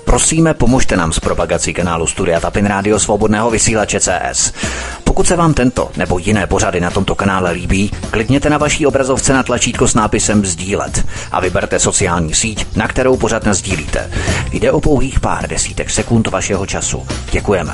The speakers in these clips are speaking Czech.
Prosíme, pomožte nám s propagací kanálu Studia Tapin Rádio Svobodného vysílače CS. Pokud se vám tento nebo jiné pořady na tomto kanále líbí, klikněte na vaší obrazovce na tlačítko s nápisem sdílet a vyberte sociální síť, na kterou pořad nasdílíte. Jde o pouhých pár desítek sekund vašeho času. Děkujeme.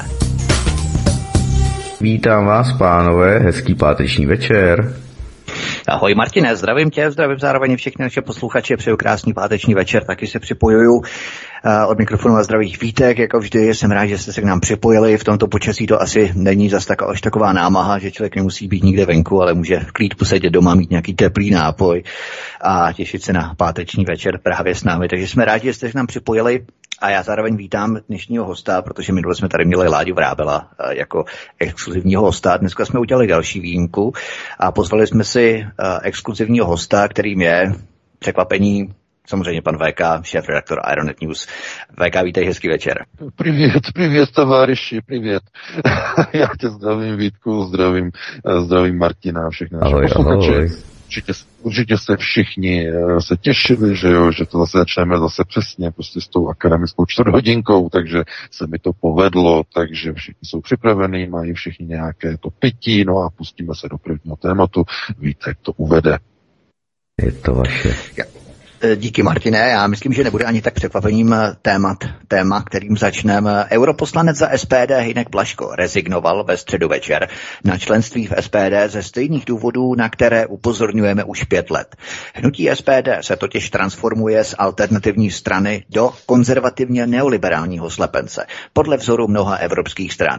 Vítám vás, pánové, hezký páteční večer. Ahoj Martine, zdravím tě, zdravím zároveň všechny naše posluchače, přeju krásný páteční večer, taky se připojuju od mikrofonu a zdravých vítek, jako vždy jsem rád, že jste se k nám připojili, v tomto počasí to asi není zas až taková námaha, že člověk nemusí být nikde venku, ale může v klíd posedět doma, mít nějaký teplý nápoj a těšit se na páteční večer právě s námi, takže jsme rádi, že jste se k nám připojili. A já zároveň vítám dnešního hosta, protože minule jsme tady měli Láďu Vrábela jako exkluzivního hosta. Dneska jsme udělali další výjimku a pozvali jsme si exkluzivního hosta, kterým je překvapení samozřejmě pan VK, šéf-redaktor Ironet News. VK, vítej, hezký večer. Привет, товарищи, привет. Já tě zdravím, Vítku, zdravím Martina a všechny naše posluchače. Určitě se všichni se těšili, že to zase začneme zase přesně prostě s tou akademickou čtvrthodinkou, takže se mi to povedlo, takže všichni jsou připravení, mají všichni nějaké to pití, no a pustíme se do prvního tématu. Vítek to uvede. Je to vaše. Díky, Martine. Já myslím, že nebude ani tak překvapením téma, kterým začneme. Europoslanec za SPD Hynek Blažko rezignoval ve středu večer na členství v SPD ze stejných důvodů, na které upozorňujeme už 5 let. Hnutí SPD se totiž transformuje z alternativní strany do konzervativně neoliberálního slepence, podle vzoru mnoha evropských stran.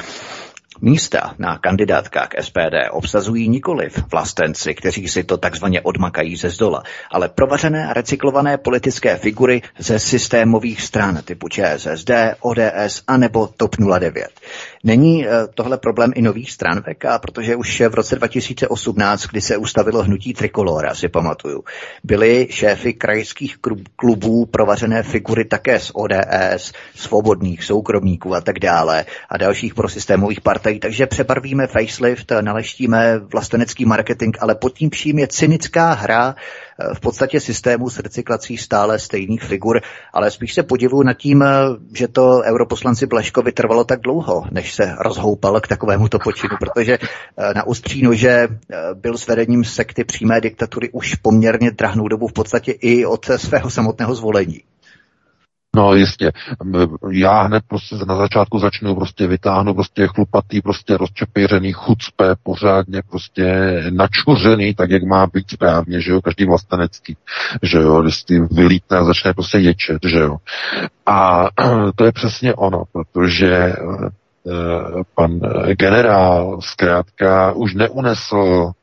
Místa na kandidátkách SPD obsazují nikoliv vlastenci, kteří si to takzvaně odmakají ze zdola, ale provařené a recyklované politické figury ze systémových stran typu ČSSD, ODS a nebo TOP 09. Není tohle problém i nových stran VK, protože už v roce 2018, kdy se ustavilo hnutí Trikolóra, si pamatuju, byly šéfy krajských klubů provařené figury také z ODS, svobodných soukromníků a tak dále a dalších prosystémových partají, takže přebarvíme facelift, naleštíme vlastenecký marketing, ale pod tím vším je cynická hra v podstatě systému s recyklací stále stejných figur, ale spíš se podivuju nad tím, že to europoslanci Blažkovi trvalo tak dlouho, než se rozhoupal k takovémuto počinu, protože na ostří nože byl s vedením sekty přímé diktatury už poměrně drahnou dobu, v podstatě i od svého samotného zvolení. No jistě, já hned prostě na začátku vytáhnu chlupatý, rozčepířený, chucpe, pořádně načuřený, tak jak má být správně, že jo, každý vlastenecký, že jo, když si vylítne a začne ječet, že jo. A to je přesně ono, protože pan generál zkrátka už neunesl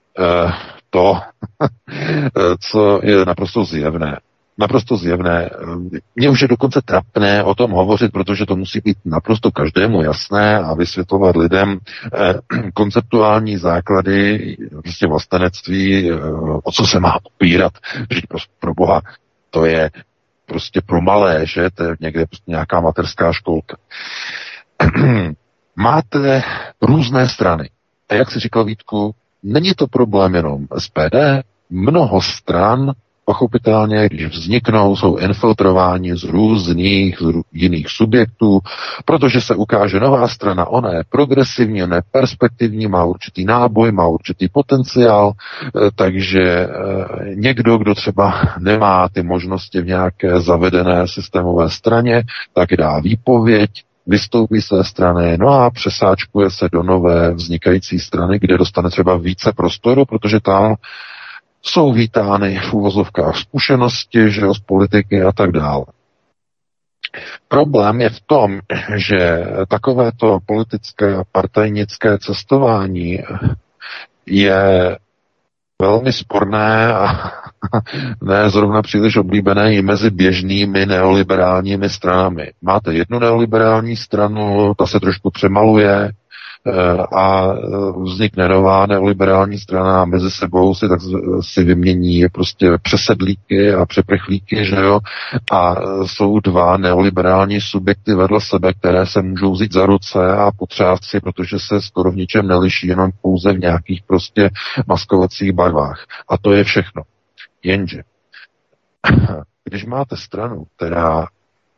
to, co je naprosto zjevné. Mně už je dokonce trapné o tom hovořit, protože to musí být naprosto každému jasné a vysvětlovat lidem konceptuální základy vlastenectví, o co se má opírat. Že pro Boha to je pro malé, že to je někde nějaká mateřská školka. Máte různé strany. A jak si říkal Vítku, není to problém jenom SPD, mnoho stran pochopitelně, když vzniknou, jsou infiltrováni z různých jiných subjektů, protože se ukáže nová strana, ona je progresivní, ona je perspektivní, má určitý náboj, má určitý potenciál, takže někdo, kdo třeba nemá ty možnosti v nějaké zavedené systémové straně, tak dá výpověď, vystoupí své strany, no a přesáčkuje se do nové vznikající strany, kde dostane třeba více prostoru, protože tam jsou vítány v uvozovkách zkušenosti, že z politiky a tak dále. Problém je v tom, že takovéto politické a partajnické cestování je velmi sporné a ne zrovna příliš oblíbené i mezi běžnými neoliberálními stranami. Máte jednu neoliberální stranu, ta se trošku přemaluje, a vznikne nová neoliberální strana a mezi sebou si vymění přesedlíky a přeprchlíky, že jo, a jsou dva neoliberální subjekty vedle sebe, které se můžou vzít za ruce a potřást si, protože se skoro v ničem neliší, jenom pouze v nějakých maskovacích barvách. A to je všechno. Jenže, když máte stranu, která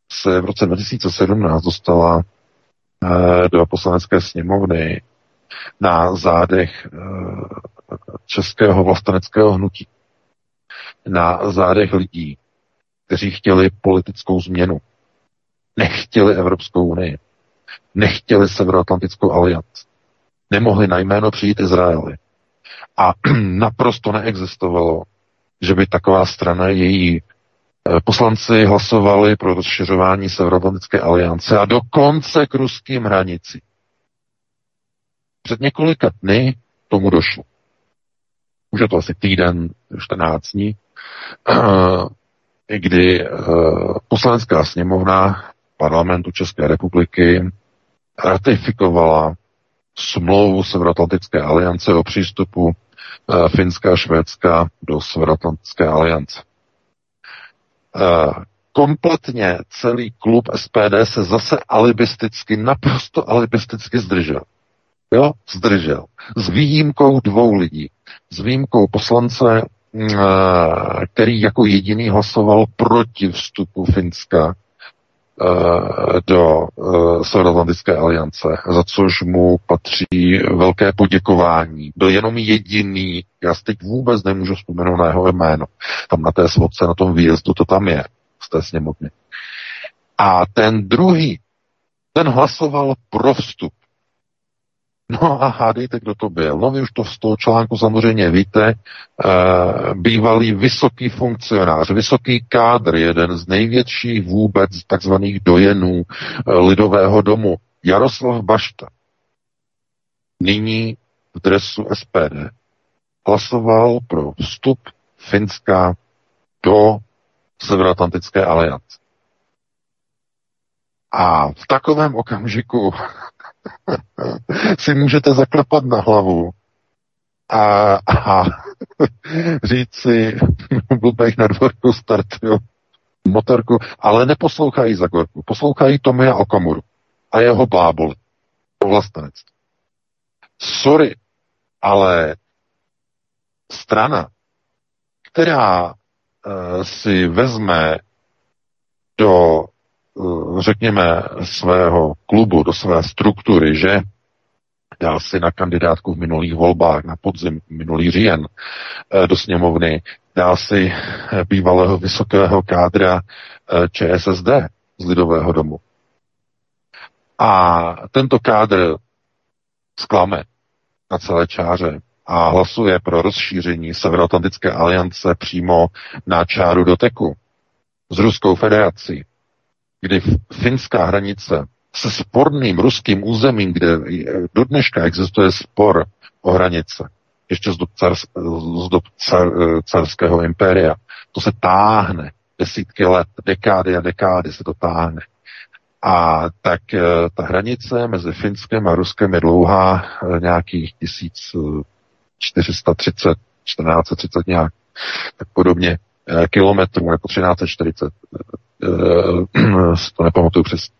se v roce 2017 dostala do poslanecké sněmovny na zádech českého vlasteneckého hnutí, na zádech lidí, kteří chtěli politickou změnu, nechtěli Evropskou unii, nechtěli Severoatlantickou alianci, nemohli na jméno přijít Izraeli. A naprosto neexistovalo, že by taková strana, její poslanci hlasovali pro rozšiřování Severoatlantické aliance a dokonce k ruským hranicím. Před několika dny tomu došlo. Už je to asi týden, 14 dní, kdy poslanecká sněmovna parlamentu České republiky ratifikovala smlouvu Severoatlantické aliance o přístupu Finska a Švédska do Severoatlantické aliance. Kompletně celý klub SPD se zase naprosto alibisticky zdržel. Jo, zdržel. S výjimkou 2 lidí. S výjimkou poslance, který jako jediný hlasoval proti vstupu Finska do Severoatlantické aliance, za což mu patří velké poděkování. Byl jenom jediný, já si teď vůbec nemůžu vzpomenout na jeho jméno. Tam na té svodce, na tom výjezdu to tam je, z té sněmovny. A ten druhý, ten hlasoval pro vstup. No a hádejte, kdo to byl. No vy už to z toho článku samozřejmě víte, bývalý vysoký funkcionář, vysoký kádr, jeden z největších vůbec takzvaných dojenů Lidového domu, Jaroslav Bašta. Nyní v dresu SPD hlasoval pro vstup Finska do Severoatlantické aliance. A v takovém okamžiku si můžete zaklepat na hlavu a říct si, blbejch na dvorku startuju motorku, ale neposlouchají Zagorku, poslouchají Tomia Okamuru a jeho bláboli o vlastenectví. Sorry, ale strana, která si vezme do řekněme, svého klubu, do své struktury, že dá si na kandidátku v minulých volbách, na podzim minulý říjen do sněmovny, dá si bývalého vysokého kádra ČSSD z Lidového domu. A tento kádr zklame na celé čáře a hlasuje pro rozšíření Severoatlantické aliance přímo na čáru doteku s Ruskou federací, kdy finská hranice se sporným ruským územím, kde do dneška existuje spor o hranice, ještě z dob carského impéria, to se táhne desítky let, dekády a dekády se to táhne. A tak ta hranice mezi Finskem a Ruskem je dlouhá nějakých 1430, 1430 nějak, tak podobně kilometrů, nebo 1340, to nepamatuju přesně.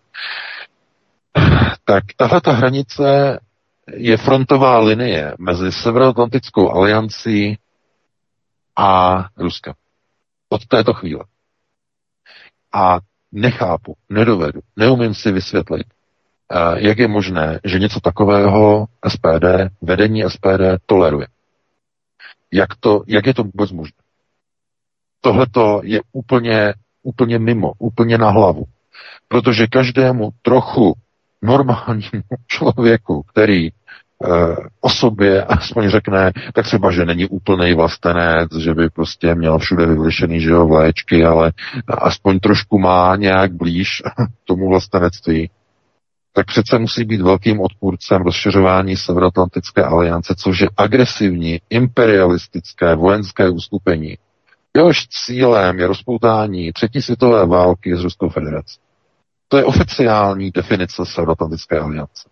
Tak tahle ta hranice je frontová linie mezi Severoatlantickou aliancí a Ruskem. Od této chvíle. A nechápu, nedovedu, neumím si vysvětlit, jak je možné, že něco takového SPD, vedení SPD toleruje. Jak je to vůbec možné? Tohleto je úplně mimo, úplně na hlavu. Protože každému trochu normálnímu člověku, který o sobě aspoň řekne, tak třeba, že není úplnej vlastenec, že by prostě měl všude vyvlešený, že jo, vléčky, ale aspoň trošku má nějak blíž tomu vlastenectví, tak přece musí být velkým odpůrcem rozšiřování Severoatlantické aliance, což je agresivní, imperialistické, vojenské uskupení. Jehož cílem je rozpoutání 3. světové války s Ruskou federací. To je oficiální definice Severoatlantické aliance.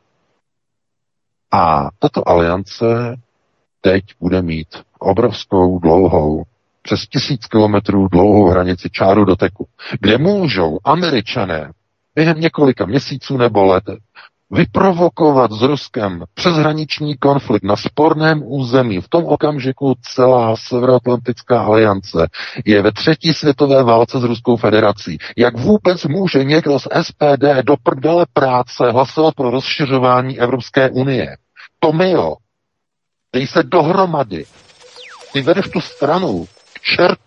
A tato aliance teď bude mít obrovskou, dlouhou, přes 1000 kilometrů dlouhou hranici čáru doteku, kde můžou Američané během několika měsíců nebo let vyprovokovat s Ruskem přeshraniční konflikt na sporném území. V tom okamžiku celá Severoatlantická aliance je ve třetí světové válce s Ruskou federací. Jak vůbec může někdo z SPD do prdele práce hlasovat pro rozšiřování Evropské unie? Tomio, dej se dohromady. Ty vedeš tu stranu k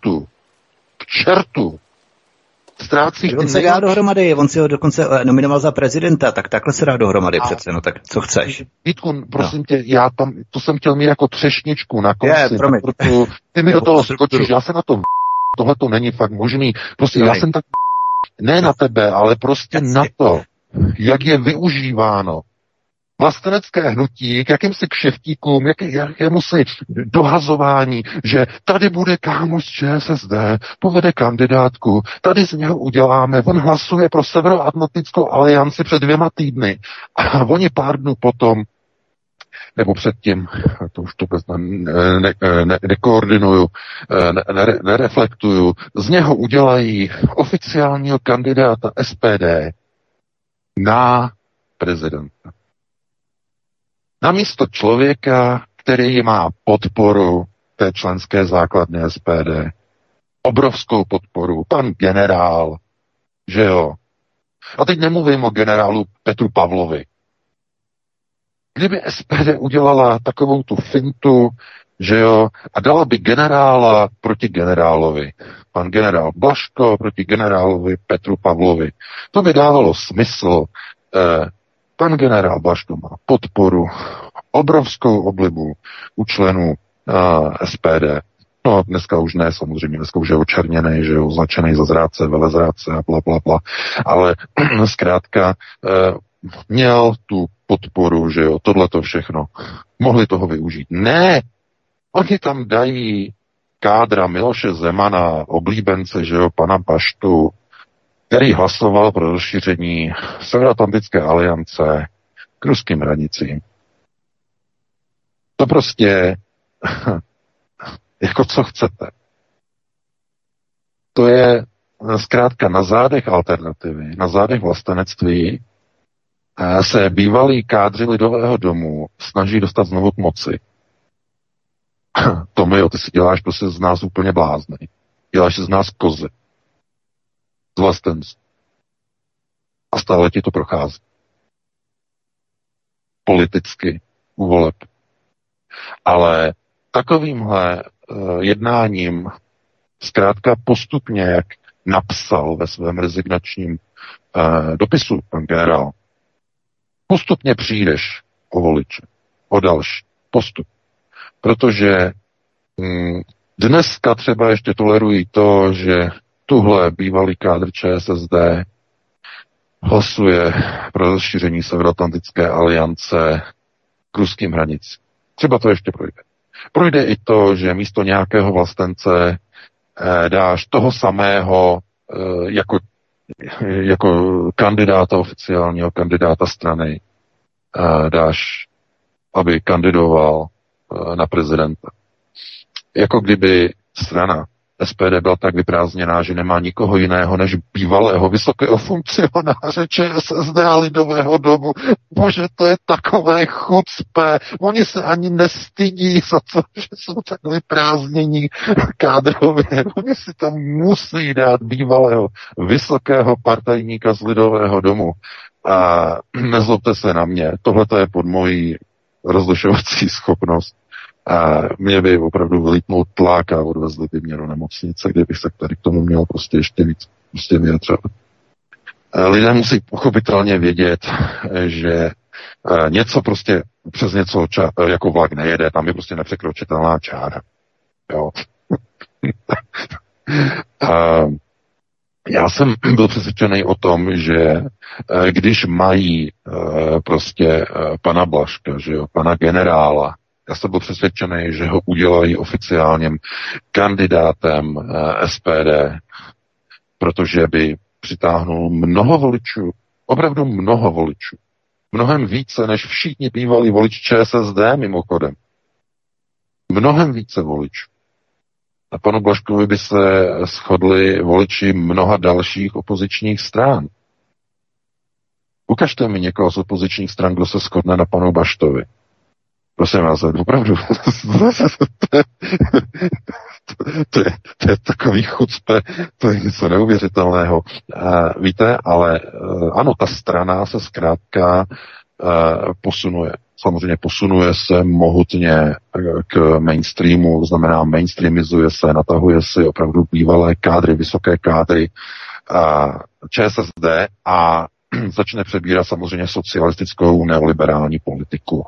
čertu. Ztrácíš on se dá dohromady, on si ho dokonce nominoval za prezidenta, tak takhle se dá dohromady přece, no tak co chceš? Vítku, prosím tě, to jsem chtěl mít jako třešničku na konci, ty mi do toho skočíš, já se na to tohle to není fakt možný, prostě já jsem tak ne na tebe, ale prostě na to, jak je využíváno vlastenecké hnutí k jakýmsi kšeftíkům, jakémusi dohazování, že tady bude kámoš ČSSD, povede kandidátku, tady z něho uděláme, on hlasuje pro Severoatlantickou alianci před 2 týdny a oni pár dnů potom, nebo předtím, to už to vůbec nekoordinuju, nereflektuju, z něho udělají oficiálního kandidáta SPD na prezidenta. Namísto člověka, který má podporu té členské základny SPD, obrovskou podporu, pan generál, že jo. A teď nemluvím o generálu Petru Pavlovi. Kdyby SPD udělala takovou tu fintu, že jo, a dala by generála proti generálovi, pan generál Blažko proti generálovi Petru Pavlovi, to by dávalo smysl. Pan generál Blažko má podporu, obrovskou oblibu u členů SPD. No dneska už ne, samozřejmě, dneska už je očerněný, že je označený za zrádce, velezrádce a bla. Ale zkrátka měl tu podporu, že jo, tohleto všechno. Mohli toho využít. Ne! Oni tam dají kádra Miloše Zemana, oblíbence, že jo, pana Baštu, který hlasoval pro rozšíření Severoatlantické aliance k ruským hranicím. To prostě jako co chcete. To je zkrátka na zádech alternativy, na zádech vlastenectví se bývalí kádři Lidového domu snaží dostat znovu k moci. Tomio, ty si děláš prostě z nás úplně blázny. Děláš z nás kozy. Z vlastenců. A stále ti to prochází. Politicky u voleb. Ale takovýmhle jednáním zkrátka postupně, jak napsal ve svém rezignačním dopisu pan generál, postupně přijdeš o voliče, o další postup. Protože dneska třeba ještě tolerují to, že tuhle bývalý kádr ČSSD hlasuje pro rozšíření Severoatlantické aliance k ruským hranicím. Třeba to ještě projde. Projde i to, že místo nějakého vlastence dáš toho samého jako kandidáta, oficiálního kandidáta strany, dáš, aby kandidoval na prezidenta. Jako kdyby strana SPD byla tak vyprázdněná, že nemá nikoho jiného než bývalého vysokého funkcionáře ČSSD a Lidového domu. Bože, to je takové chucpe. Oni se ani nestydí za to, že jsou tak vyprázdnění kádrově. Oni si tam musí dát bývalého vysokého partajníka z Lidového domu. A nezlobte se na mě, tohle je pod mojí rozlišovací schopnost. A mě by opravdu vylítnul tlak a odvezli by mě do nemocnice, kdybych se tady k tomu měl prostě ještě víc vyjadřovat. Lidé musí pochopitelně vědět, že něco prostě přes něco jako vlak nejede, tam je prostě nepřekročitelná čára. Jo. Já jsem byl přesvědčený o tom, že když mají prostě pana Blažka, že jo, pana generála, já jsem byl přesvědčený, že ho udělají oficiálním kandidátem SPD, protože by přitáhnul mnoho voličů, opravdu mnoho voličů. Mnohem více než všichni bývalí voliči ČSSD mimochodem. Mnohem více voličů. A panu Blažkovi by se shodli voliči mnoha dalších opozičních stran. Ukažte mi někoho z opozičních stran, kdo se shodne na panu Baštovi. Prosím vás, opravdu. To je takový chucpe, to je něco neuvěřitelného. Víte, ale ano, ta strana se zkrátka posunuje. Samozřejmě posunuje se mohutně k mainstreamu, to znamená mainstreamizuje se, natahuje si opravdu bývalé kádry, vysoké kádry ČSSD a začne přebírat samozřejmě socialistickou neoliberální politiku.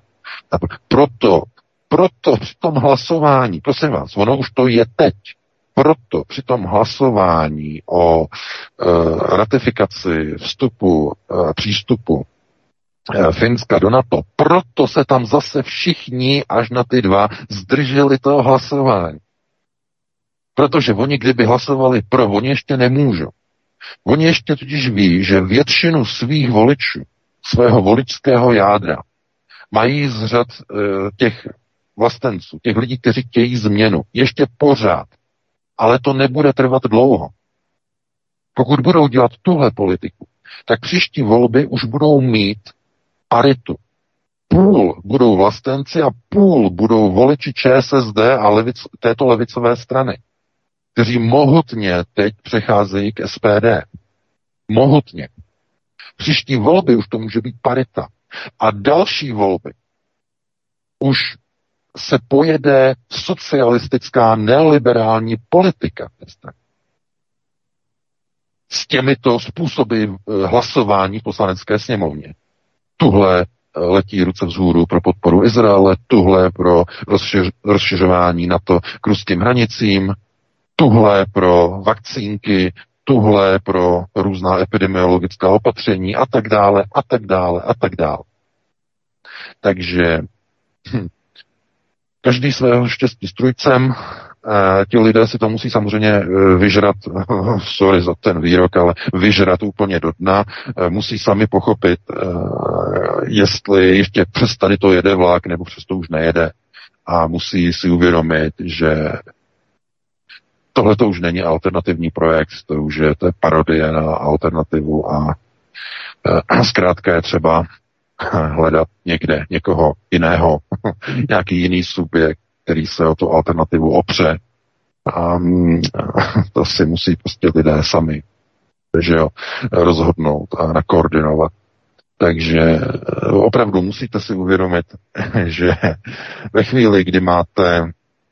Proto při tom hlasování, prosím vás, ono už to je teď, proto při tom hlasování o ratifikaci vstupu, přístupu Finska do NATO, proto se tam zase všichni až na ty dva zdrželi toho hlasování. Protože oni, kdyby hlasovali pro, oni ještě nemůžou. Oni ještě totiž ví, že většinu svých voličů, svého voličského jádra, mají z řad těch vlastenců, těch lidí, kteří chtějí změnu, ještě pořád. Ale to nebude trvat dlouho. Pokud budou dělat tuhle politiku, tak příští volby už budou mít paritu. Půl budou vlastenci a půl budou voliči ČSSD a této levicové strany, kteří mohutně teď přecházejí k SPD. Mohutně. Příští volby už to může být parita. A další volby už se pojede socialistická neoliberální politika. S těmito způsoby hlasování v poslanecké sněmovně. Tuhle letí ruce vzhůru pro podporu Izraele, tuhle pro rozšiřování NATO k ruským hranicím, tuhle pro vakcínky, tuhle pro různá epidemiologická opatření a tak dále, a tak dále, a tak dále. Takže každý svého štěstí strůjcem, ti lidé si to musí samozřejmě vyžrat, sorry za ten výrok, ale vyžrat úplně do dna, musí sami pochopit, jestli ještě přes tady to jede vlak, nebo přes to už nejede. A musí si uvědomit, že tohle to už není alternativní projekt, to už je parodie na alternativu a zkrátka je třeba hledat někde někoho jiného, nějaký jiný subjekt, který se o tu alternativu opře. A to si musí prostě lidé sami, že jo, rozhodnout a nakoordinovat. Takže opravdu musíte si uvědomit, že ve chvíli, kdy máte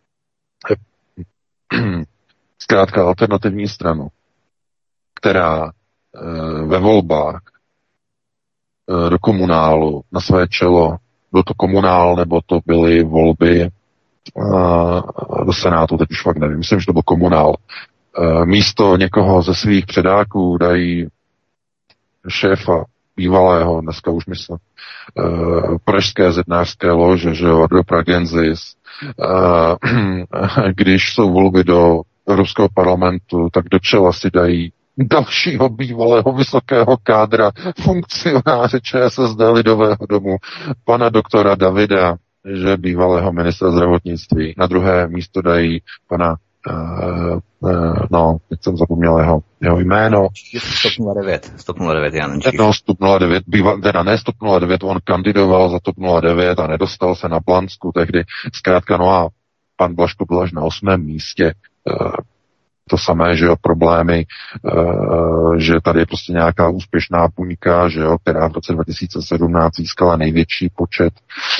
zkrátka alternativní stranu, která ve volbách do komunálu na své čelo, byl to komunál, nebo to byly volby do Senátu, teď už fakt nevím, myslím, že to byl komunál. Místo někoho ze svých předáků dají šéfa bývalého, dneska už myslím, pražské zednářské lože, že jo, do Pragensis. Když jsou volby do Evropského parlamentu, tak do čela si dají dalšího bývalého vysokého kádra, funkcionáře ČSSD Lidového domu, pana doktora Davida, že bývalého ministra zdravotnictví. Na druhé místo dají pana, teď jsem zapomněl jeho jméno. Stop 09, Janečík. No, Stop 09, ne Stop 09, on kandidoval za TOP 09 a nedostal se na Blansku tehdy. Zkrátka, no a pan Blažko byl až na 8. místě. To samé, že jo, problémy, že tady je prostě nějaká úspěšná buňka, že jo, která v roce 2017 získala největší počet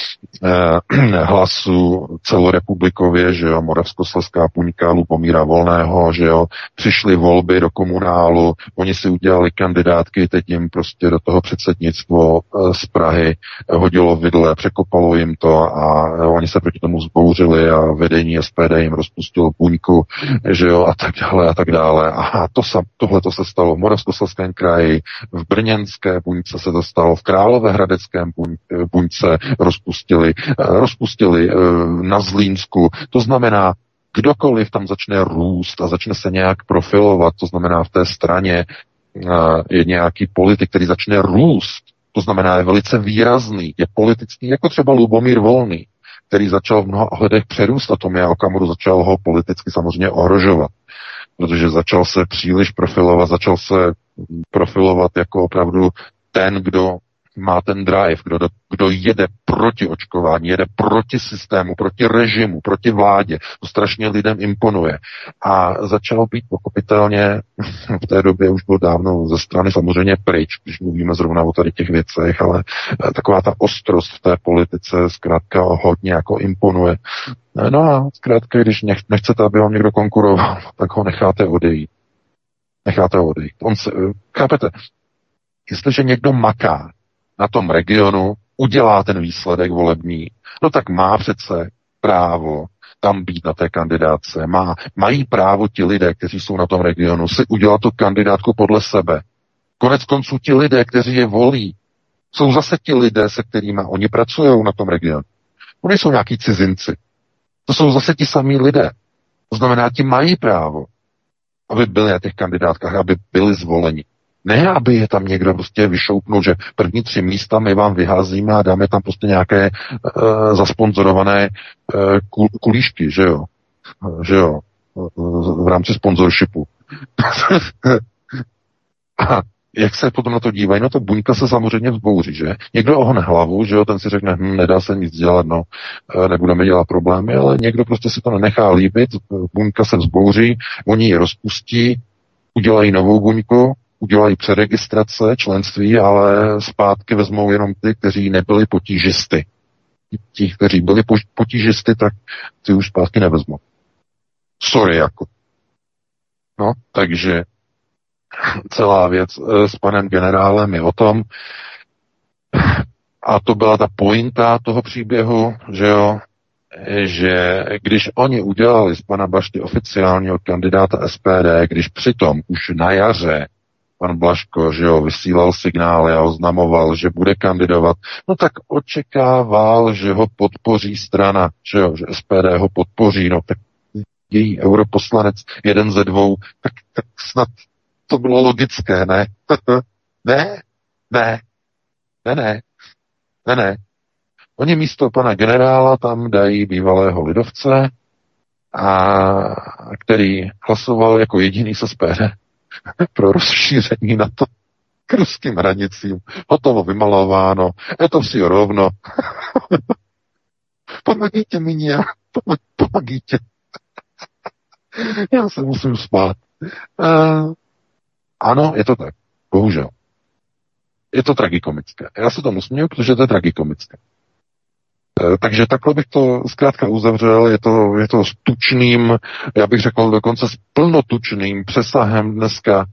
hlasů celorepublikově, že jo, Moravskoslezská buňka Lubomíra Volného, že jo, přišly volby do komunálu, oni si udělali kandidátky, teď jim prostě do toho předsednictvo z Prahy hodilo vidle, překopalo jim to a oni se proti tomu zbouřili a vedení SPD jim rozpustilo buňku, že jo, a tak dále. A tohle to se stalo v Moravskoslezském kraji, v brněnské buňce se to stalo, v Královéhradeckém buňce rozpustili na Zlínsku. To znamená, kdokoliv tam začne růst a začne se nějak profilovat, to znamená v té straně je nějaký politik, který začne růst, to znamená je velice výrazný, je politický, jako třeba Lubomír Volný, který začal v mnoha ohledech přerůst a Tomia Okamuru začal ho politicky samozřejmě ohrožovat, protože začal se příliš profilovat, začal se profilovat jako opravdu ten, kdo má ten drive, kdo jede proti očkování, jede proti systému, proti režimu, proti vládě. To strašně lidem imponuje. A začalo být pochopitelně, v té době už byl dávno ze strany samozřejmě pryč, když mluvíme zrovna o tady těch věcech, ale taková ta ostrost v té politice zkrátka hodně jako imponuje. No a zkrátka, když nechcete, aby vám někdo konkuroval, tak ho necháte odejít. Chápete? Jestliže někdo maká na tom regionu, udělá ten výsledek volební, no tak má přece právo tam být na té kandidáce. Mají právo ti lidé, kteří jsou na tom regionu, si udělat tu kandidátku podle sebe. Konec konců ti lidé, kteří je volí, jsou zase ti lidé, se kterými oni pracují na tom regionu. Oni jsou nějaký cizinci. To jsou zase ti samí lidé. To znamená, ti mají právo, aby byli na těch kandidátkách, aby byli zvoleni. Ne, aby je tam někdo prostě vyšoupnul, že první 3 místa my vám vyházíme a dáme tam prostě nějaké zasponzorované kulíšky, že jo, v rámci sponzorshipu. A jak se potom na to dívají, no to buňka se samozřejmě vzbouří, že? Někdo ohne hlavu, že jo, ten si řekne, nedá se nic dělat, no, nebudeme dělat problémy, ale někdo prostě si to nenechá líbit, buňka se vzbouří, oni ji rozpustí, udělají novou buňku, udělají přeregistrace, členství, ale zpátky vezmou jenom ty, kteří nebyli potížisty. Ti, kteří byli potížisty, tak ty už zpátky nevezmou. Sorry, jako. No, takže celá věc s panem generálem je o tom, a to byla ta pointa toho příběhu, že jo, že když oni udělali z pana Bašty oficiálního kandidáta SPD, když přitom už na jaře pan Blažko, že jo, vysílal signály a oznamoval, že bude kandidovat, no tak očekával, že ho podpoří strana, že jo, že SPD ho podpoří, no tak její europoslanec, jeden ze 2, tak snad to bylo logické, ne? Ne. Oni místo pana generála tam dají bývalého lidovce, který hlasoval jako jediný z SPD pro rozšíření na to k ruským hranicím. Hotovo vymalováno. Je to vsi rovno. Pomagíte mi nějak. Pomagíte. Já se musím spát. Ano, je to tak. Bohužel. Je to tragikomické. Já se tomu směju, protože to je tragikomické. Takže takhle bych to zkrátka uzavřel. Je to s tučným, já bych řekl dokonce s plnotučným přesahem dneska.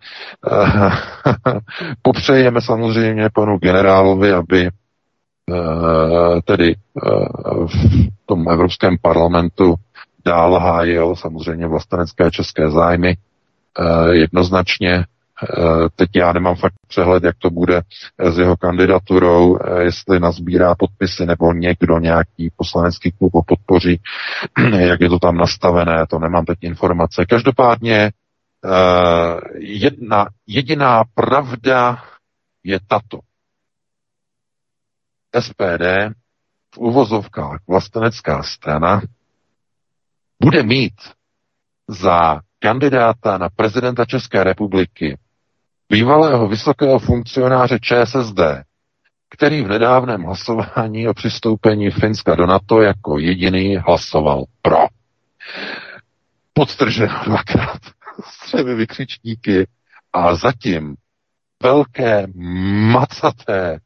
Popřejeme samozřejmě panu generálovi, aby tedy v tom Evropském parlamentu dál hájil samozřejmě vlastenecké české zájmy jednoznačně. Teď já nemám fakt přehled, jak to bude s jeho kandidaturou, jestli nazbírá podpisy nebo někdo, nějaký poslanecký klub ho podpoří, jak je to tam nastavené, to nemám teď informace. Každopádně jediná pravda je tato. SPD, v uvozovkách vlastenecká strana, bude mít za kandidáta na prezidenta České republiky bývalého vysokého funkcionáře ČSSD, který v nedávném hlasování o přistoupení Finska do NATO jako jediný hlasoval pro. Podtrženo 2krát s 3 vykřičníky a zatím velké macaté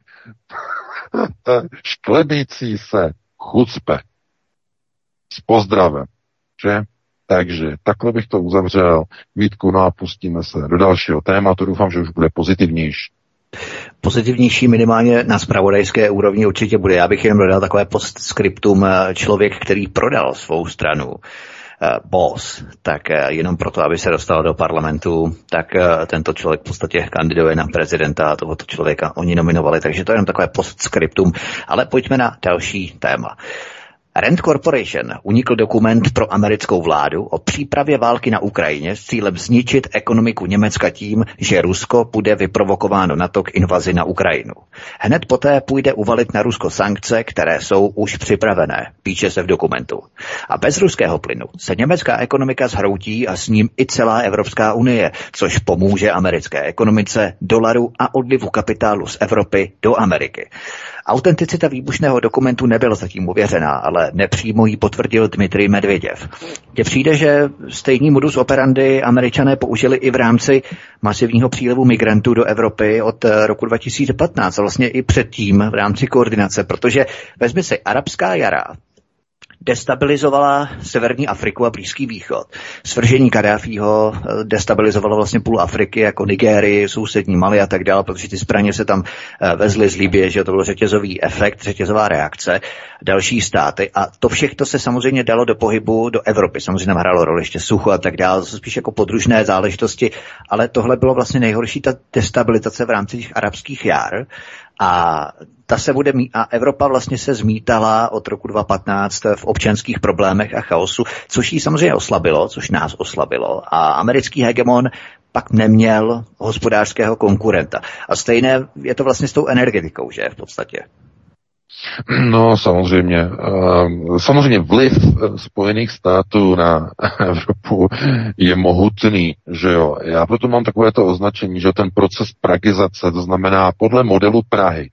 šklebící se chucpe s pozdravem, že? Takže takhle bych to uzavřel. Vítku, no a pustíme se do dalšího tématu. Doufám, že už bude pozitivnější. Pozitivnější minimálně na zpravodajské úrovni určitě bude. Já bych jenom dodal takové postscriptum. Člověk, který prodal svou stranu, boss, tak jenom proto, aby se dostal do parlamentu, tak tento člověk v podstatě kandiduje na prezidenta a tohoto člověka oni nominovali. Takže to je jenom takové postscriptum. Ale pojďme na další téma. Rand Corporation unikl dokument pro americkou vládu o přípravě války na Ukrajině s cílem zničit ekonomiku Německa tím, že Rusko bude vyprovokováno NATO k invazi na Ukrajinu. Hned poté půjde uvalit na Rusko sankce, které jsou už připravené, píše se v dokumentu. A bez ruského plynu se německá ekonomika zhroutí a s ním i celá Evropská unie, což pomůže americké ekonomice, dolaru a odlivu kapitálu z Evropy do Ameriky. Autenticita výbušného dokumentu nebyla zatím ověřená, ale nepřímo ji potvrdil Dmitrij Medvěděv. Mně přijde, že stejný modus operandi Američané použili i v rámci masivního přílivu migrantů do Evropy od roku 2015 a vlastně i předtím v rámci koordinace, protože vezmi si arabská jara, destabilizovala severní Afriku a Blízký východ. Svržení Kaddáfího destabilizovalo vlastně půl Afriky, jako Nigérii, sousední Mali a tak dále, protože ty zbraně se tam vezly z Libye, že to byl řetězový efekt, řetězová reakce, další státy a to všechno se samozřejmě dalo do pohybu do Evropy. Samozřejmě hrálo roli ještě sucho a tak dále, to jsou spíš jako podružné záležitosti, ale tohle bylo vlastně nejhorší, ta destabilizace v rámci těch arabských jar. A ta se bude a Evropa vlastně se zmítala od roku 2015 v občanských problémech a chaosu, což jí samozřejmě oslabilo, což nás oslabilo. A americký hegemon pak neměl hospodářského konkurenta. A stejné je to vlastně s tou energetikou, že v podstatě. No samozřejmě. Samozřejmě vliv Spojených států na Evropu je mohutný, že jo. Já proto mám takovéto označení, že ten pragizace, to znamená podle modelu Prahy,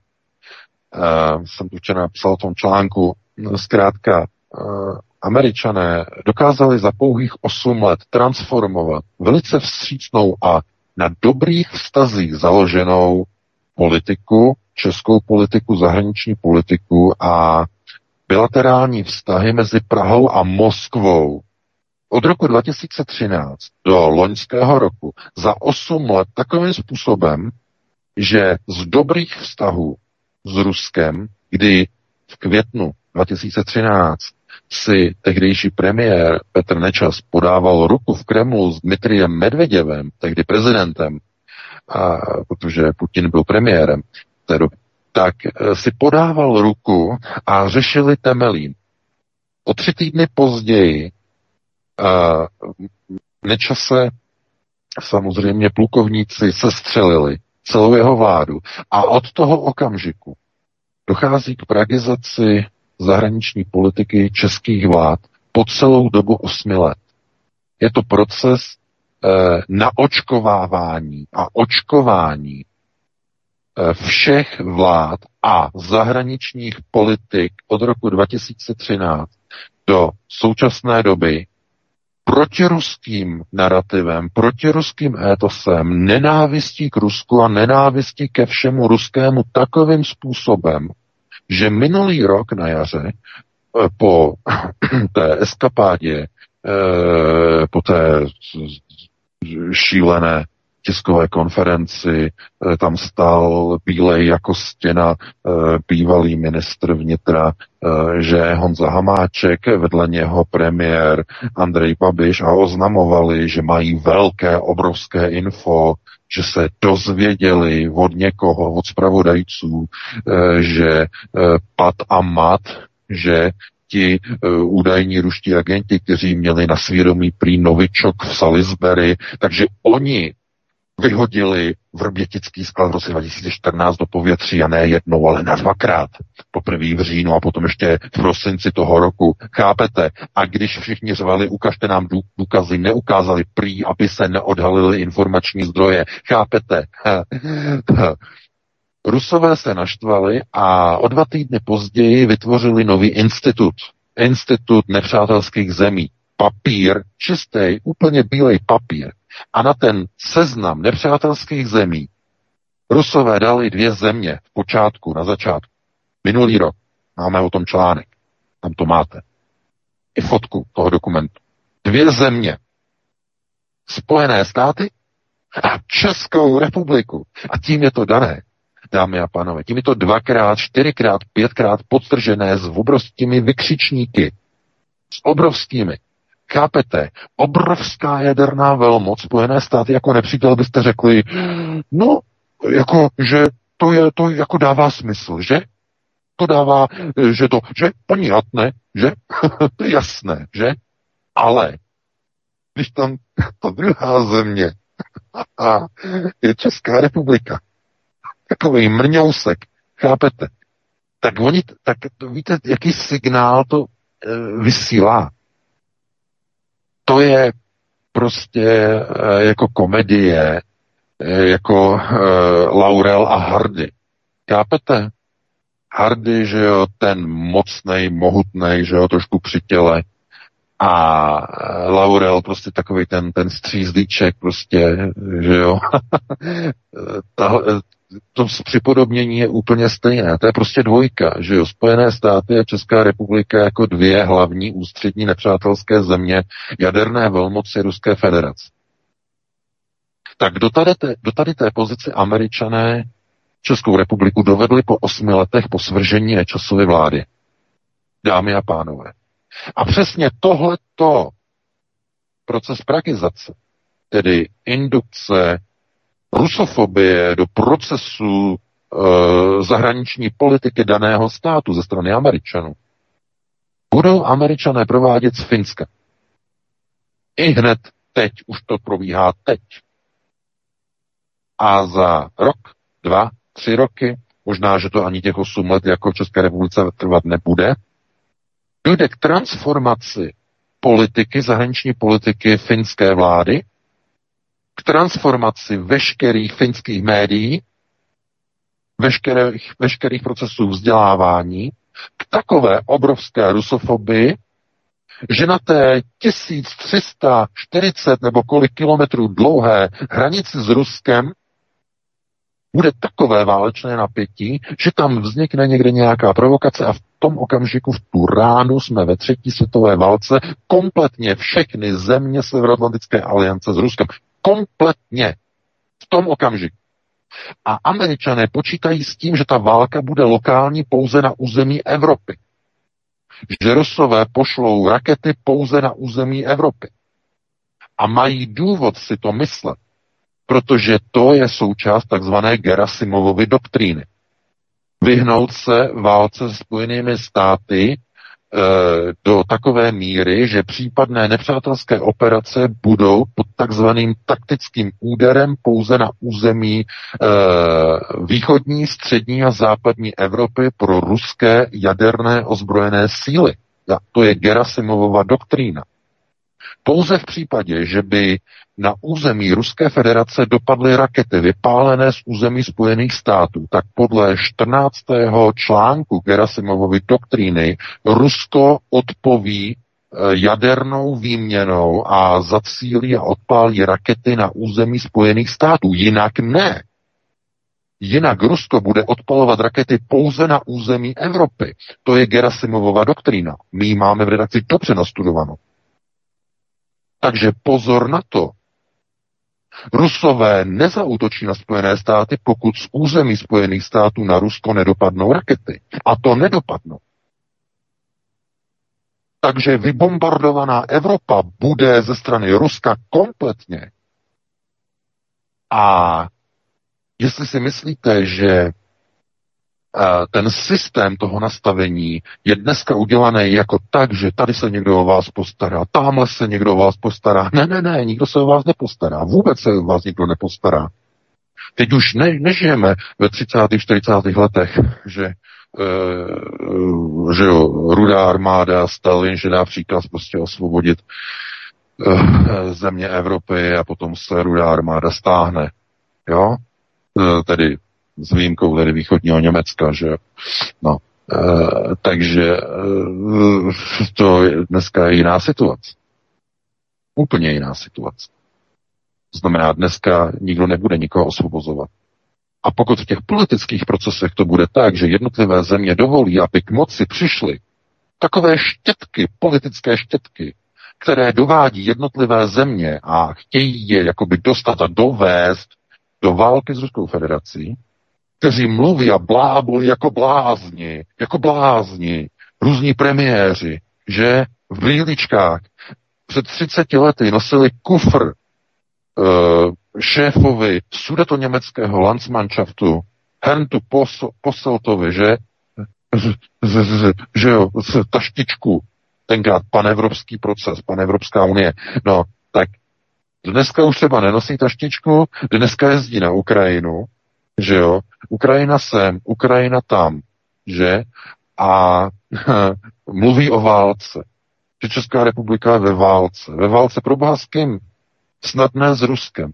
jsem tu včera napsal v tom článku, zkrátka Američané dokázali za pouhých 8 let transformovat velice vstřícnou a na dobrých vztazích založenou politiku, českou politiku, zahraniční politiku a bilaterální vztahy mezi Prahou a Moskvou od roku 2013 do loňského roku za 8 let takovým způsobem, že z dobrých vztahů s Ruskem, kdy v květnu 2013 si tehdejší premiér Petr Nečas podával ruku v Kremlu s Dmitrijem Medvěděvem, tehdy prezidentem, protože Putin byl premiérem té doby, tak si podával ruku a řešili Temelín. O 3 týdny později Nečase samozřejmě plukovníci sestřelili celou jeho vládu a od toho okamžiku dochází k pragizaci zahraniční politiky českých vlád po celou dobu 8 let. Je to proces naočkovávání a očkování všech vlád a zahraničních politik od roku 2013 do současné doby protiruským narrativem, protiruským étosem, nenávistí k Rusku a nenávistí ke všemu ruskému takovým způsobem, že minulý rok na jaře po té eskapádě, po té šílené tiskové konferenci, tam stál bílej jako stěna bývalý ministr vnitra, že Honza Hamáček, vedle něho premiér Andrej Babiš a oznamovali, že mají velké, obrovské info, že se dozvěděli od někoho, od zpravodajců, že Pat a Mat, že ti údajní ruští agenti, kteří měli na svědomí prý novičok v Salisbury, takže oni vyhodili vrbětický sklad v roce 2014 do povětří a ne jednou, ale na 2krát. Poprvé v říjnu a potom ještě v prosinci toho roku. Chápete? A když všichni řvali, ukažte nám důkazy, neukázali prý, aby se neodhalily informační zdroje. Chápete? Rusové se naštvali a o 2 týdny později vytvořili nový institut. Institut nepřátelských zemí. Papír, čistý, úplně bílej papír. A na ten seznam nepřátelských zemí Rusové dali 2 země v počátku, na začátku. Minulý rok. Máme o tom článek. Tam to máte. I fotku toho dokumentu. 2 země. Spojené státy a Českou republiku. A tím je to dané, dámy a pánové. Tím je to 2x, 4x, 5x podtržené s obrovskými vykřičníky. S obrovskými. Chápete? Obrovská jaderná velmoc, Spojené státy jako nepřítel byste řekli, no, jako, že to jako dává smysl, že? to dává, že paní Hatne, že? To je jasné, že? Ale když tam ta druhá země je Česká republika, takový mrňousek, chápete? Tak víte, jaký signál to vysílá? To je prostě jako komedie, jako Laurel a Hardy. Chápete? Hardy, že jo, ten mocnej, mohutnej, že jo, trošku při těle. A Laurel prostě takový ten střízlíček prostě, že jo. To připodobnění je úplně stejné. To je prostě dvojka, že jo. Spojené státy a Česká republika jako dvě hlavní ústřední nepřátelské země jaderné velmoci Ruské federace. Tak do tady té pozice Američané Českou republiku dovedli po 8 letech po svržení Nečasovy vlády. Dámy a pánové. A přesně tohleto proces pragizace, tedy indukce rusofobie do procesu zahraniční politiky daného státu ze strany Američanů, budou Američané provádět z Finska. I hned teď, už to probíhá teď. A za rok, 2, 3 roky, možná, že to ani těch 8 let jako v České republice trvat nebude, dojde k transformaci politiky, zahraniční politiky finské vlády, k transformaci veškerých finských médií, veškerých procesů vzdělávání, k takové obrovské rusofobii, že na té 1340 nebo kolik kilometrů dlouhé hranici s Ruskem bude takové válečné napětí, že tam vznikne někde nějaká provokace a v tom okamžiku, v tu ránu jsme ve 3. světové válce kompletně všechny země Severoatlantické aliance s Ruskem. Kompletně. V tom okamžiku. A Američané počítají s tím, že ta válka bude lokální pouze na území Evropy. Že Rusové pošlou rakety pouze na území Evropy. A mají důvod si to myslet, protože to je součást takzvané Gerasimovovy doktríny. Vyhnout se válce se Spojenými státy do takové míry, že případné nepřátelské operace budou pod takzvaným taktickým úderem pouze na území východní, střední a západní Evropy pro ruské jaderné ozbrojené síly. To je Gerasimovova doktrína. Pouze v případě, že by na území Ruské federace dopadly rakety vypálené z území Spojených států, tak podle 14. článku Gerasimovovy doktríny Rusko odpoví jadernou výměnou a zacílí a odpálí rakety na území Spojených států. Jinak ne. Jinak Rusko bude odpalovat rakety pouze na území Evropy. To je Gerasimovova doktrína. My ji máme v redakci dobře nastudovanou. Takže pozor na to. Rusové nezaútočí na Spojené státy, pokud z území Spojených států na Rusko nedopadnou rakety. A to nedopadnou. Takže vybombardovaná Evropa bude ze strany Ruska kompletně. A jestli si myslíte, že ten systém toho nastavení je dneska udělaný jako tak, že tady se někdo o vás postará, tamhle se někdo o vás postará. Ne, nikdo se o vás nepostará. Vůbec se o vás nikdo nepostará. Teď už nežijeme ve 30. 40. letech, že jo, Rudá armáda, Stalin, že dá příkaz prostě osvobodit země Evropy a potom se Rudá armáda stáhne. Jo? Tedy s výjimkou tedy východního Německa, že no. Takže to je dneska jiná situace. Úplně jiná situace. To znamená, dneska nikdo nebude nikoho osvobozovat. A pokud v těch politických procesech to bude tak, že jednotlivé země dovolí, aby k moci přišly takové štětky, politické štětky, které dovádí jednotlivé země a chtějí je jakoby dostat a dovést do války s Ruskou federací, kteří mluví a blábolí jako blázni, různí premiéři, že v brýličkách před 30 lety nosili kufr šéfovi sudetoněmeckého Landsmannschaftu Herntu Posseltovi, že že jo, taštičku, tenkrát panevropský proces, panevropská unie, no, tak dneska už třeba nenosí taštičku, dneska jezdí na Ukrajinu, že jo, Ukrajina sem, Ukrajina tam, že, a mluví o válce, že Česká republika je ve válce pro boha s kým? Snad ne s Ruskem.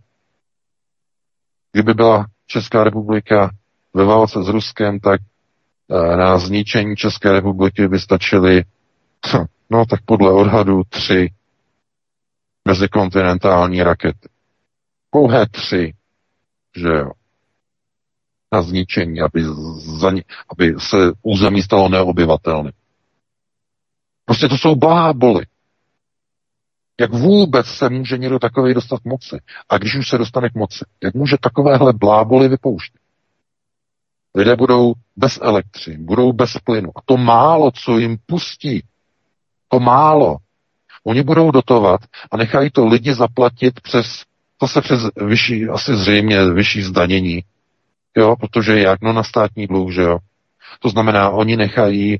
Kdyby byla Česká republika ve válce s Ruskem, tak na zničení České republiky by stačily, no tak podle odhadu 3 mezikontinentální rakety. Pouhé 3, že jo, na zničení, aby se území stalo neobyvatelným. Prostě to jsou bláboli. Jak vůbec se může někdo takovej dostat k moci? A když už se dostane k moci, jak může takovéhle bláboli vypouštět? Lidé budou bez elektřiny, budou bez plynu. A to málo, co jim pustí, to málo. Oni budou dotovat a nechají to lidi zaplatit přes vyšší, asi zřejmě vyšší zdanění. Jo, protože jak? No na státní dluh, že jo. To znamená, oni nechají,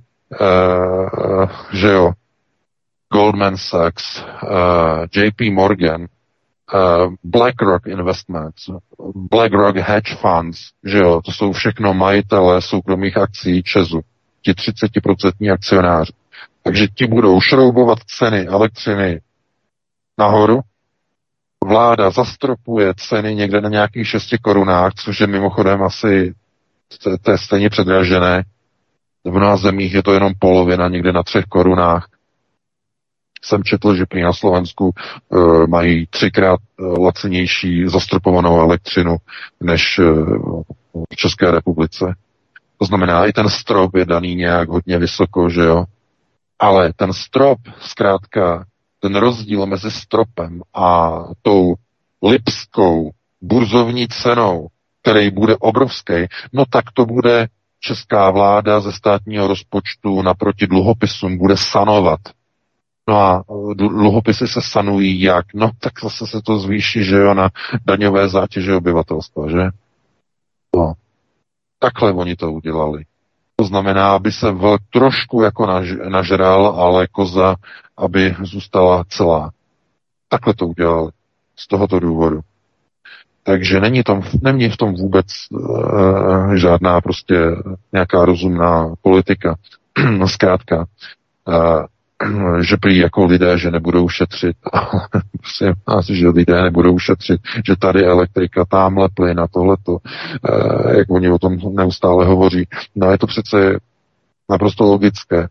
že jo, Goldman Sachs, JP Morgan, BlackRock Investments, BlackRock Hedge Funds, že jo, to jsou všechno majitelé soukromých akcí ČEZu, ti 30% akcionáři. Takže ti budou šroubovat ceny elektřiny nahoru, vláda zastropuje ceny někde na nějakých 6 korunách, což je mimochodem asi, to je stejně předražené. V mnoha zemích je to jenom polovina, někde na 3 korunách. Jsem četl, že prý na Slovensku mají 3krát lacinější zastropovanou elektřinu než v České republice. To znamená, i ten strop je daný nějak hodně vysoko, že jo? Ale ten strop, zkrátka, ten rozdíl mezi stropem a tou lipskou burzovní cenou, který bude obrovský, no tak to bude česká vláda ze státního rozpočtu naproti dluhopisům bude sanovat. No a dluhopisy se sanují jak? No tak zase se to zvýší, že jo, na daňové zátěže obyvatelstva, že? No. Takhle oni to udělali. To znamená, aby se vlk trošku jako nažral, ale koza, aby zůstala celá. Takhle to udělali. Z tohoto důvodu. Takže není v tom vůbec žádná prostě nějaká rozumná politika. Zkrátka, že prý jako lidé, že nebudou šetřit. Prostě že lidé nebudou šetřit, že tady elektrika, támhle plyn a tohleto, jak oni o tom neustále hovoří. No je to přece naprosto logické.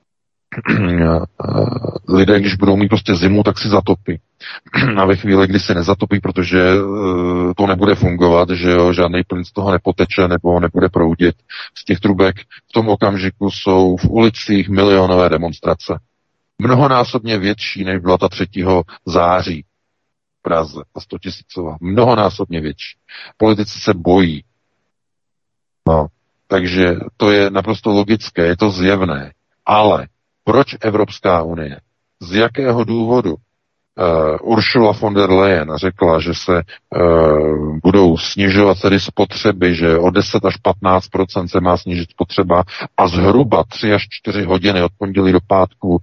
Lidé, když budou mít prostě zimu, tak si zatopí. A ve chvíli, kdy se nezatopí, protože to nebude fungovat, že jo, žádný plyn z toho nepoteče nebo nebude proudit z těch trubek, v tom okamžiku jsou v ulicích milionové demonstrace. Mnohonásobně větší, než byla ta 3. září v Praze, ta 100 000. Mnohonásobně větší. Politici se bojí. No, takže to je naprosto logické, je to zjevné. Ale proč Evropská unie? Z jakého důvodu Ursula von der Leyen řekla, že se budou snižovat tedy spotřeby, že o 10 až 15% se má snížit spotřeba a zhruba 3 až 4 hodiny od pondělí do pátku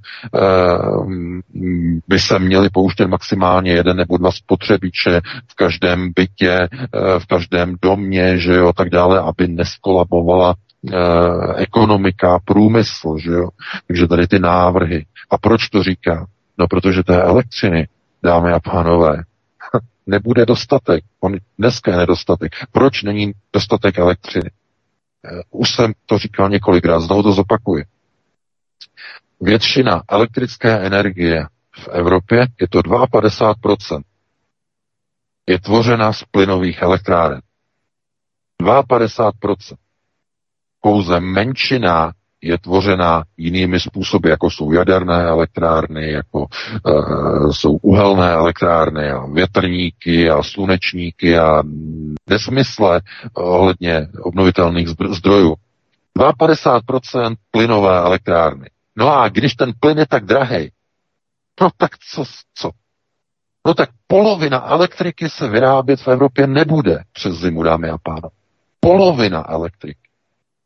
by se měli pouštět maximálně 1 nebo 2 spotřebiče v každém bytě, v každém domě, že jo, tak dále, aby neskolabovala ekonomika, průmysl, že jo. Takže tady ty návrhy. A proč to říká? No, protože té elektřiny, dámy a pánové, nebude dostatek. Dneska je nedostatek. Proč není dostatek elektřiny? Už jsem to říkal několikrát, znovu to zopakuji. Většina elektrické energie v Evropě, je to 52%, je tvořena z plynových elektráren. 52%. Pouze menšina je tvořena jinými způsoby, jako jsou jaderné elektrárny, jako jsou uhelné elektrárny a větrníky a slunečníky a nesmysle ohledně obnovitelných zdrojů. 52% plynové elektrárny. No a když ten plyn je tak drahej, no tak co? No tak polovina elektriky se vyrábět v Evropě nebude přes zimu, dámy a pánové. Polovina elektriky.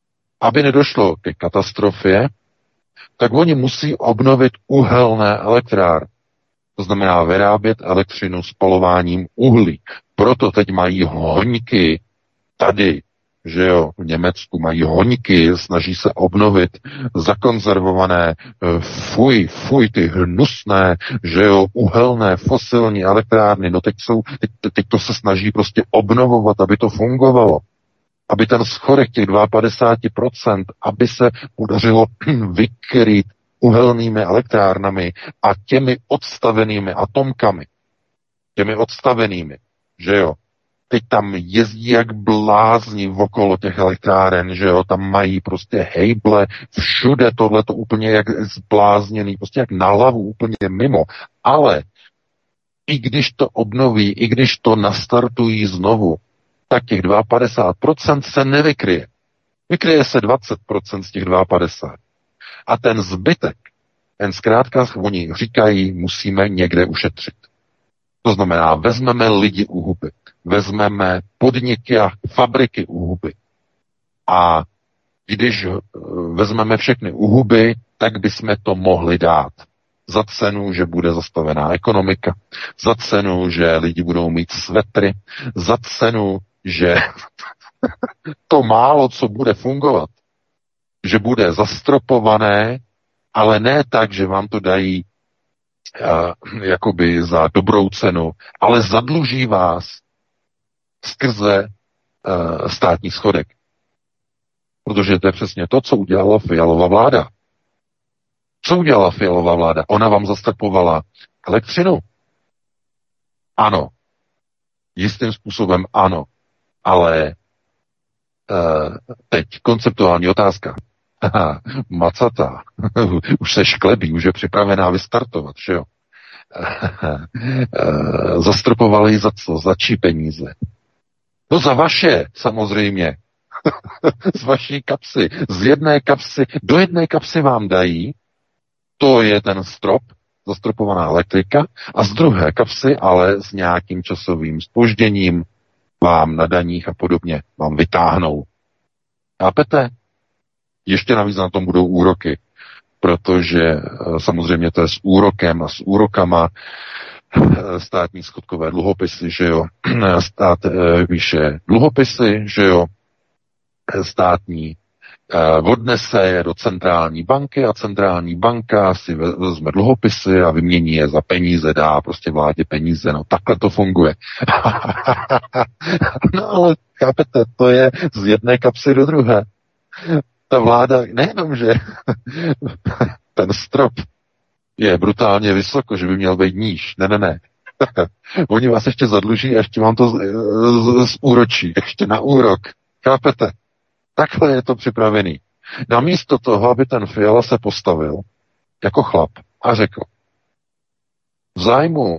aby nedošlo ke katastrofě, tak oni musí obnovit uhelné elektrárny. To znamená vyrábět elektřinu spalováním uhlí. Proto teď mají hoňky tady, že jo, v Německu mají hoňky, snaží se obnovit zakonzervované, fuj, ty hnusné, že jo, uhelné, fosilní elektrárny, no teď to se snaží prostě obnovovat, aby to fungovalo. Aby ten schodek těch 52%, aby se podařilo vykrýt uhelnými elektrárnami a těmi odstavenými atomkami. Těmi odstavenými, že jo. Teď tam jezdí jak blázni okolo těch elektráren, že jo, tam mají prostě hejble, všude tohleto úplně jak zblázněný, prostě jak na hlavu, úplně mimo. Ale i když to obnoví, i když to nastartují znovu, tak těch 52% se nevykryje. Vykryje se 20% z těch 52%. A ten zbytek, ten zkrátka, oni říkají, musíme někde ušetřit. To znamená, vezmeme lidi u huby, vezmeme podniky a fabriky u huby. A když vezmeme všechny u huby, tak bychom to mohli dát. Za cenu, že bude zastavená ekonomika, za cenu, že lidi budou mít svetry, za cenu, že to málo, co bude fungovat, že bude zastropované, ale ne tak, že vám to dají jakoby za dobrou cenu, ale zadluží vás skrze státní schodek. Protože to je přesně to, co udělala Fialova vláda. Co udělala Fialová vláda? Ona vám zastropovala elektřinu? Ano. Jistým způsobem ano. Ale teď konceptuální otázka. Macata. Už se šklebí, už je připravená vystartovat, že jo? Zastropovali za co? Za čí peníze? No za vaše, samozřejmě. Z vaší kapsy. Z jedné kapsy, do jedné kapsy vám dají, to je ten strop, zastropovaná elektrika, a z druhé kapsy, ale s nějakým časovým zpožděním, vám na daních a podobně vám vytáhnou. Chápete? Ještě navíc na tom budou úroky, protože samozřejmě to je s úrokem a s úrokama státní schodkové dluhopisy, že jo, stát píše dluhopisy, že jo, státní odnese je do centrální banky a centrální banka si vezme dluhopisy a vymění je za peníze, dá prostě vládě peníze, no takhle to funguje. No ale chápete, to je z jedné kapsy do druhé. Ta vláda, nejenom, že ten strop je brutálně vysoko, že by měl být níž. Ne. Oni vás ještě zadluží a ještě vám to zúročí. Ještě na úrok. Chápete? Takhle je to připravený. Namísto toho, aby ten Fiala se postavil jako chlap a řekl, v zájmu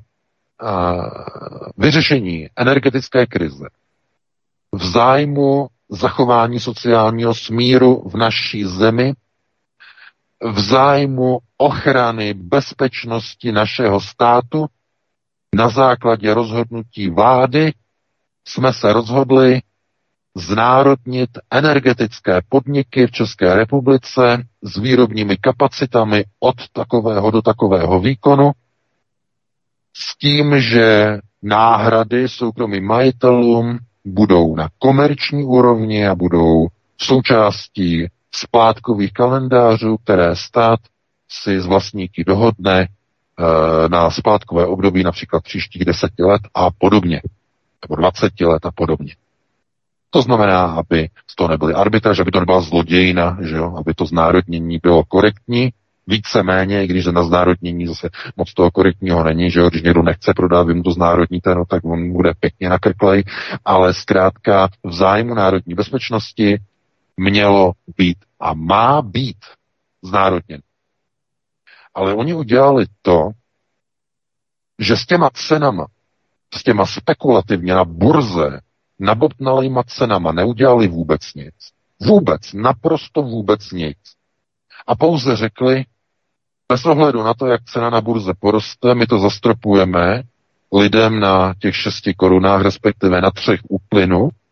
vyřešení energetické krize, v zájmu zachování sociálního smíru v naší zemi, v zájmu ochrany bezpečnosti našeho státu, na základě rozhodnutí vlády jsme se rozhodli znárodnit energetické podniky v České republice s výrobními kapacitami od takového do takového výkonu, s tím, že náhrady soukromým majitelům budou na komerční úrovni a budou součástí splátkových kalendářů, které stát si z vlastníky dohodne na splátkové období například příštích 10 let a podobně, nebo 20 let a podobně. To znamená, aby z toho nebyly arbitraž, aby to nebyla zlodějina, že jo? Aby to znárodnění bylo korektní, víceméně, i když na znárodnění zase moc toho korektního není, že jo? Když někdo nechce prodat, vy mu to znárodníte, no tak on bude pěkně nakrklej, ale zkrátka v zájmu národní bezpečnosti mělo být a má být znárodněn. Ale oni udělali to, že s těma cenama, s těma spekulativně na burze nabobtnalýma cenama neudělali vůbec nic. Vůbec, naprosto vůbec nic. A pouze řekli, bez ohledu na to, jak cena na burze poroste, my to zastropujeme lidem na těch 6 korunách, respektive na 3 u plynu,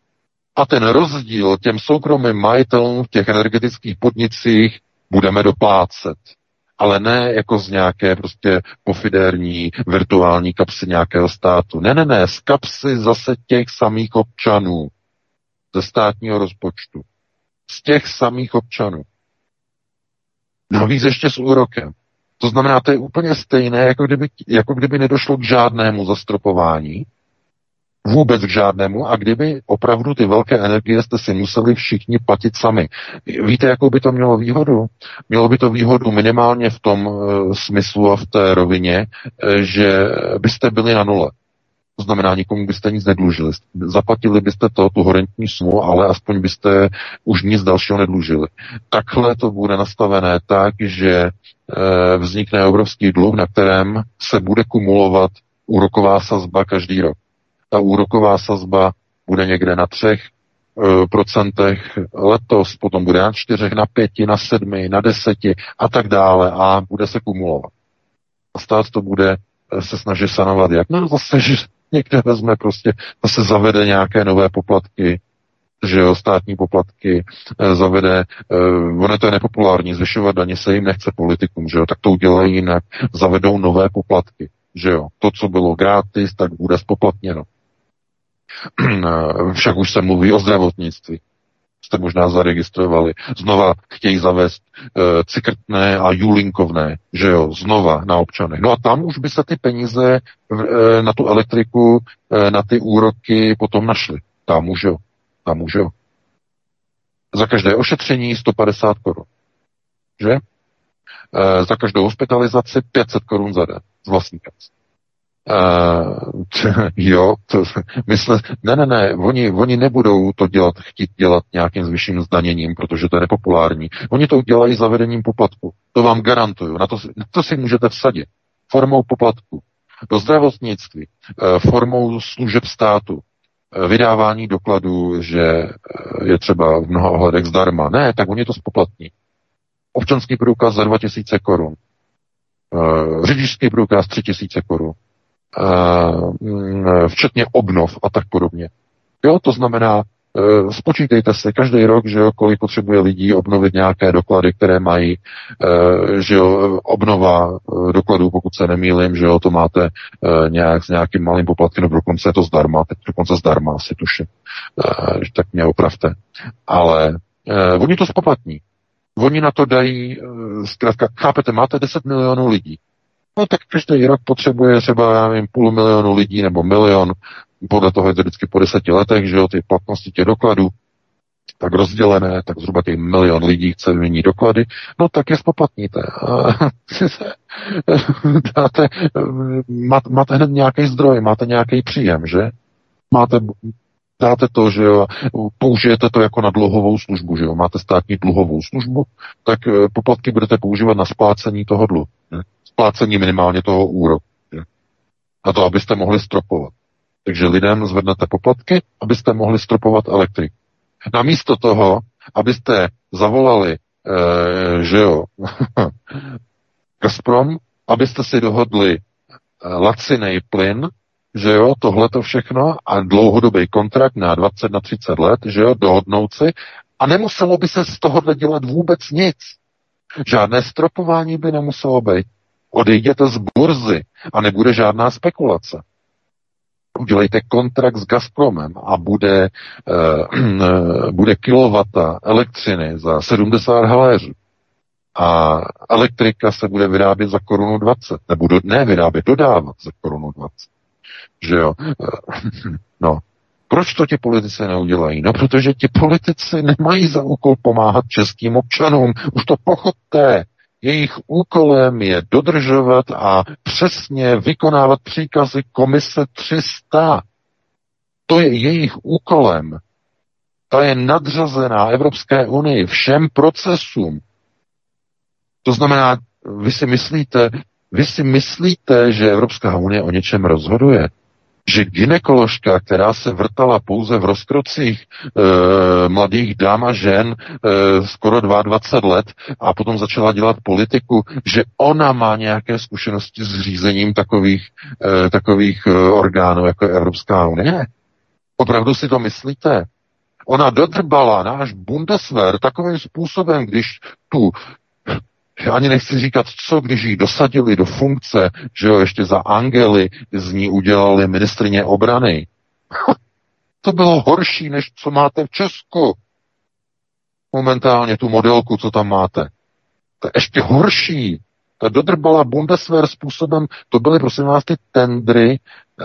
A ten rozdíl těm soukromým majitelům v těch energetických podnicích budeme doplácet. Ale ne jako z nějaké prostě pofidérní virtuální kapsy nějakého státu. Ne, z kapsy zase těch samých občanů. Ze státního rozpočtu. Z těch samých občanů. Navíc ještě s úrokem. To znamená, to je úplně stejné, jako kdyby nedošlo k žádnému zastropování, vůbec k žádnému, a kdyby opravdu ty velké energie jste si museli všichni platit sami. Víte, jakou by to mělo výhodu? Mělo by to výhodu minimálně v tom smyslu a v té rovině, že byste byli na nule. To znamená, nikomu byste nic nedlužili. Zaplatili byste tu horentní sumu, ale aspoň byste už nic dalšího nedlužili. Takhle to bude nastavené tak, že vznikne obrovský dluh, na kterém se bude kumulovat úroková sazba každý rok. Ta úroková sazba bude někde na 3% letos, potom bude na 4, na 5, na 7, na 10 a tak dále a bude se kumulovat. A stát to bude se snažit sanovat jak? No zase, že někde vezme prostě, zase zavede nějaké nové poplatky, že jo, státní poplatky, zavede, ono to je nepopulární, zvyšovat daně se jim nechce politikům, že jo, tak to udělají jinak, zavedou nové poplatky, že jo, to, co bylo gratis, tak bude spoplatněno. Však už se mluví o zdravotnictví. Jste možná zaregistrovali. Znova chtějí zavést cikrtné a julinkovné, že jo, znova na občanech. No a tam už by se ty peníze na tu elektriku, na ty úroky potom našly. Tam už jo. Za každé ošetření 150 korun. Že? Za každou hospitalizaci 500 korun za den z vlastní kapsy. Jo, ne, oni nebudou to chtít dělat nějakým zvýšeným zdaněním, protože to je nepopulární. Oni to udělají zavedením poplatku. To vám garantuju. Na to si můžete vsadit. Formou poplatku. Do zdravotnictví, formou služeb státu, vydávání dokladů, že je třeba v mnoha ohledech zdarma. Ne, tak oni to spoplatní. Občanský průkaz za 2000 korun. Řidičský průkaz 3000 korun. Včetně obnov a tak podobně. Jo, to znamená, spočítejte si každý rok, že jo, kolik potřebuje lidí obnovit nějaké doklady, které mají, že jo, obnova dokladů, pokud se nemýlím, že jo, to máte nějak s nějakým malým poplatkem, nebo dokonce je to zdarma, teď dokonce zdarma asi tuším, tak mě opravte. Ale oni to spoplatní. Oni na to dají, zkrátka, chápete, máte 10 milionů lidí. No tak každý rok potřebuje třeba, já nevím, 500 000 lidí nebo 1 000 000, podle toho je to vždycky po 10 letech, že jo, ty platnosti těch dokladů, tak rozdělené, tak zhruba těch 1 000 000 lidí chce vyměnit doklady, no tak je spoplatníte. Máte hned nějaký zdroj, máte nějaký příjem, že? Dáte to, že jo, použijete to jako na dluhovou službu, že jo, máte státní dluhovou službu, tak poplatky budete používat na splácení toho dluhu. Splácení minimálně toho úroku. Na to, abyste mohli stropovat. Takže lidem zvednete poplatky, abyste mohli stropovat elektriku. Namísto toho, abyste zavolali, že jo, Gazprom, abyste si dohodli lacinej plyn, že jo, tohleto všechno a dlouhodobý kontrakt na 20, na 30 let, že jo, dohodnout si a nemuselo by se z tohohle dělat vůbec nic. Žádné stropování by nemuselo být. Odejděte z burzy a nebude žádná spekulace. Udělejte kontrakt s Gazpromem a bude kilowata elektřiny za 70 haléřů. A elektrika se bude vyrábět za 1,20 nebo dodávat za 1,20. Že jo? No. Proč to ti politici neudělají? No, protože ti politici nemají za úkol pomáhat českým občanům. Už to pochopte. Jejich úkolem je dodržovat a přesně vykonávat příkazy komise 300. To je jejich úkolem. Ta je nadřazená Evropské unii všem procesům. To znamená, vy si myslíte, že Evropská unie o něčem rozhoduje? Že gynekoložka, která se vrtala pouze v rozkrocích mladých dám a žen skoro 22 let a potom začala dělat politiku, že ona má nějaké zkušenosti s řízením takových orgánů, jako je Evropská unie? Opravdu si to myslíte? Ona dodrbala náš Bundeswehr takovým způsobem, když já ani nechci říkat co, když ji dosadili do funkce, že jo, ještě za Angely z ní udělali ministryně obrany. To bylo horší, než co máte v Česku. Momentálně tu modelku, co tam máte. To je ještě horší. Ta dodrbala Bundeswehr způsobem, to byly, prosím vás, ty tendry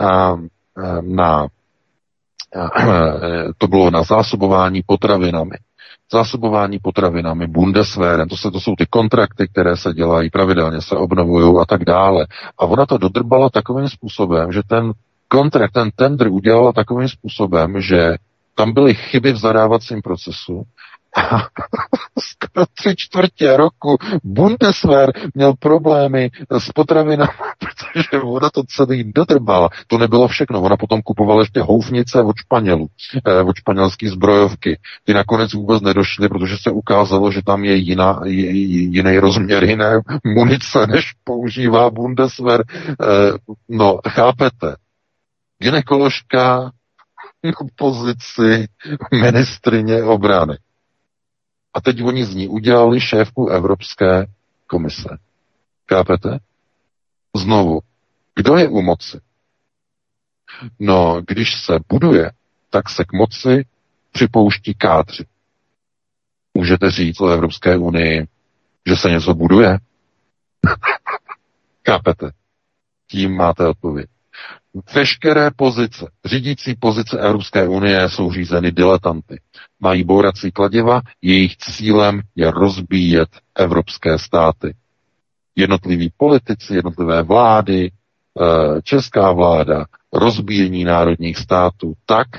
to bylo na zásobování potravinami. Zásobování potravinami, Bundeswehrem, to jsou ty kontrakty, které se dělají, pravidelně se obnovují a tak dále. A ona to dodrbala takovým způsobem, že ten kontrakt, ten tender udělala takovým způsobem, že tam byly chyby v zadávacím procesu a skoro 3/4 roku Bundeswehr měl problémy s potravinami, protože ona to celý dodrbala. To nebylo všechno. Ona potom kupovala ještě houfnice od Španělů, od španělský zbrojovky. Ty nakonec vůbec nedošly, protože se ukázalo, že tam je jiný rozměr, jiné munice, než používá Bundeswehr. No, chápete? Gynekoložka na pozici ministryně obrany. A teď oni z ní udělali šéfku Evropské komise. Chápete? Znovu. Kdo je u moci? No, když se buduje, tak se k moci připouští kádři. Můžete říct o Evropské unii, že se něco buduje? Chápete? Tím máte odpověď. Veškeré pozice, řídící pozice Evropské unie jsou řízeny diletanty. Mají bourací kladiva, jejich cílem je rozbíjet evropské státy. Jednotliví politici, jednotlivé vlády, česká vláda, rozbíjení národních států tak,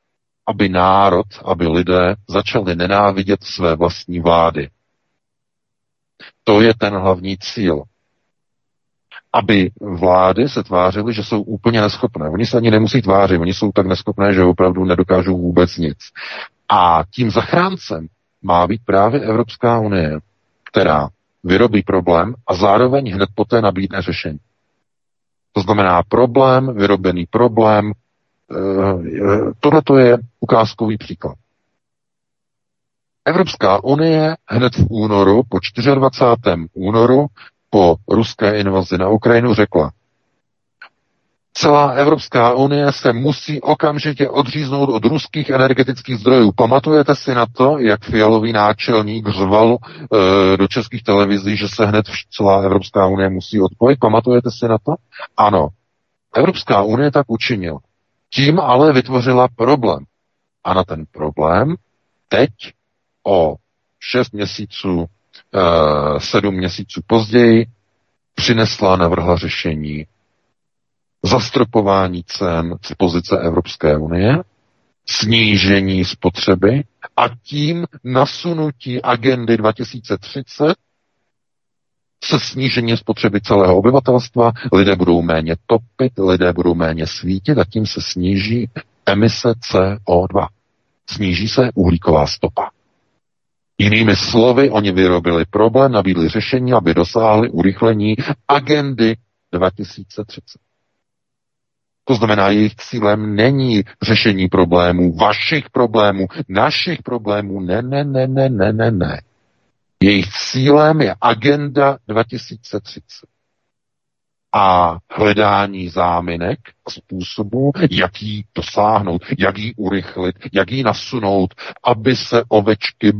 aby lidé začali nenávidět své vlastní vlády. To je ten hlavní cíl. Aby vlády se tvářily, že jsou úplně neschopné. Oni se ani nemusí tvářit, oni jsou tak neschopné, že opravdu nedokážou vůbec nic. A tím zachráncem má být právě Evropská unie, která vyrobí problém a zároveň hned poté nabídne řešení. To znamená vyrobený problém. Tohle je ukázkový příklad. Evropská unie hned v únoru, po 24. únoru, po ruské invazi na Ukrajinu řekla, celá Evropská unie se musí okamžitě odříznout od ruských energetických zdrojů. Pamatujete si na to, jak fialový náčelník řval do českých televizí, že se hned celá Evropská unie musí odpojit? Pamatujete si na to? Ano. Evropská unie tak učinila. Tím ale vytvořila problém. A na ten problém teď o 6 měsíců 7 měsíců později navrhla řešení zastropování cen z pozice Evropské unie, snížení spotřeby a tím nasunutí agendy 2030 se snížením spotřeby celého obyvatelstva. Lidé budou méně topit, lidé budou méně svítit a tím se sníží emise CO2. Sníží se uhlíková stopa. Jinými slovy, oni vyrobili problém, nabídli řešení, aby dosáhli urychlení agendy 2030. To znamená, jejich cílem není řešení problémů, vašich problémů, našich problémů, ne. Jejich cílem je agenda 2030. A hledání záminek a způsobů, jak jí dosáhnout, jak jí urychlit, jak jí nasunout, aby se ovečky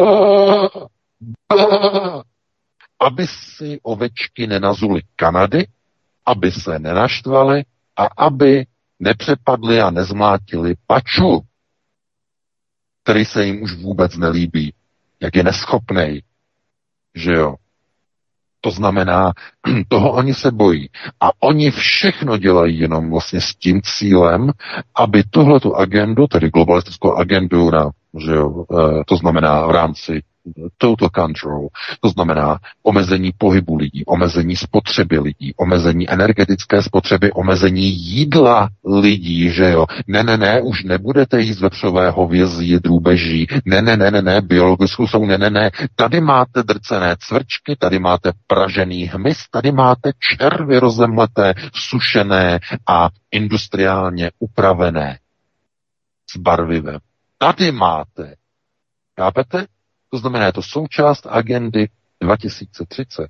aby si ovečky nenazuly Kanady, aby se nenaštvaly a aby nepřepadli a nezmlátili Paču, který se jim už vůbec nelíbí, jak je neschopnej, že jo. To znamená, toho oni se bojí. A oni všechno dělají jenom vlastně s tím cílem, aby tuhletu agendu, tedy globalistickou agendu, to znamená v rámci total control, to znamená omezení pohybu lidí, omezení spotřeby lidí, omezení energetické spotřeby, omezení jídla lidí, že jo. Ne, už nebudete jíst vepřové hovězí, drůbeží, ne, biologickou jsou, ne. Tady máte drcené cvrčky, tady máte pražený hmyz, tady máte červy rozemleté, sušené a industriálně upravené s barvivem. tady máte. Chápete? To znamená, je to součást agendy 2030.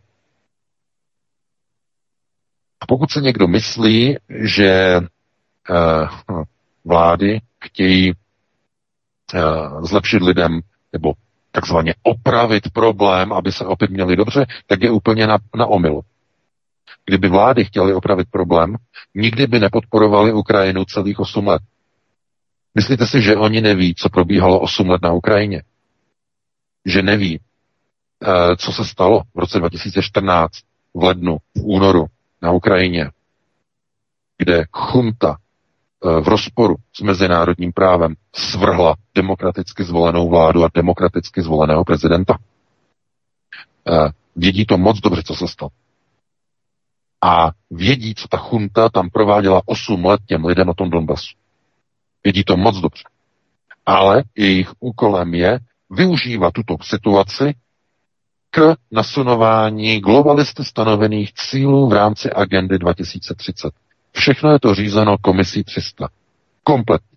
A pokud se někdo myslí, že vlády chtějí zlepšit lidem nebo takzvaně opravit problém, aby se opět měli dobře, tak je úplně na omyl. Kdyby vlády chtěly opravit problém, nikdy by nepodporovali Ukrajinu celých 8 let. Myslíte si, že oni neví, co probíhalo 8 let na Ukrajině? Že neví, co se stalo v roce 2014, v lednu, v únoru na Ukrajině, kde chunta v rozporu s mezinárodním právem svrhla demokraticky zvolenou vládu a demokraticky zvoleného prezidenta. Vědí to moc dobře, co se stalo. A vědí, co ta chunta tam prováděla 8 let těm lidem na tom Donbasu. Vědí to moc dobře. Ale jejich úkolem je využívat tuto situaci k nasunování globalisty stanovených cílů v rámci agendy 2030. Všechno je to řízeno komisí 300. Kompletně.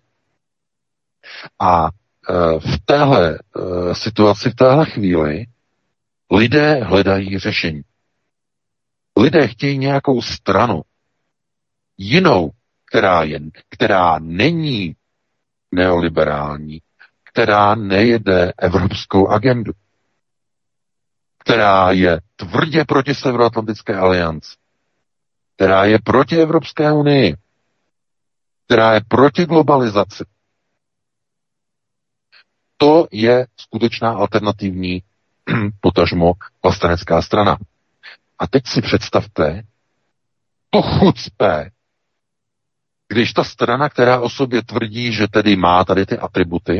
A v téhle situaci, v téhle chvíli lidé hledají řešení. Lidé chtějí nějakou stranu, jinou, která není neoliberální, která nejede evropskou agendu, která je tvrdě proti Severoatlantické alianci, která je proti Evropské unii, která je proti globalizaci. To je skutečná alternativní potažmo vlastenecká strana. A teď si představte to chucpe, když ta strana, která o sobě tvrdí, že tedy má tady ty atributy,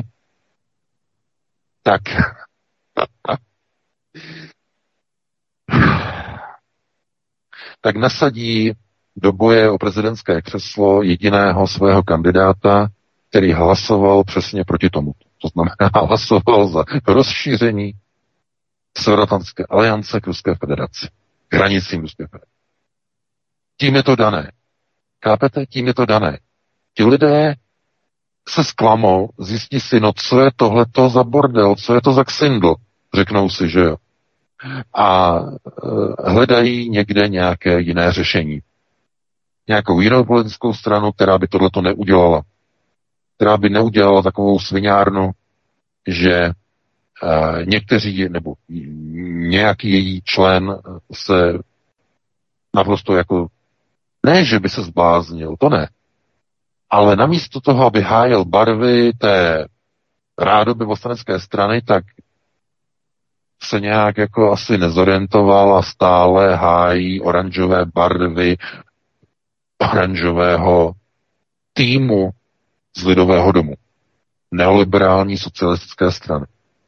tak nasadí do boje o prezidentské křeslo jediného svého kandidáta, který hlasoval přesně proti tomu. To znamená, hlasoval za rozšíření Severoatlantické aliance k Ruské federaci. K hranicím Ruské federace. Tím je to dané. Chápete? Tím je to dané. Ti lidé se zklamou, zjistí si, no co je tohleto za bordel, co je to za ksindl, řeknou si, že jo. A hledají někde nějaké jiné řešení. Nějakou jinou politickou stranu, která by tohleto neudělala. Která by neudělala takovou sviňárnu, že někteří nebo nějaký její člen se naprosto jako ne, že by se zbláznil, to ne. Ale namísto toho, aby hájil barvy té rádoby vlastenecké strany, tak se nějak jako asi nezorientoval a stále hájí oranžové barvy oranžového týmu z Lidového domu. Neoliberální socialistické strany.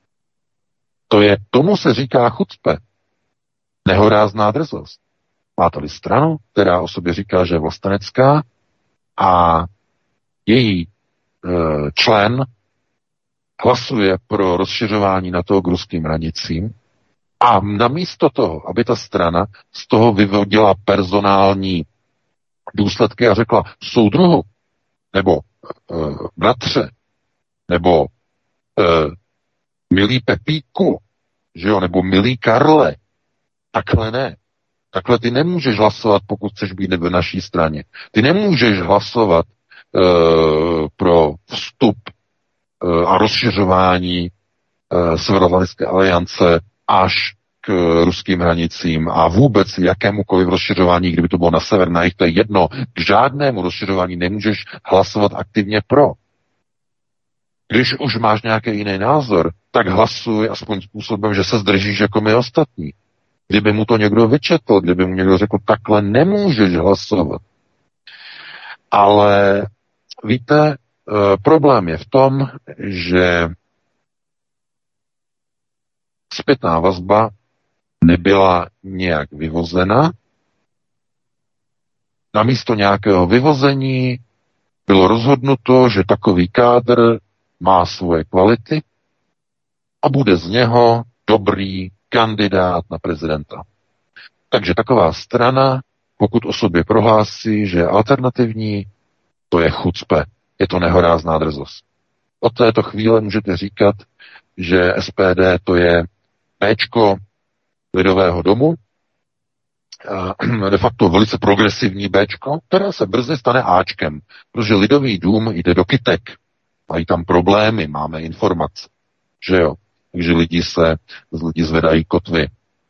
Tomu se říká chucpe. Nehorázná drzost. Má tady stranu, která o sobě říká, že je vlastenecká a její člen hlasuje pro rozšiřování NATO k ruským hranicím a namísto toho, aby ta strana z toho vyvodila personální důsledky a řekla soudruhu, nebo bratře, nebo milý Pepíku, že jo, nebo milý Karle, takhle ne. Takhle ty nemůžeš hlasovat, pokud chceš být v naší straně. Ty nemůžeš hlasovat pro vstup a rozšiřování Severoatlantické aliance až k ruským hranicím a vůbec jakémukoliv rozšiřování, kdyby to bylo na sever, na jih, to je jedno. K žádnému rozšiřování nemůžeš hlasovat aktivně pro. Když už máš nějaký jiný názor, tak hlasuj aspoň způsobem, že se zdržíš jako my ostatní. Kdyby mu to někdo vyčetl, kdyby mu někdo řekl, takhle nemůžeš hlasovat. Ale víte, problém je v tom, že zpětná vazba nebyla nějak vyvozena. Namísto nějakého vyvození bylo rozhodnuto, že takový kádr má svoje kvality a bude z něho dobrý kandidát na prezidenta. Takže taková strana, pokud o sobě prohlásí, že je alternativní, to je chucpe. Je to nehorázná drzost. od této chvíle můžete říkat, že SPD to je Bčko Lidového domu, de facto velice progresivní Bčko, které se brzy stane Ačkem, protože Lidový dům jde do kytek. Mají tam problémy, máme informace, že jo. Takže lidi zvedají kotvy,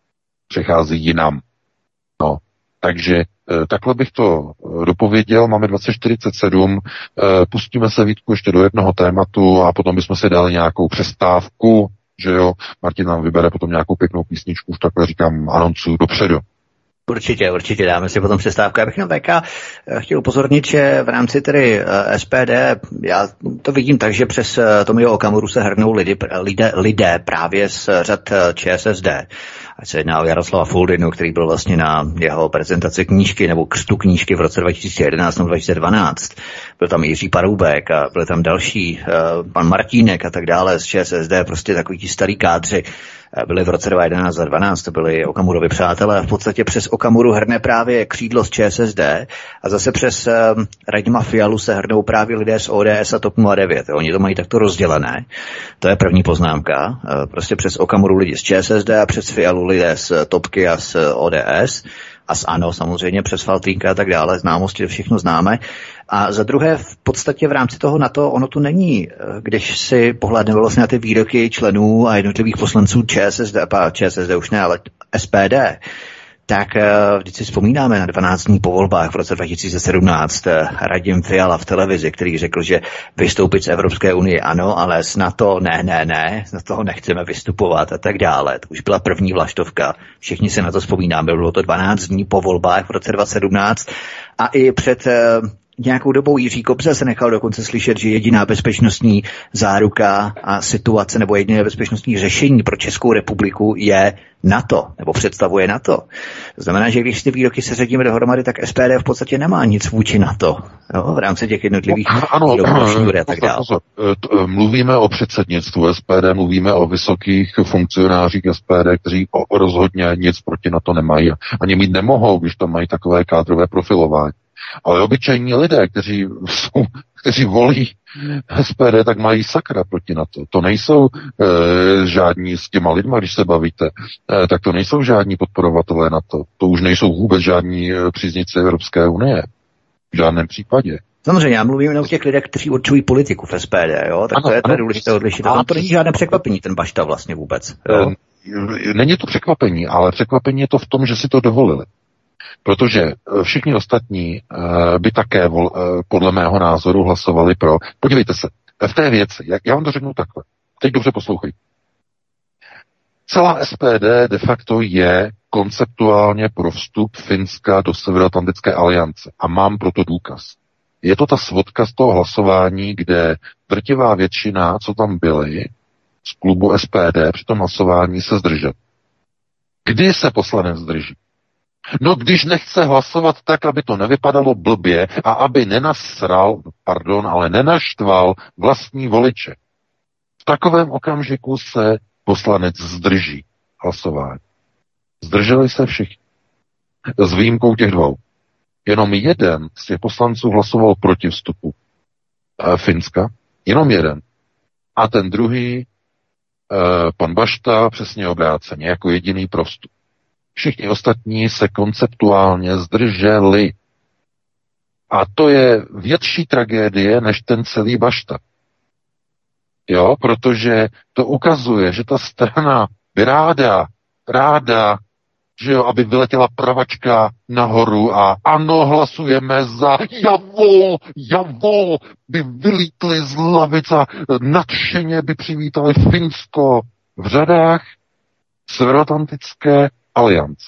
přechází jinam. No, takže takhle bych to dopověděl, máme 2047, pustíme se, Vítku, ještě do jednoho tématu a potom bychom si dali nějakou přestávku, že jo, Martin nám vybere potom nějakou pěknou písničku, už takhle říkám, anoncu dopředu. Určitě, dáme si potom přestávku. Já bych jenom VK chtěl upozornit, že v rámci tedy SPD, já to vidím tak, že přes Tomio Okamuru se hrnou lidé právě z řad ČSSD. Ať se jedná o Jaroslava Foldinu, který byl vlastně na jeho prezentaci knížky nebo křtu knížky v roce 2011 nebo 2012. Byl tam Jiří Paroubek a byl tam další, pan Martínek a tak dále z ČSSD, prostě takový ti starý kádři. Byli v roce 2011 a 2012, to byli Okamurovi přátelé. V podstatě přes Okamuru hrne právě křídlo z ČSSD a zase přes Radima Fialu se hrnou právě lidé z ODS a TOP 09. Oni to mají takto rozdělené. To je první poznámka. Prostě přes Okamuru lidi z ČSSD a přes Fialu lidé z TOPky a z ODS. A z ANO samozřejmě přes Faltýnka a tak dále, známosti, všechno známe. A za druhé, v podstatě v rámci toho NATO, ono tu není, když si pohledneme vlastně na ty výroky členů a jednotlivých poslanců ČSSD už ne, ale SPD, tak vždyť si vzpomínáme na 12 dní po volbách v roce 2017 Radim Fiala v televizi, který řekl, že vystoupit z Evropské unie ano, ale z NATO ne, z toho nechceme vystupovat a tak dále. To už byla první vlaštovka. Všichni se na to vzpomínáme. Bylo to 12 dní po volbách v roce 2017 a i před nějakou dobou Jiří Kobza se nechal dokonce slyšet, že jediná bezpečnostní záruka a situace nebo jediné bezpečnostní řešení pro Českou republiku je NATO, nebo představuje NATO. To znamená, že když ty výroky se řadíme dohromady, tak SPD v podstatě nemá nic vůči NATO, jo, v rámci těch jednotlivých výroků a tak dále. Mluvíme o předsednictvu SPD, mluvíme o vysokých funkcionářích SPD, kteří rozhodně nic proti NATO nemají. Ani mít nemohou, když tam mají takové kádrové profilování. Ale obyčejní lidé, kteří volí SPD, tak mají sakra proti NATO. To nejsou žádní s těma lidma, když se bavíte, tak to nejsou žádní podporovatelé NATO. To už nejsou vůbec žádní příznivci Evropské unie. V žádném případě. Samozřejmě, já mluvím o těch lidech, kteří určují politiku v SPD, jo? Tak ano, to je důležité odlišit. To není žádné překvapení, ten Bašta vlastně vůbec. Jo? Není to překvapení, ale překvapení je to v tom, že si to dovolili. Protože všichni ostatní by také podle mého názoru hlasovali pro. Podívejte se, v té věci, já vám to řeknu takhle. Teď dobře poslouchej. Celá SPD de facto je konceptuálně pro vstup Finska do Severoatlantické aliance. A mám proto důkaz. Je to ta svodka z toho hlasování, kde drtivá většina, co tam byly, z klubu SPD při tom hlasování se zdržel. Kdy se poslanec zdrží? No, když hlasovat tak, aby to nevypadalo blbě a aby nenaštval vlastní voliče. V takovém okamžiku se poslanec zdrží hlasování. Zdrželi se všichni. S výjimkou těch dvou. Jenom jeden z těch poslanců hlasoval proti vstupu Finska. Jenom jeden. A ten druhý, pan Bašta, přesně obráceně, jako jediný pro vstup. Všichni ostatní se konceptuálně zdrželi. A to je větší tragédie, než ten celý Bašta. Jo, protože to ukazuje, že ta strana by ráda, že jo, aby vyletěla pravačka nahoru a ano, hlasujeme za javol, by vylítli z lavic a nadšeně by přivítali Finsko v řadách Severoatlantické aliance.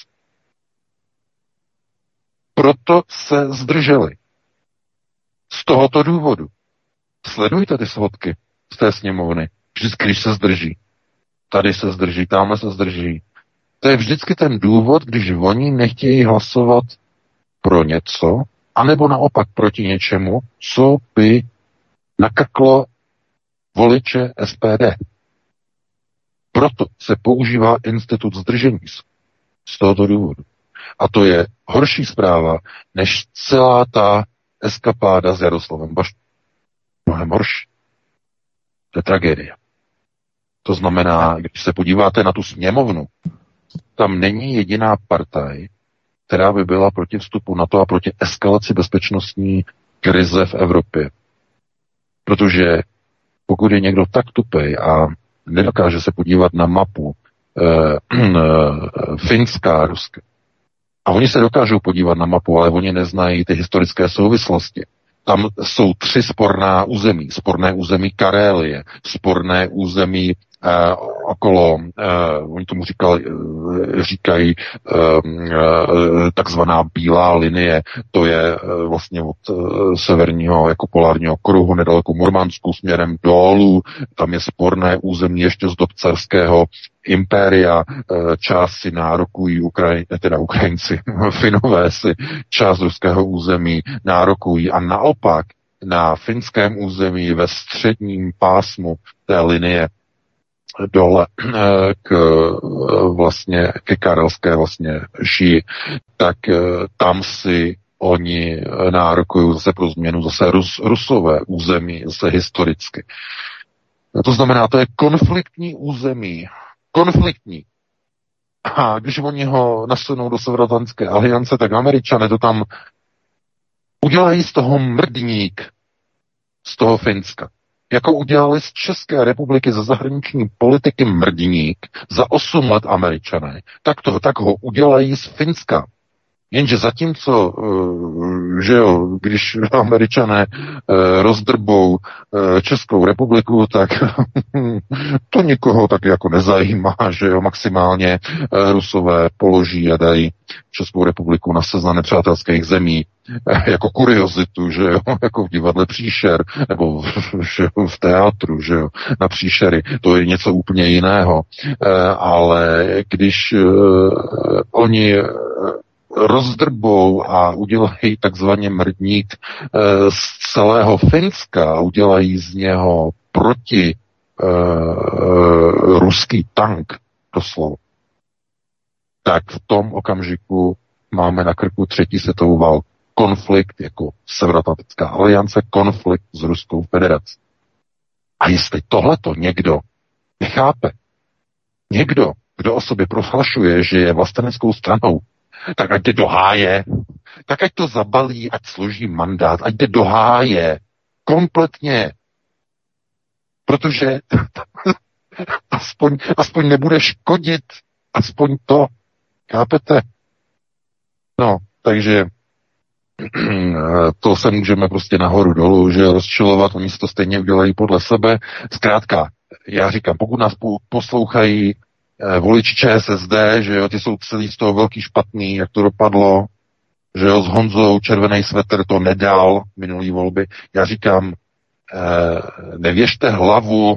Proto se zdrželi. Z tohoto důvodu. Sledujte ty svodky z té sněmovny. Vždycky, když se zdrží. Tady se zdrží, tamhle se zdrží. To je vždycky ten důvod, když oni nechtějí hlasovat pro něco, anebo naopak proti něčemu, co by nakaklo voliče SPD. Proto se používá institut zdržení z tohoto důvodu. A to je horší zpráva, než celá ta eskapáda s Jaroslavem Baštou. Mnohem horší. To je tragédie. To znamená, když se podíváte na tu sněmovnu, tam není jediná partaj, která by byla proti vstupu NATO a proti eskalaci bezpečnostní krize v Evropě. Protože pokud je někdo tak tupej a nedokáže se podívat na mapu Finska a Ruska, a oni se dokážou podívat na mapu, ale oni neznají ty historické souvislosti. Tam jsou 3 sporná území. Sporné území Karélie, sporné území okolo, oni tomu říkají takzvaná bílá linie, to je vlastně od severního jako polárního kruhu nedaleko Murmansku směrem dolů, tam je sporné území ještě z dob carského impéria, část si nárokují Ukrajinci, Finové si část ruského území nárokují a naopak na finském území ve středním pásmu té linie dole ke karelské vlastně šíji, tak tam si oni nárokují zase pro změnu zase Rusové území, zase historicky. To znamená, to je konfliktní území. Konfliktní. A když oni ho nasunou do Severoatlantické aliance, tak Američané to tam udělají z toho mrdník, z toho Finska. Jako udělali z České republiky ze zahraniční politiky mrdník za 8 let Američané, tak ho udělají z Finska. Jenže zatímco, že jo, když Američané rozdrbou Českou republiku, tak to nikoho tak jako nezajímá, že jo, maximálně Rusové položí a dají Českou republiku na seznam nepřátelských zemí jako kuriozitu, že jo, jako v divadle Příšer, nebo že jo, v teátru, že jo, na příšery, to je něco úplně jiného, ale když oni rozdrbou a udělají takzvaně mrdník z celého Finska, udělají z něho proti ruský tank, doslova, tak v tom okamžiku máme na krku 3. světovou válku. Konflikt jako Severoatlantická aliance, konflikt s Ruskou federací. A jestli tohleto někdo nechápe, někdo, kdo o sobě prohlašuje, že je vlasteneckou stranou, tak ať jde do háje, tak ať to zabalí, ať složí mandát, ať jde do háje, kompletně, protože aspoň nebude škodit, aspoň to, chápete? No, takže to se můžeme prostě nahoru dolů, že rozčilovat, oni si to stejně udělají podle sebe. Zkrátka, já říkám, pokud nás poslouchají voliči ČSSD, že jo, ty jsou celý z toho velký špatný, jak to dopadlo, že jo, s Honzou červený svetr to nedal minulý volby. Já říkám, nevěžte hlavu,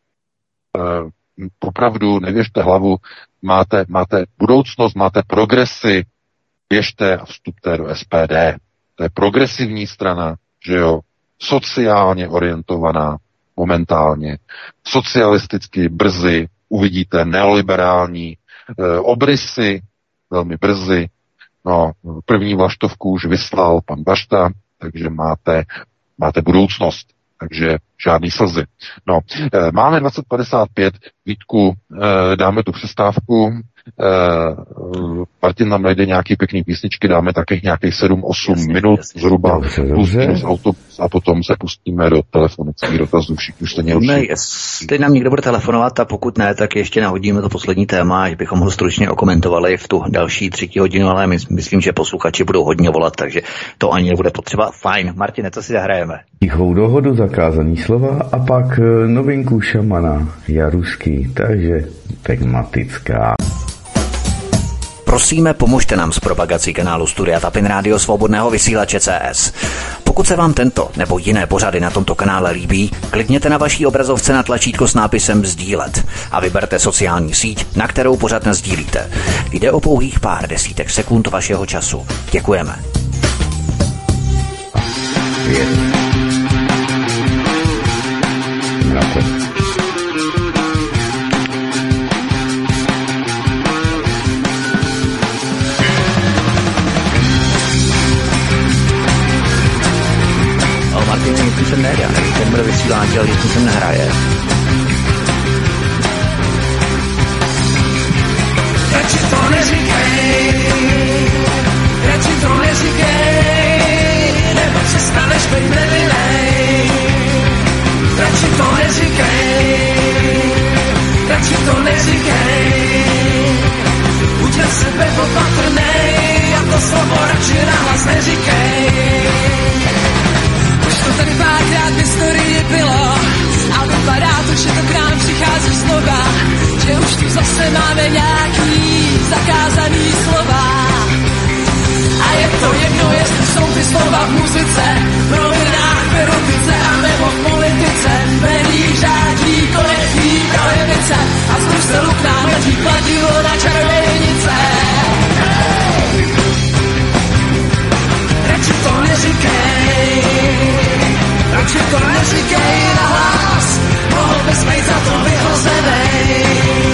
opravdu nevěžte hlavu, máte budoucnost, máte progresy, běžte a vstupte do SPD. To je progresivní strana, že jo, sociálně orientovaná momentálně, socialisticky brzy uvidíte neoliberální obrysy velmi brzy. No, první vlaštovku už vyslal pan Bašta, takže máte budoucnost. Takže žádný slzy. No, máme 20:55, Vítku, dáme tu přestávku, Martin nám najde nějaký pěkný písničky, dáme taky nějakých 7-8 minut zhruba, pustíme z autobus a potom se pustíme do telefonických dotazů. Všichni jste měli. Jestli nám někdo bude telefonovat a pokud ne, tak ještě nahodíme to poslední téma, že bychom ho stručně okomentovali v tu další 3. hodinu, ale myslím, že posluchači budou hodně volat, takže to ani nebude potřeba. Fajn, Martine, co si zahrajeme? Tichou dohodu, zakázaný slova a pak novinku šamana Jaruský, takže pragmatická. Prosíme, pomožte nám s propagací kanálu Studia Tapin Rádio Svobodného vysílače CS. Pokud se vám tento nebo jiné pořady na tomto kanále líbí, klikněte na vaší obrazovce na tlačítko s nápisem sdílet a vyberte sociální síť, na kterou pořad nasdílíte. Jde o pouhých pár desítek sekund vašeho času. Děkujeme. Martin, nic jsem nedá, ten bude vysílání, ale nic jsem nehraje. radši to neříkej, nebo přestaneš být nevinnej. Radši to neříkej, buď na sebe opatrnej a to slovo radši nahlas neříkej. Už to tady párkrát v historii bylo a vypadá to, že to k nám přichází znova, že už tu zase máme nějaký zakázaný slova. A je to jedno, jestli jsou ty slova v muzice, v novinách, v erotice a nebo v politice. Melí, řádí, konečný projevice a z Bruselu k nám letí kladivo na čarodějnice. Radši to neříkej nahlas, mohl bys být za to vyhozenej.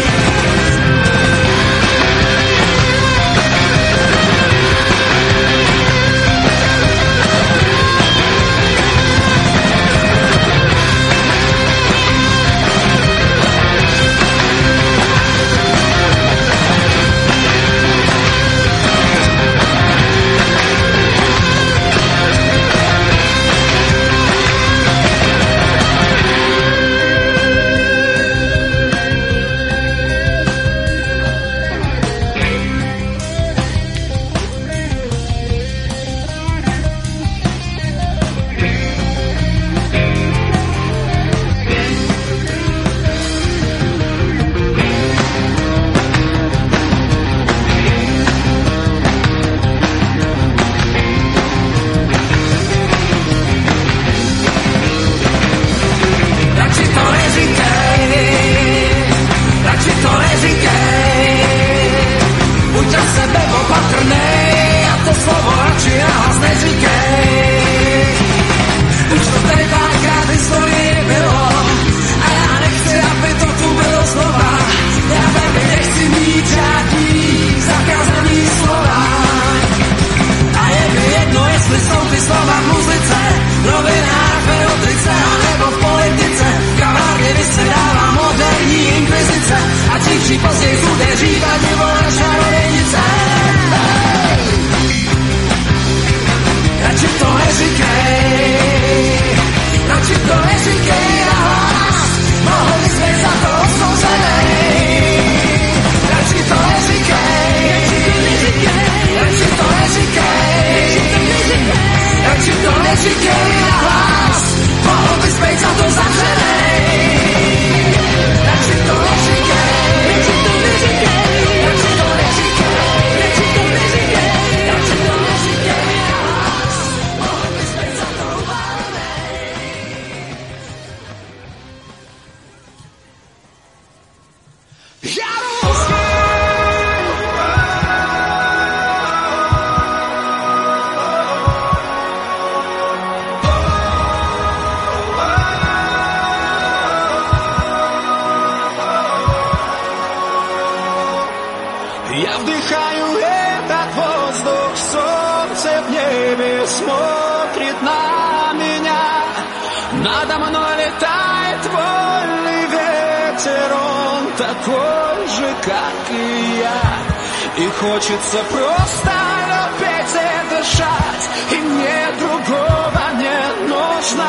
Хочется просто любить и дышать, и мне другого не нужно.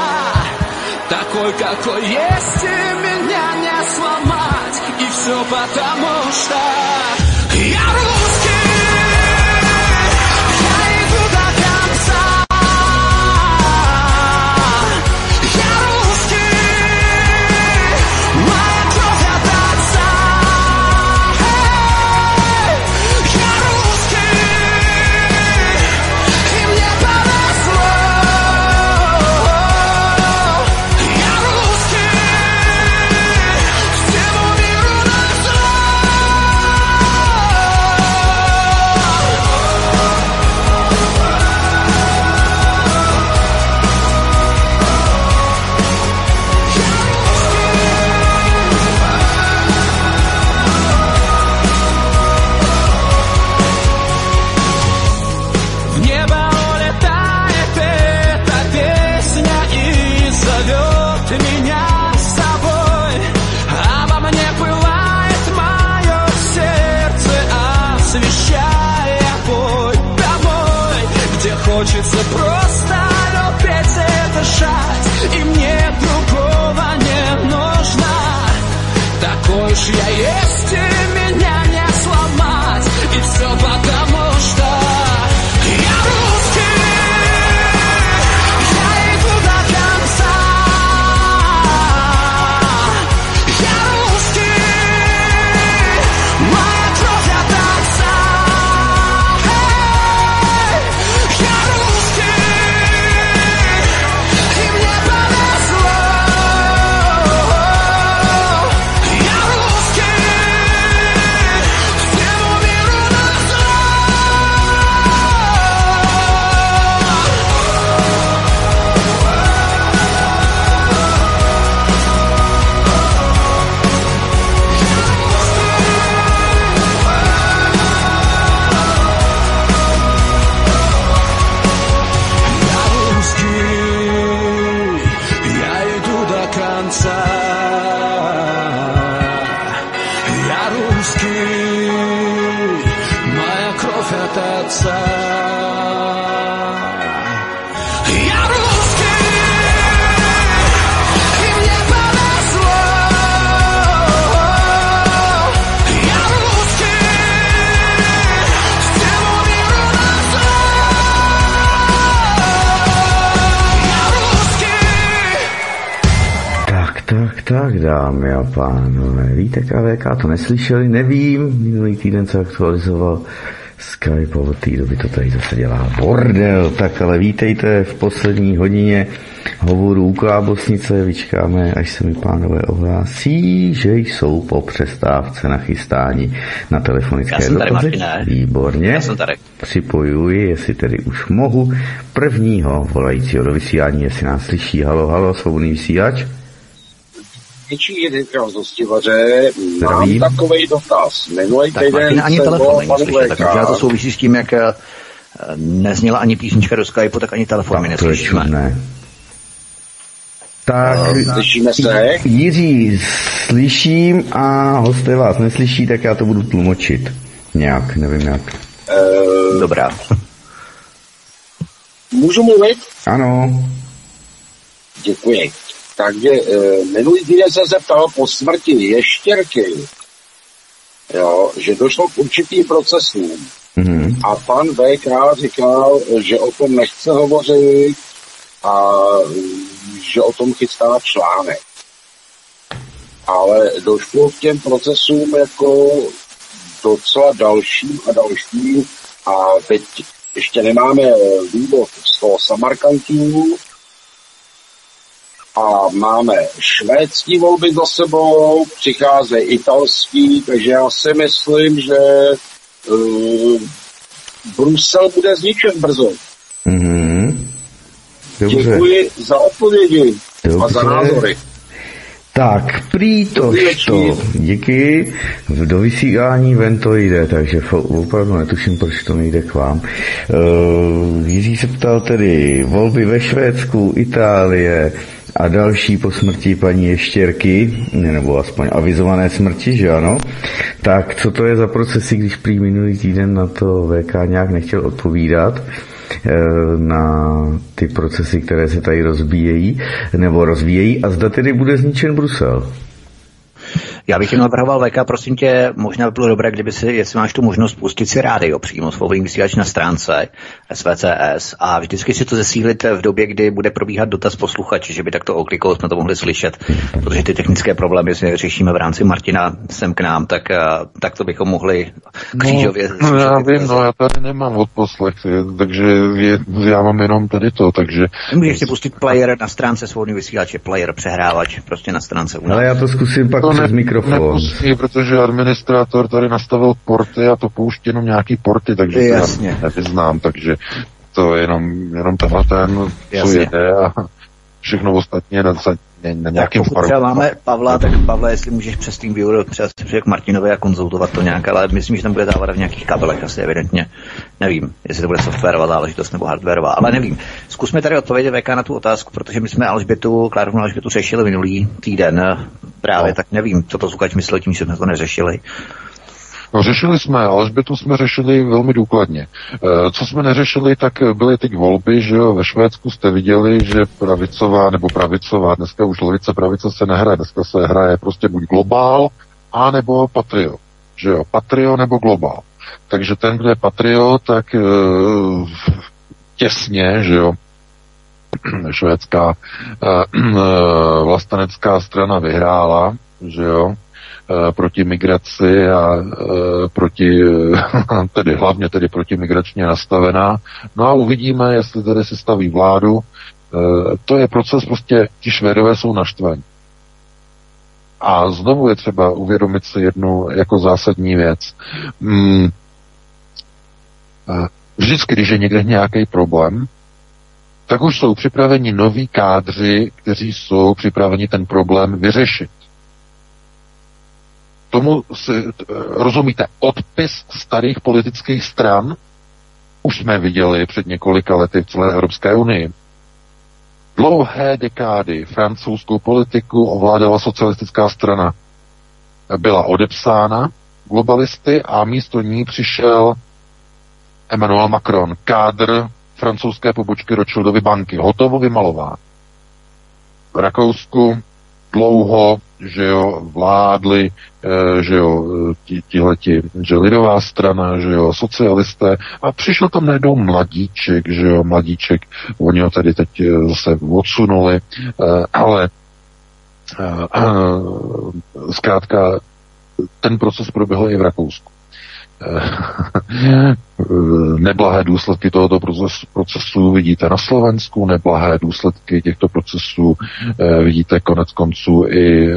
Такой, какой есть, и меня не сломать. И все потому, что я русский, я иду до конца. Я русский, моя кровь от отца. хочется просто опять дышать, и мне другого не нужно. Такой уж я есть, и меня не сломать, и все потому что я русский, я иду до конца. Я русский, моя кровь от отца. Я русский, и мне повезло. Я русский, всему миру назло. Я русский, я иду до конца. Я русский, моя кровь от отца. Я русский, и мне повезло. Я русский, всему миру назло. Я русский. Tak, dámy a pánové. Víte, KVK to neslyšeli, nevím. Minulý týden se aktualizoval Skype, od té doby to tady zase dělá bordel. Tak ale vítejte v poslední hodině hovoru u Klábosnice. Vyčkáme, až se mi pánové ohlásí, že jsou po přestávce nachystáni na telefonické dotazy. Výborně. Já jsem tady. Připojuji, jestli tedy už mohu, prvního volajícího do vysílání, jestli nás slyší. Halo, svobodný vysílač. Něčí jedinka z Hostivaře, mám takovej dotaz. Minulý Tak týden Martina ani jsem telefon není panu slyšet, tak VK. možná to souvisí s tím, jak nezněla ani písnička do Skypeu, tak ani telefon mi To je neslyšíme. čudné. Tak, Slyšíme se? Jiří, slyším a hosté vás neslyší, tak já to budu tlumočit. Nějak, nevím jak. Dobrá. Můžu mluvit? Ano, Děkuji. Takže minulý týden jsem se ptal po smrti ještěrky, jo, že došlo k určitým procesům. A pan VK říkal, že o tom nechce hovořit a že o tom chystá článek. Ale došlo k těm procesům jako docela dalším a dalším a teď ještě nemáme vývod z toho Samarkantu a máme švédský volby za sebou, přicházejí italský, takže já si myslím, že Brusel bude zničen brzo. Dobře. Děkuji za odpovědi a za názory. Tak, prý to, díky, do vysílání ven to jde, takže opravdu netuším, proč to nejde k vám. Jiří se ptal tedy volby ve Švédsku, Itálie a další po smrti paní Ještěrky, nebo aspoň avizované smrti, že ano? Tak, co to je za procesy, když prý minulý týden na to VK nějak nechtěl odpovídat, na ty procesy, které se tady rozvíjejí a zda tedy bude zničen Brusel. Já bych jenom navrhoval VK, prosím tě, možná by bylo dobré, kdyby si, jestli máš tu možnost pustit si rádio přímo, svobodný vysílač na stránce SVCS a vždycky si to zesílit v době, kdy bude probíhat dotaz posluchače, že by takto oklikou jsme to mohli slyšet, protože ty technické problémy si řešíme v rámci Martina sem k nám, tak to bychom mohli křížově. No já vím, já tady nemám odposlech, takže já mám jenom tady to, takže... Můžeš si pustit player na stránce svobodný vysílače, player, přehrávač, prostě na stránce u nás. Ale já to zkusím pak přes mikrofon. Nepustí, protože administrátor tady nastavil porty a to pouští jenom nějaký porty, takže jasně. To já nevyznám, takže to je jenom tenhle co jede a všechno ostatně na nějakém farmu. Třeba máme Pavla, tak Pavle, jestli můžeš přes TeamViewer přes k Martinovi a konzultovat to nějak, ale myslím, že tam bude dávat v nějakých kabelech asi evidentně. Nevím, jestli to bude softwarová záležitost nebo hardwarová, ale nevím. Zkusme tady odpovědět VK na tu otázku, protože my jsme Klárovnu Alžbětu řešili minulý týden právě, tak nevím, co to Zukač myslel tím, že jsme to neřešili. No, řešili jsme, Alžbětu jsme řešili velmi důkladně. Co jsme neřešili, tak byly teď volby, že jo, ve Švédsku jste viděli, že pravicová, dneska už levice pravice se nehraje, dneska se hraje prostě buď globál, a nebo patriot, že jo, patriot nebo globál. Takže ten, kdo je patriot, tak těsně, že jo, švédská vlastenecká strana vyhrála, že jo, proti migraci a hlavně proti migračně nastavená. No a uvidíme, jestli tedy si staví vládu. To je proces, prostě ti Švédové jsou naštvaní. A znovu je třeba uvědomit si jednu jako zásadní věc. Vždycky, když je někde nějaký problém, tak už jsou připraveni noví kádři, kteří jsou připraveni ten problém vyřešit. Tomu si rozumíte, odpis starých politických stran už jsme viděli před několika lety v celé Evropské unii. Dlouhé dekády francouzskou politiku ovládala socialistická strana. Byla odepsána globalisty a místo ní přišel Emmanuel Macron, kádr francouzské pobočky Rothschildovy banky, hotovo vymalován. V Rakousku dlouho, že jo, vládli, že jo, tihleti, že lidová strana, že jo, socialisté a přišel tam najednou mladíček, že jo, oni ho tady teď zase odsunuli, ale zkrátka ten proces proběhl i v Rakousku. Neblahé důsledky tohoto procesu vidíte na Slovensku, neblahé důsledky těchto procesů vidíte konec konců i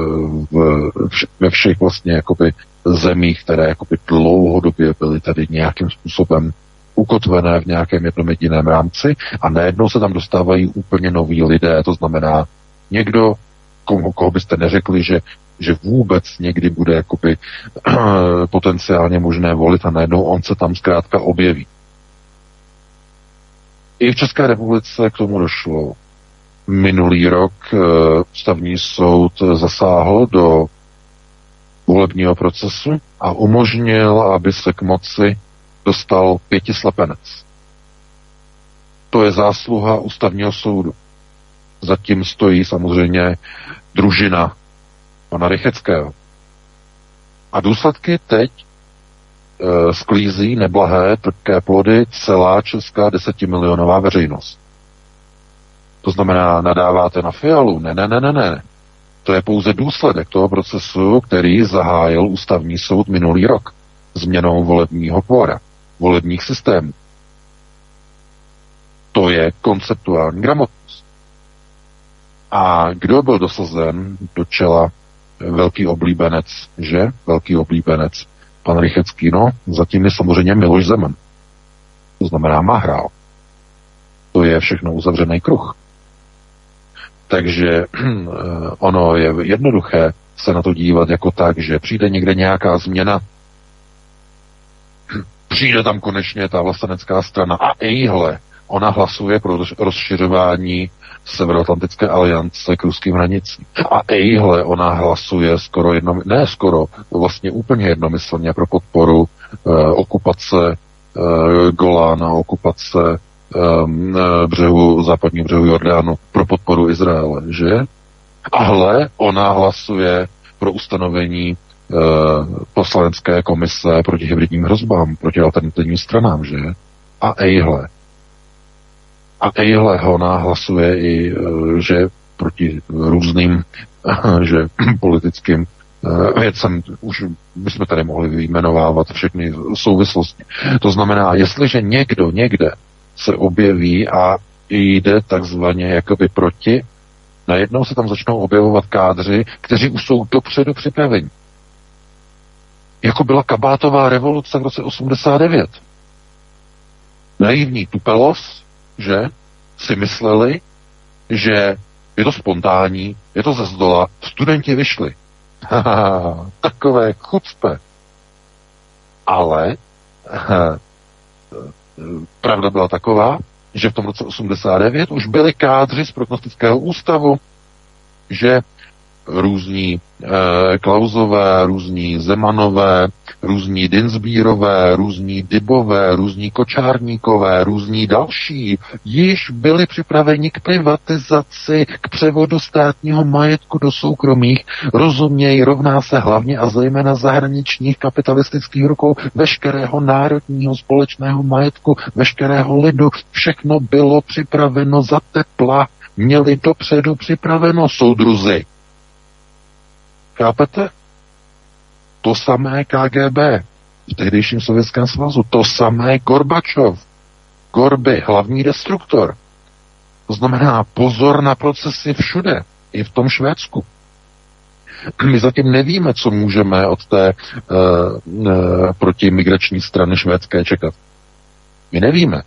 ve všech vlastně jakoby zemích, které jakoby dlouhodobě byly tady nějakým způsobem ukotvené v nějakém jednom jediném rámci a najednou se tam dostávají úplně noví lidé, to znamená někdo, koho byste neřekli, že vůbec někdy bude jakoby potenciálně možné volit a najednou on se tam zkrátka objeví. I v České republice k tomu došlo. Minulý rok ústavní soud zasáhl do volebního procesu a umožnil, aby se k moci dostal 5 slepenec. To je zásluha ústavního soudu. Zatím stojí samozřejmě družina pana Rycheckého. A důsledky teď sklízí neblahé, trpké plody celá česká 10milionová veřejnost. To znamená, nadáváte na Fialu? Ne. To je pouze důsledek toho procesu, který zahájil ústavní soud minulý rok změnou volebního kvóra, volebních systémů. To je konceptuální gramotnost. A kdo byl dosazen do čela? Velký oblíbenec, že? Velký oblíbenec. Pan Rychecký, no, zatím je samozřejmě Miloš Zeman. To znamená Mahrál. To je všechno uzavřený kruh. Takže ono je jednoduché se na to dívat jako tak, že přijde někde nějaká změna, přijde tam konečně ta vlastenecká strana a ejhle, ona hlasuje pro rozšiřování Severoatlantické aliance k ruským hranicím. A ejhle, ona hlasuje vlastně úplně jednomyslně pro podporu okupace Golána, okupace západního břehu Jordánu, pro podporu Izraele, že? Ahle, ona hlasuje pro ustanovení poslanecké komise proti hybridním hrozbám, proti alternativním stranám, že? A ejhle, ona hlasuje i, že proti různým, že politickým věcem, už bychom tady mohli vyjmenovávat všechny souvislosti. To znamená, jestliže někdo někde se objeví a jde takzvaně jakoby proti, najednou se tam začnou objevovat kádři, kteří už jsou dopředu připraveni. Jako byla kabátová revoluce v roce 89. Naivní tupelos, že si mysleli, že je to spontánní, je to ze zdola, studenti vyšli. Takové chucpe. Ale pravda byla taková, že v tom roce 89 už byli kádři z prognostického ústavu, že různí Klausové, různí Zemanové, různí Dinsbírové, různí Dybové, různí Kočárníkové, různí další již byli připraveni k privatizaci, k převodu státního majetku do soukromých, rozuměj, rovná se hlavně a zejména zahraničních kapitalistických rukou veškerého národního společného majetku, veškerého lidu. Všechno bylo připraveno za tepla, měli dopředu připraveno soudruzi. Chápete? To samé KGB v tehdejším Sovětském svazu, to samé Gorbačov, Gorby, hlavní destruktor. To znamená pozor na procesy všude, i v tom Švédsku. My zatím nevíme, co můžeme od té protimigrační strany švédské čekat. My nevíme.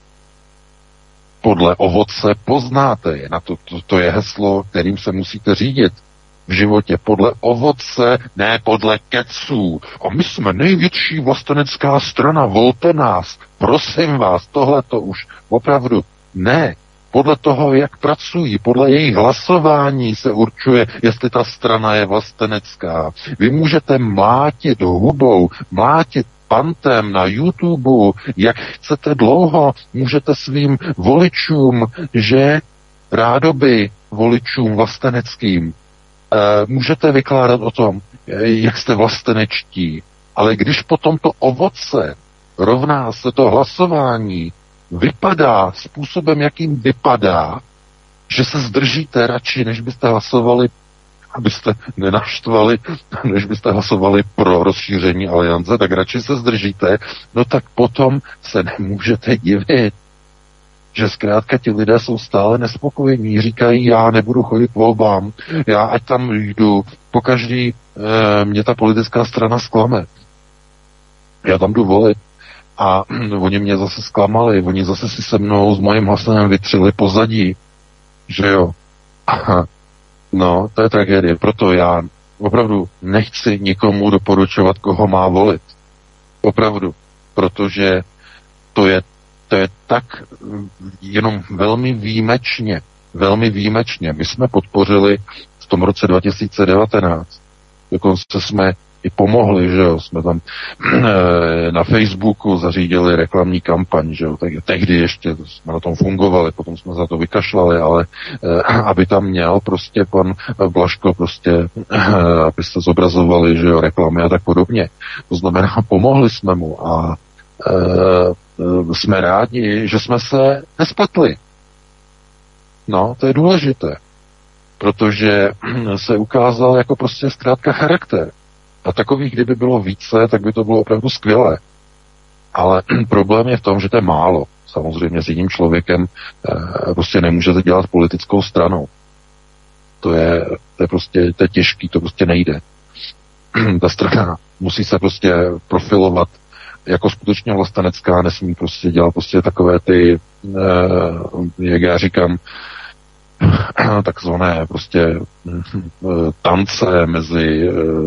Podle ovoce poznáte je. To je heslo, kterým se musíte řídit v životě. Podle ovoce, ne podle keců. A my jsme největší vlastenecká strana, volte nás. Prosím vás, tohle to už opravdu ne. Podle toho, jak pracují, podle jejich hlasování se určuje, jestli ta strana je vlastenecká. Vy můžete mlátit hubou, mlátit pantem na YouTube, jak chcete dlouho, můžete svým voličům, že rádoby voličům vlasteneckým, můžete vykládat o tom, jak jste vlastenečtí, ale když potom to ovoce rovná se to hlasování, vypadá způsobem, jakým vypadá, že se zdržíte radši, než byste hlasovali, abyste nenaštvali, než byste hlasovali pro rozšíření aliance, tak radši se zdržíte, no tak potom se nemůžete divit, že zkrátka ti lidé jsou stále nespokojení, říkají, já nebudu chodit k volbám, já ať tam jdu, pokaždý mě ta politická strana zklame. Já tam jdu volit. A oni mě zase zklamali, oni zase si se mnou s mojím hlasem vytřeli pozadí, že jo. Aha. No, to je tragédie, proto já opravdu nechci nikomu doporučovat, koho má volit. Opravdu, protože to je tak jenom velmi výjimečně. My jsme podpořili v tom roce 2019, dokonce jsme i pomohli, že jo, jsme tam na Facebooku zařídili reklamní kampaň, že jo, tak tehdy ještě jsme na tom fungovali, potom jsme za to vykašlali, ale aby tam měl prostě pan Blažko prostě, abyste zobrazovali, že jo, reklamy a tak podobně. To znamená, pomohli jsme mu a jsme rádi, že jsme se nespletli. No, to je důležité, protože se ukázal jako prostě zkrátka charakter. A takových, kdyby bylo více, tak by to bylo opravdu skvělé. Ale problém je v tom, že to je málo. Samozřejmě s jedním člověkem prostě nemůžete dělat politickou stranou. To je těžký, to prostě nejde. Ta strana musí se prostě profilovat jako skutečně vlastenecká, nesmí prostě dělat prostě takové ty, jak já říkám, takzvané prostě tance mezi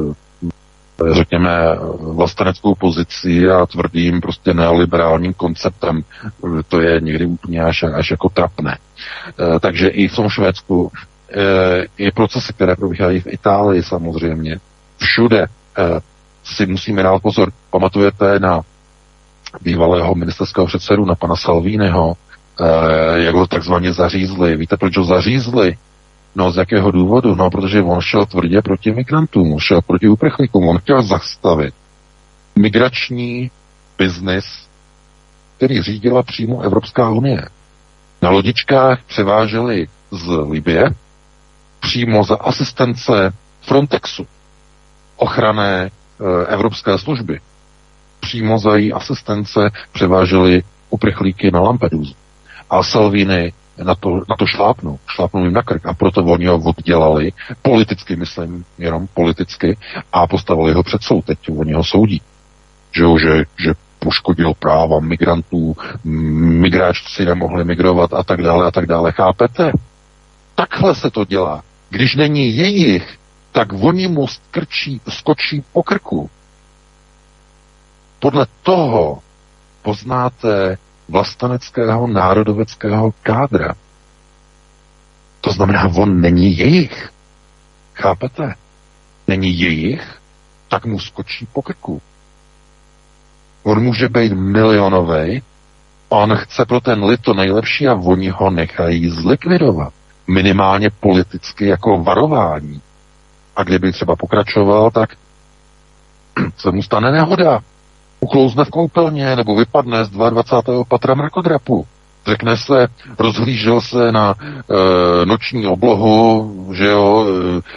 řekněme vlasteneckou pozicí a tvrdým prostě neoliberálním konceptem. To je někdy úplně až jako trapné. Takže i v tom Švédsku i procesy, které probíhají v Itálii samozřejmě, všude si musíme dát pozor. Pamatujete na bývalého ministerského předsedu, na pana Salviniho, jak ho takzvaně zařízli. Víte, proč ho zařízli? No, z jakého důvodu? No, protože on šel tvrdě proti migrantům, on šel proti uprchlíkům, on chtěl zastavit migrační biznis, který řídila přímo Evropská unie. Na lodičkách převáželi z Libye přímo za asistence Frontexu, ochranné evropské služby. Přímo za její asistence převáželi uprchlíky na Lampedusu. A Salvini na to šlápnul jim na krk a proto oni ho oddělali, politicky myslím, jenom politicky, a postavili ho před soud, teď oni ho soudí. Že poškodil práva migrantů, migráčci nemohli migrovat a tak dále, chápete? Takhle se to dělá. Když není jejich, tak oni mu skočí po krku. Podle toho poznáte vlasteneckého národoveckého kádra. To znamená, on není jejich. Chápete? není jejich, tak mu skočí po krku. On může být milionovej, on chce pro ten lid to nejlepší a oni ho nechají zlikvidovat. Minimálně politicky jako varování. A kdyby třeba pokračoval, tak se mu stane nehoda. Uklouzne v koupelně nebo vypadne z 22. patra mrakodrapu. Řekne se, rozhlížel se na noční oblohu, že jo,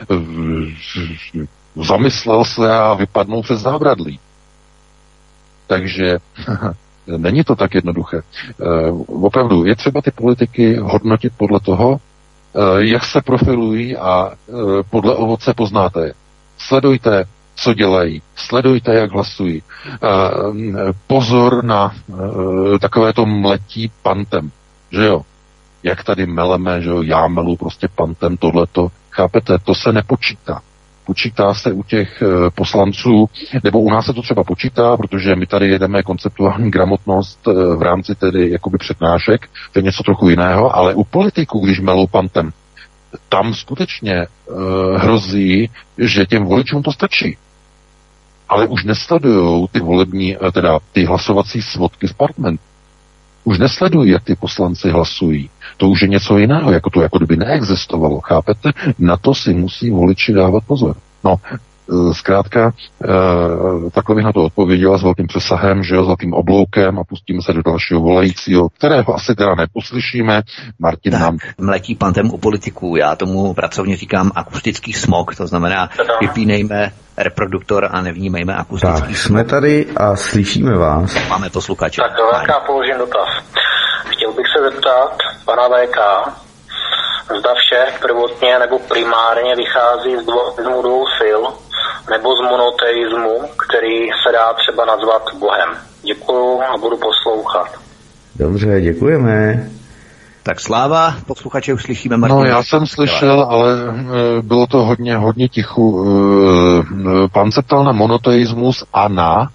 zamyslel se a vypadnul přes zábradlí. Takže není to tak jednoduché. Opravdu je třeba ty politiky hodnotit podle toho, jak se profilují a podle ovoce poznáte je. Sledujte, co dělají, sledujte, jak hlasují. Pozor na takovéto mletí pantem, že jo. Jak tady meleme, že jo, já melu prostě pantem tohleto. Chápete, to se nepočítá. Počítá se u těch poslanců, nebo u nás se to třeba počítá, protože my tady jedeme konceptuální gramotnost v rámci tedy jakoby přednášek, to je něco trochu jiného, ale u politiků, když melou pantem, tam skutečně hrozí, že těm voličům to stačí. Ale už nesledujou ty volební, teda ty hlasovací svodky z parlamentu. Už nesledují, jak ty poslanci hlasují. To už je něco jiného, jako to jako kdyby neexistovalo, chápete? Na to si musí voliči dávat pozor. No, zkrátka, takhle bych na to odpověděla s velkým přesahem, že jo, s velkým obloukem a pustíme se do dalšího volajícího, kterého asi teda neposlyšíme. Martin tak, nám... mletí pantem u politiků, já tomu pracovně říkám akustický smog, to znamená, vypínejme reproduktor a nevnímejme akustický tak, smog. jsme tady a slyšíme vás. Máme posluchače. Tak VK, položím dotaz. Chtěl bych se zeptat pana VK, zda vše prvotně nebo primárně vychází z dvou sil, nebo z monoteismu, který se dá třeba nazvat Bohem. Děkuju a budu poslouchat. Dobře, děkujeme. Tak sláva, posluchače už slyšíme, Martin. No, já jsem slyšel, ale bylo to hodně tichu. Pan se ptal na monoteismus a na...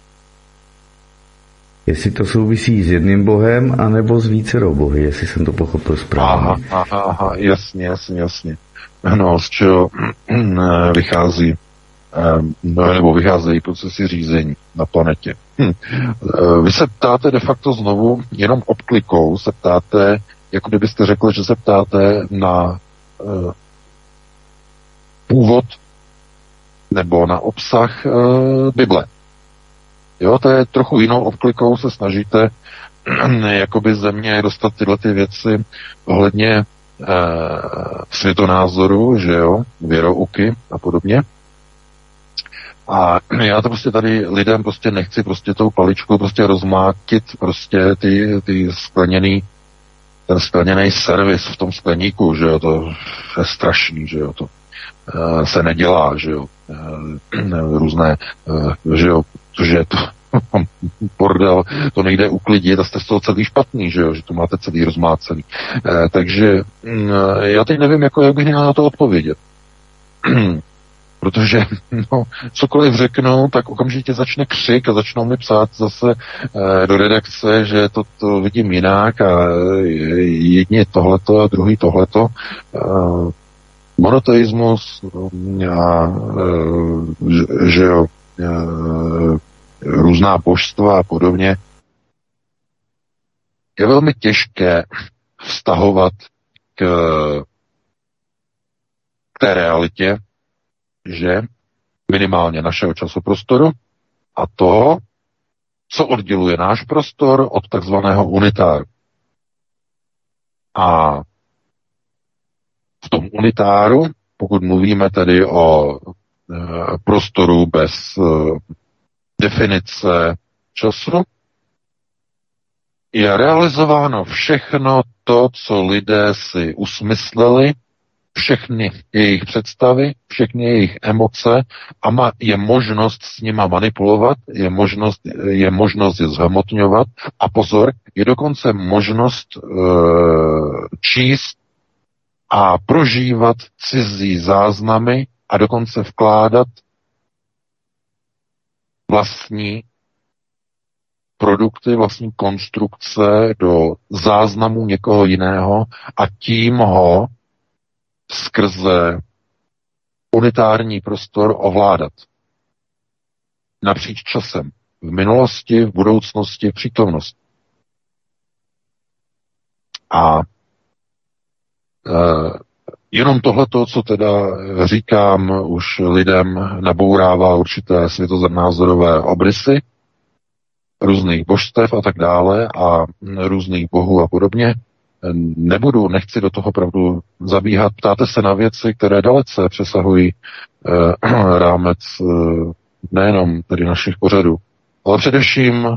Jestli to souvisí s jedným bohem, anebo s vícero bohy, jestli jsem to pochopil správně. Aha, jasně. No, z čeho vychází, nebo vycházejí procesy řízení na planetě. Vy se ptáte de facto znovu, jenom obklikou se ptáte, jako kdybyste řekl, že se ptáte na původ nebo na obsah Bible. Jo, to je trochu jinou obklikou, se snažíte jakoby ze mě dostat tyhle ty věci ohledně světonázoru, že jo, věrouky a podobně. A já to prostě tady lidem prostě nechci prostě tou paličkou prostě rozmátit prostě ty ten skleněný servis v tom skleníku, že jo, to je strašný, že jo, to se nedělá, že jo, různé, že jo, protože to bordel, to nejde uklidit a jste z toho celý špatný, že jo, že to máte celý rozmácený. Takže já teď nevím, jak bych měl na to odpovědět. Protože cokoliv řeknu, tak okamžitě začne křik a začnou mi psát zase do redakce, že to vidím jinak a jedni tohleto a druhý tohleto. Monoteismus a že jo, různá božstva a podobně je velmi těžké vztahovat k té realitě, že minimálně našeho časoprostoru a toho, co odděluje náš prostor od takzvaného unitáru. A v tom unitáru, pokud mluvíme tedy o prostoru bez definice času, je realizováno všechno to, co lidé si usmysleli, všechny jejich představy, všechny jejich emoce a je možnost s nima manipulovat, je možnost je zhmotňovat a pozor, je dokonce možnost číst a prožívat cizí záznamy a dokonce vkládat vlastní produkty, vlastní konstrukce do záznamu někoho jiného a tím ho skrze unitární prostor ovládat. Napříč časem. V minulosti, v budoucnosti, v přítomnosti. A jenom tohleto, co teda říkám, už lidem nabourává určité světonázorové obrysy různých božstev a tak dále a různých bohů a podobně. Nechci do toho pravdu zabíhat. Ptáte se na věci, které dalece přesahují rámec nejenom tedy našich pořadů, ale především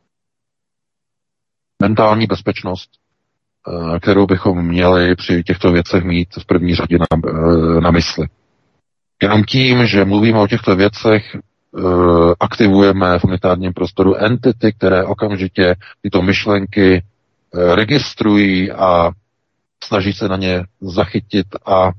mentální bezpečnost, kterou bychom měli při těchto věcech mít v první řadě na mysli. Jenom tím, že mluvíme o těchto věcech, aktivujeme v unitárním prostoru entity, které okamžitě tyto myšlenky registrují a snaží se na ně zachytit a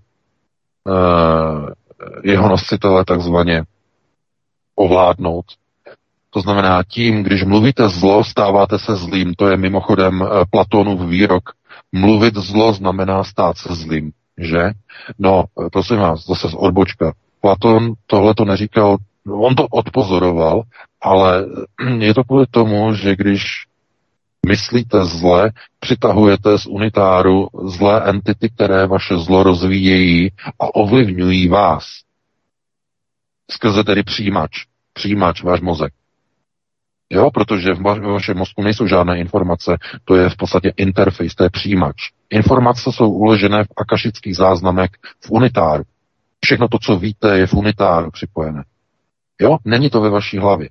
jeho nositele takzvaně ovládnout. To znamená tím, když mluvíte zlo, stáváte se zlým. To je mimochodem Platonův výrok. Mluvit zlo znamená stát se zlým, že? No, prosím vás, zase z odbočka. Platon tohle to neříkal, on to odpozoroval, ale je to kvůli tomu, že když myslíte zle, přitahujete z unitáru zlé entity, které vaše zlo rozvíjejí a ovlivňují vás. Skrze tedy přijímač, váš mozek. Jo, protože v vašem mozku nejsou žádné informace, to je v podstatě interface, to je přijímač. Informace jsou uložené v akašických záznamech v unitáru. Všechno to, co víte, je v unitáru připojené. Jo, není to ve vaší hlavě.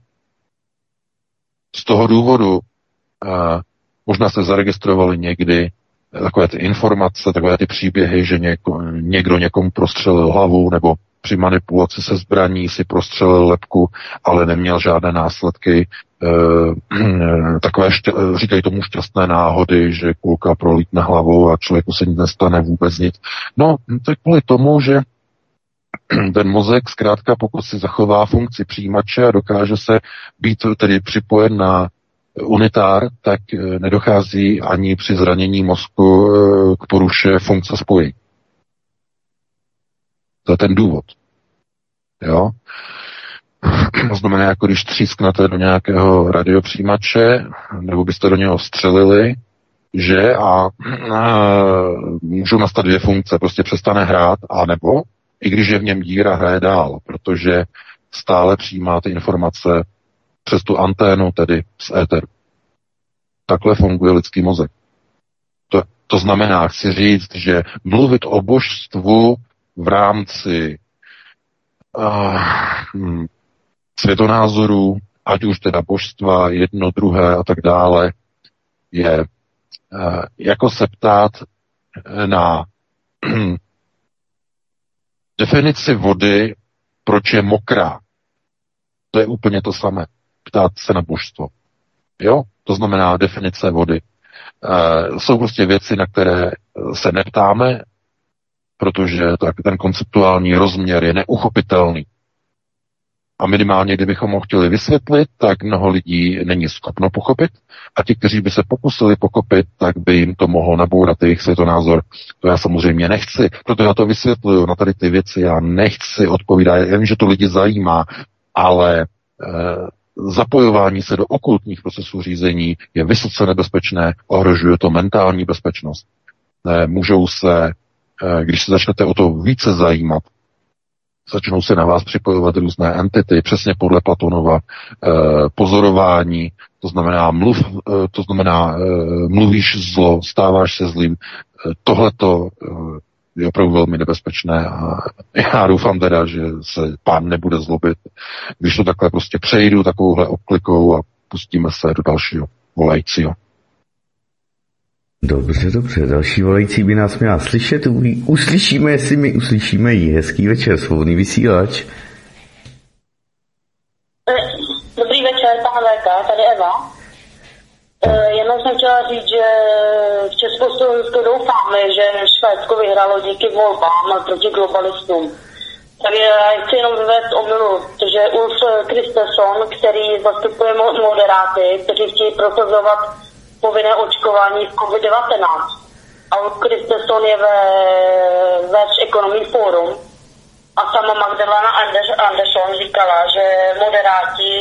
Z toho důvodu možná jste zaregistrovali někdy takové ty informace, takové ty příběhy, že někdo někomu prostřelil hlavu, nebo při manipulaci se zbraní si prostřelil lebku, ale neměl žádné následky. Takové, říkají tomu šťastné náhody, že kulka prolítne hlavou a člověku se nic nestane vůbec nic. No, to je kvůli tomu, že ten mozek zkrátka, pokud si zachová funkci přijímače a dokáže se být tedy připojen na unitár, tak nedochází ani při zranění mozku k poruše funkce spojení. To je ten důvod. Jo? To znamená, jako když třísknete do nějakého radiopřijímače, nebo byste do něho střelili, že a můžou nastat dvě funkce, prostě přestane hrát, anebo i když je v něm díra, hraje dál, protože stále přijímá ty informace přes tu anténu, tedy z éteru. Takhle funguje lidský mozek. To znamená, chci říct, že mluvit o božstvu v rámci světonázorů, ať už teda božstva, jedno, druhé a tak dále, je jako se ptát na definici vody, proč je mokrá. To je úplně to samé. Ptát se na božstvo. Jo? To znamená definice vody. Jsou prostě věci, na které se neptáme, protože ten konceptuální rozměr je neuchopitelný. A minimálně, kdybychom ho chtěli vysvětlit, tak mnoho lidí není schopno pochopit a ti, kteří by se pokusili pochopit, tak by jim to mohlo nabourat jejich světonázor. To já samozřejmě nechci, proto já to vysvětluju na tady ty věci, já nechci odpovídat, já vím, že to lidi zajímá, ale zapojování se do okultních procesů řízení je vysoce nebezpečné, ohrožuje to mentální bezpečnost. Můžou se, když se začnete o to více zajímat, začnou se na vás připojovat různé entity, přesně podle Platonova pozorování, to znamená mluvíš zlo, stáváš se zlým. Tohleto je opravdu velmi nebezpečné a já doufám teda, že se pán nebude zlobit, když to takhle prostě přejdu takovouhle obklikou a pustíme se do dalšího volajícího. Dobře, další volající by nás měla slyšet, uslyšíme, jestli my uslyšíme jí. Hezký večer, svobodný vysílač. Dobrý večer, pan VK, tady Eva. Jenom jsem chtěla říct, že v Československu doufáme, že Švédsko vyhrálo díky volbám proti globalistům. Tak já chci jenom vyvést omylu, že Ulf Kristersson, který zastupuje moderáty, kteří chtějí prosazovat povinné očkování v COVID-19. A Ulf Kristersson je ve World Economic Forum A sama Magdalena Anderson říkala, že moderáti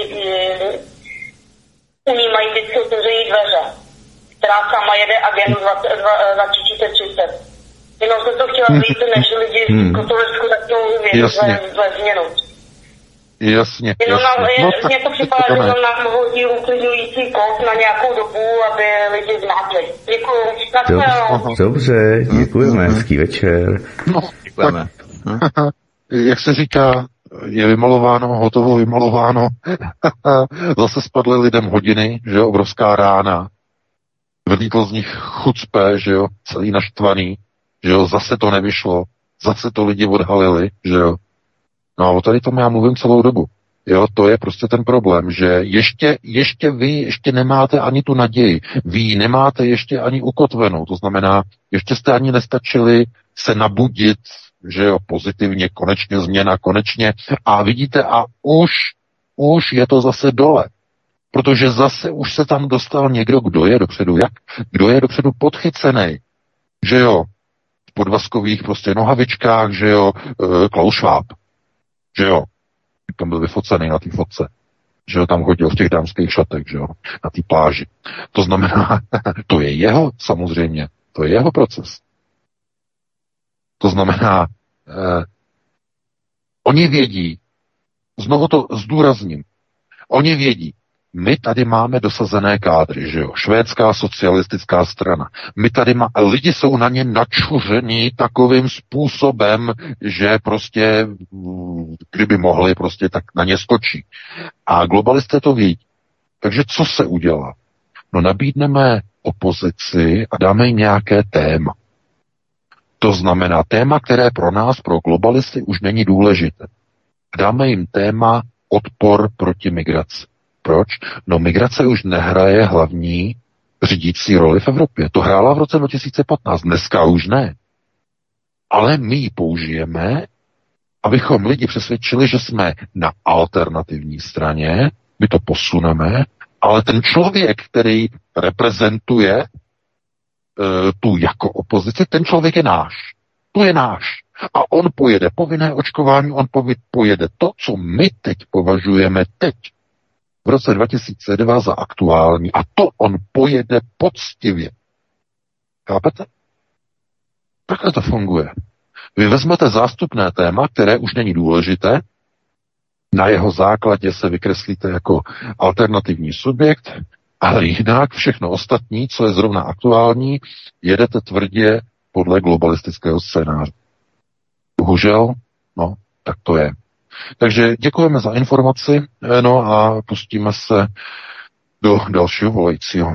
u ní mají vždycky otevřený dveře, která sama jede agendu 2030. Jenom jsem to chtěla říct, než lidi to začnou ve změnu. Jasně. Mně to připadá, že nám hodí uklidňující kód na nějakou dobu, aby lidi zmátli. Děkuju. Dobře, děkujeme, hezký večer. No, děkujeme. Jak se říká, je vymalováno, hotovo vymalováno. Zase spadly lidem hodiny, že jo, obrovská rána. Vylítl z nich chucpe, že jo, celý naštvaný, že jo, zase to nevyšlo, zase to lidi odhalili, že jo. No a o tady tomu já mluvím celou dobu. Jo, to je prostě ten problém, že ještě vy nemáte ani tu naději. Vy ji nemáte ještě ani ukotvenou. To znamená, ještě jste ani nestačili se nabudit, že jo, pozitivně, konečně změna, konečně. A vidíte, a už je to zase dole. Protože zase už se tam dostal někdo, kdo je dopředu podchycený. Že jo, v podvazkových prostě nohavičkách, že jo, Klaus Schwab. Že jo, tam byl vyfocený na té fotce, že jo, tam chodil v těch dámských šatech, že jo, na té pláži. To znamená, to je jeho, samozřejmě, to je jeho proces. To znamená, oni vědí, znovu to zdůrazním, oni vědí, my tady máme dosazené kádry, že jo, švédská socialistická strana. My tady lidi jsou na ně načuření takovým způsobem, že prostě, kdyby mohli, prostě tak na ně skočí. A globalisté to vědí. Takže co se udělá? No nabídneme opozici a dáme jim nějaké téma. To znamená téma, které pro nás, pro globalisty, už není důležité. Dáme jim téma odpor proti migraci. Proč? No migrace už nehraje hlavní řídící roli v Evropě. To hrála v roce 2015, dneska už ne. Ale my ji použijeme, abychom lidi přesvědčili, že jsme na alternativní straně, my to posuneme, ale ten člověk, který reprezentuje tu jako opozici, ten člověk je náš. To je náš. A on pojede povinné očkování, on pojede to, co my teď považujeme v roce 2002 za aktuální. A to on pojede poctivě. Chápete? Takhle to funguje. Vy vezmete zástupné téma, které už není důležité, na jeho základě se vykreslíte jako alternativní subjekt, ale jinak všechno ostatní, co je zrovna aktuální, jedete tvrdě podle globalistického scénáře. Bohužel, no, tak to je. Takže děkujeme za informaci, no a pustíme se do dalšího volajícího.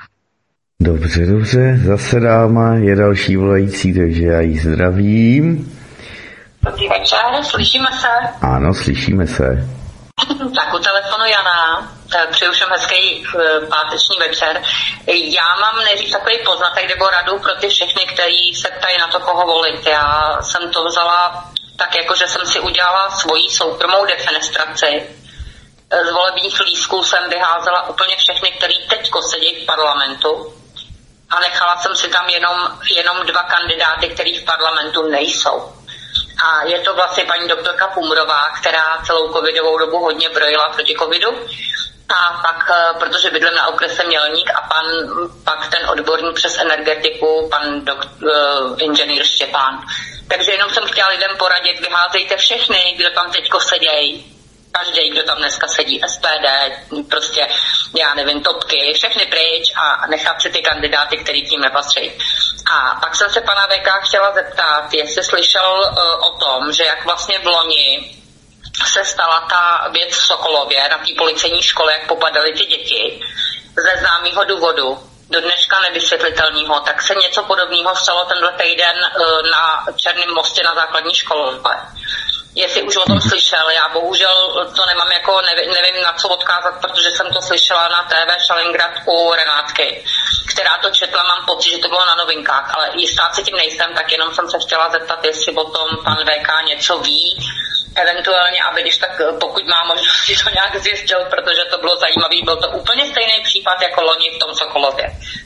Dobře, zase dáma je další volající, takže já ji zdravím. Dobrý večer, slyšíme se? Ano, slyšíme se. Tak u telefonu Jana, přeju všem hezký páteční večer. Já mám nejdřív takový poznatek nebo radu pro ty všechny, kteří se ptají na to, koho volit. Já jsem to vzala tak, jako že jsem si udělala svoji soukromou defenestraci. Z volebních lístků jsem vyházela úplně všechny, kteří teďko sedí v parlamentu a nechala jsem si tam jenom 2 kandidáty, kteří v parlamentu nejsou. A je to vlastně paní doktorka Pumrová, která celou covidovou dobu hodně brojila proti covidu. A pak, protože bydlím na okrese Mělník a pak ten odborník přes energetiku, pan inženýr Štěpán. Takže jenom jsem chtěla lidem poradit, vyházejte všechny, kdo tam teďko sedějí. Každý, kdo tam dneska sedí, SPD, prostě, já nevím, topky, všechny pryč a nechat si ty kandidáty, který tím nepatří. A pak jsem se pana VK chtěla zeptat, jestli slyšel o tom, že jak vlastně v loni se stala ta věc v Sokolově na té policejní škole, jak popadaly ty děti ze známého důvodu, do dneška nevysvětlitelného, tak se něco podobného stalo tenhle týden na Černém mostě na základní škole. Jestli už o tom slyšel, já bohužel to nemám jako, nevím na co odkázat, protože jsem to slyšela na TV Šalingrad u Renátky, která to četla, mám pocit, že to bylo na novinkách, ale jistá si tím nejsem, tak jenom jsem se chtěla zeptat, jestli o tom pan VK něco ví, eventuálně, aby když tak, pokud má možnost, to nějak zjistil, protože to bylo zajímavý, byl to úplně stejný případ jako loni v tom Sokolově.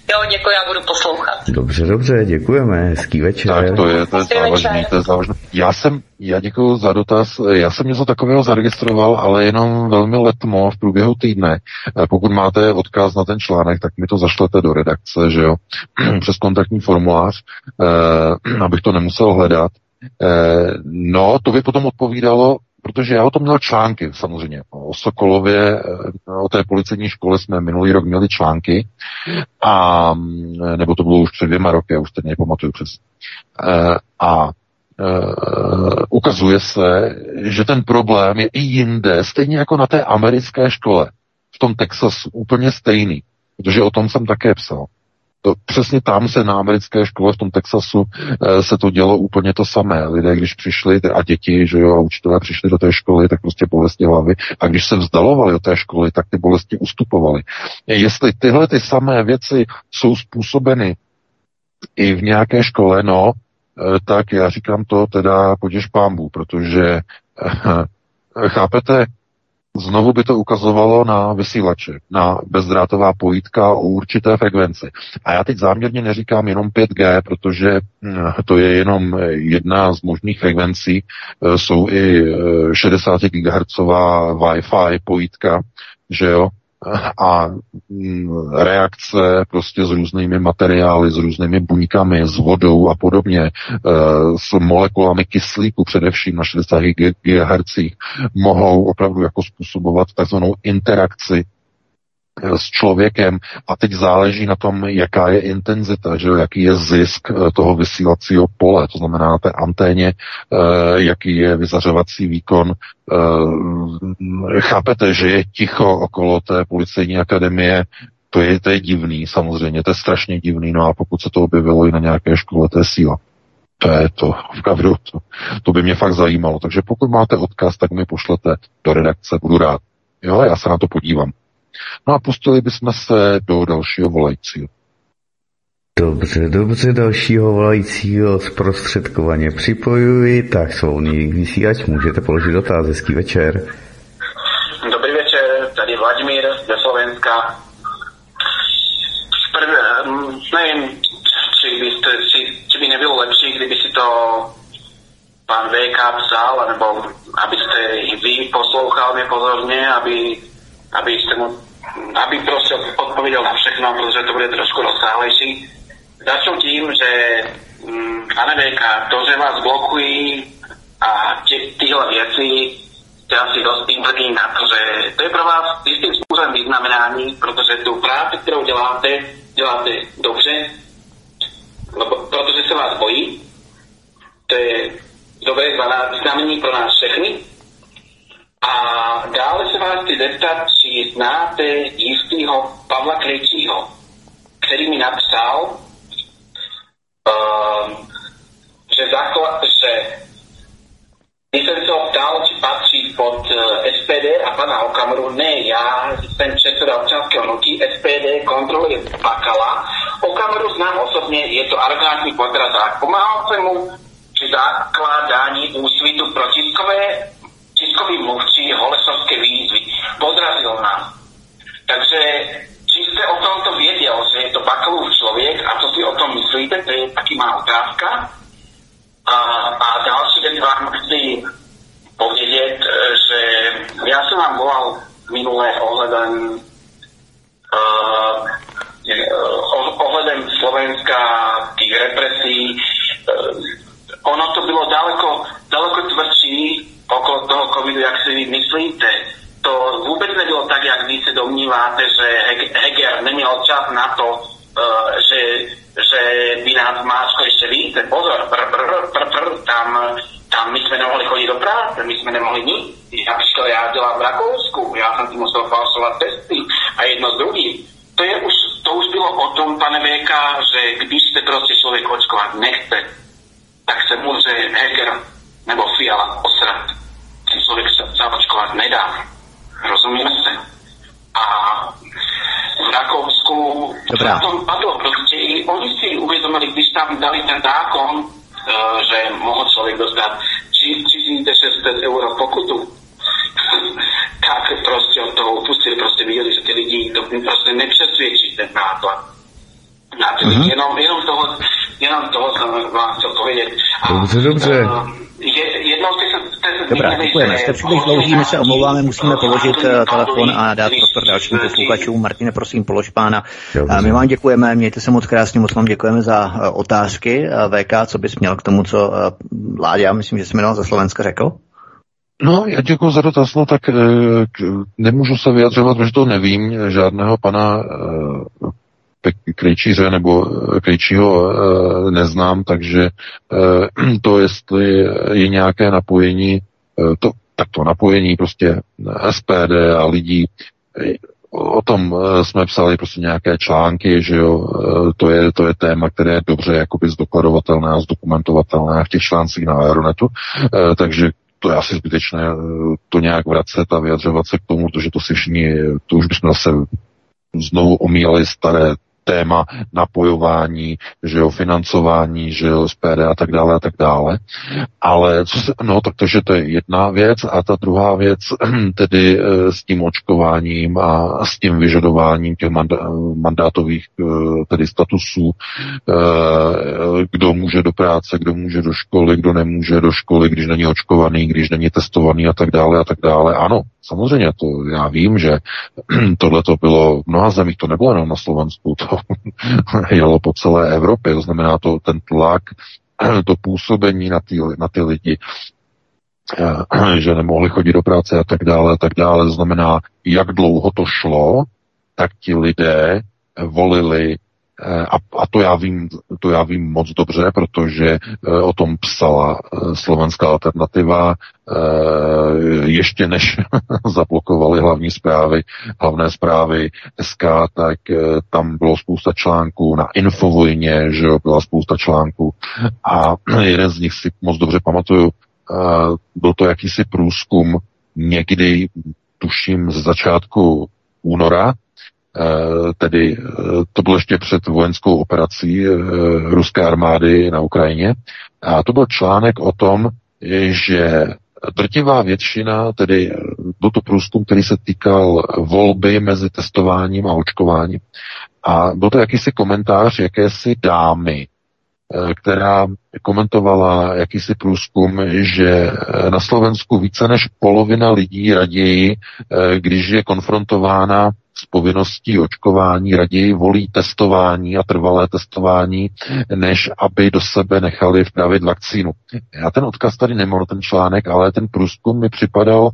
Jo, děkuji, já budu poslouchat. Dobře, děkujeme, hezký večer. Tak to je závažný. Já děkuji za dotaz. Já jsem něco takového zaregistroval, ale jenom velmi letmo v průběhu týdne. Pokud máte odkaz na ten článek, tak mi to zašlete do redakce, že jo, přes kontaktní formulář, abych to nemusel hledat. No, to by potom odpovídalo, protože já o tom měl články, samozřejmě. O Sokolově, o té policejní škole jsme minulý rok měli články, nebo to bylo už před 2 roky, já už teď nepamatuju přes. Ukazuje se, že ten problém je i jinde, stejně jako na té americké škole, v tom Texasu, úplně stejný, protože o tom jsem také psal. Přesně tam se na americké škole v tom Texasu se to dělo úplně to samé. Lidé, když přišli, a děti, že jo, a učitelé přišli do té školy, tak prostě bolesti hlavy. A když se vzdalovali od té školy, tak ty bolesti ustupovaly. Jestli tyhle ty samé věci jsou způsobeny i v nějaké škole, no, tak já říkám to teda poděž pánbů, protože chápete, znovu by to ukazovalo na vysílače, na bezdrátová pojítka o určité frekvenci. A já teď záměrně neříkám jenom 5G, protože to je jenom jedna z možných frekvencí. Jsou i 60 GHz Wi-Fi pojítka, že jo, a reakce prostě s různými materiály, s různými buňkami, s vodou a podobně, s molekulami kyslíku především na 60 GHz mohou opravdu jako způsobovat takzvanou interakci s člověkem a teď záleží na tom, jaká je intenzita, že jaký je zisk toho vysílacího pole, to znamená na té anténě, jaký je vyzařovací výkon. Chápete, že je ticho okolo té policejní akademie, to je divný samozřejmě, to je strašně divný, no a pokud se to objevilo i na nějaké škole, to je síla. To je to, opravdu, to by mě fakt zajímalo. Takže pokud máte odkaz, tak mi pošlete do redakce, budu rád. Jo, já se na to podívám. No a pustili bychom se do dalšího volajícího. Dobře, dalšího volajícího zprostředkovaně připojuji, tak svobodný vysílač, můžete položit dotaz, hezký večer. Dobrý večer, tady Vladimír ze Slovenska. Nevím, či by nebylo lepší, kdyby si to pán VK psal, nebo abyste i vy poslouchal mě pozorně, aby prostě odpověděl na všechno, protože to bude trošku rozsáhlejší. Začnu tím, že pane VK, to, že vás blokují a tyhle věci, jste asi dost tvrdí na to, že to je pro vás jistým způsobem vyznamenání, protože tu práci, kterou děláte dobře, protože se vás bojí. To je dobré znamení pro nás všechny. A dále se vás chci zeptat, či znáte jistého Pavla Krejčího, který mi napsal, že když jsem se ho ptal, či patří pod SPD a pana Okamuru, ne, já jsem předseda občanského hnutí, SPD kontroluje Bakala, Okamuru znám osobně, je to arrogantní podrazák. Pomáhal jsem mu při zakládání úsvitu pro tiskový mluvčí Holešovské výzvy. Podrazil nás. Takže či jste o tomto věděl, že je to Bakalův člověk a co si o tom myslíte, to je taky má otázka. A další věc vám chci povědět, že já jsem vám volal minulé ohledem Slovenska, tých represí. Ono to bylo daleko tvrdší okolo toho covidu, jak si vy myslíte. To vůbec nebylo tak, jak vy se domníváte, že Heger neměl čas na to, že by nás máčko ještě více. Pozor, tam my jsme nemohli chodit do práce, my jsme nemohli nic. Já dělám v Rakousku, já jsem si musel falšovat testy a jedno z druhým. To už bylo o tom, pane VK, že když se prostě člověk očkovat nechce, tak se může Heger nebo Fiala osrat. Ten člověk se očkovat nedá. Rozumíme se? A v Rakousku na tom padlo, protože i oni si uvědomili, když tam dali ten zákon, že mohl člověk dostat 3600 euro pokutu, tak prostě od toho upustili, prostě viděli, že ty lidi to prostě nepřesvědčí ten náklad. Jenom toho jsem vám chtěl povědět. Dobře. Dobrá, děkujeme. Jste příliš dlouhý, my se omlouváme, musíme položit telefon a dát prostor dalším posluchačům. Martine, prosím, polož pána. My vám děkujeme, mějte se moc krásně, moc vám děkujeme za otázky. VK, co bys měl k tomu, co Láďa, myslím, že jsi jmenoval za Slovenska, řekl? No, já děkuji za dotaz, no tak nemůžu se vyjadřovat, protože to nevím, žádného pana Krejčíře nebo Krejčího neznám, takže to, jestli je nějaké napojení, to napojení prostě SPD a lidí, o tom jsme psali prostě nějaké články, že jo, to je téma, které je dobře jakoby zdokladovatelné a zdokumentovatelné v těch článcích na Aeronetu, takže to je asi zbytečné to nějak vracet a vyjadřovat se k tomu, protože to si všichni, to už bychom zase znovu omílali staré téma napojování, že jo, financování, že jo, SPD a tak dále a tak dále. Ale takže to je jedna věc a ta druhá věc, tedy s tím očkováním a s tím vyžadováním těch mandátových tedy statusů, kdo může do práce, kdo může do školy, kdo nemůže do školy, když není očkovaný, když není testovaný a tak dále a tak dále. Ano, samozřejmě to já vím, že tohle to bylo v mnoha zemích, to nebylo jenom na Slovensku, to jelo po celé Evropě, to znamená ten tlak, to působení na ty lidi, že nemohli chodit do práce a tak dále, to znamená, jak dlouho to šlo, tak ti lidé volili a to já vím moc dobře, protože o tom psala Slovenská alternativa ještě než zablokovali hlavné zprávy SK, tak tam bylo spousta článků na Infovojně, že jo, byla spousta článků a jeden z nich si moc dobře pamatuju, byl to jakýsi průzkum někdy, tuším, z začátku února, tedy to bylo ještě před vojenskou operací ruské armády na Ukrajině. A to byl článek o tom, že drtivá většina, tedy byl to průzkum, který se týkal volby mezi testováním a očkováním. A byl to jakýsi komentář jakési dámy, která komentovala jakýsi průzkum, že na Slovensku více než polovina lidí raději, když je konfrontována s povinností očkování, raději volí testování a trvalé testování, než aby do sebe nechali vpravit vakcínu. Já ten odkaz tady nemám, ten článek, ale ten průzkum mi připadal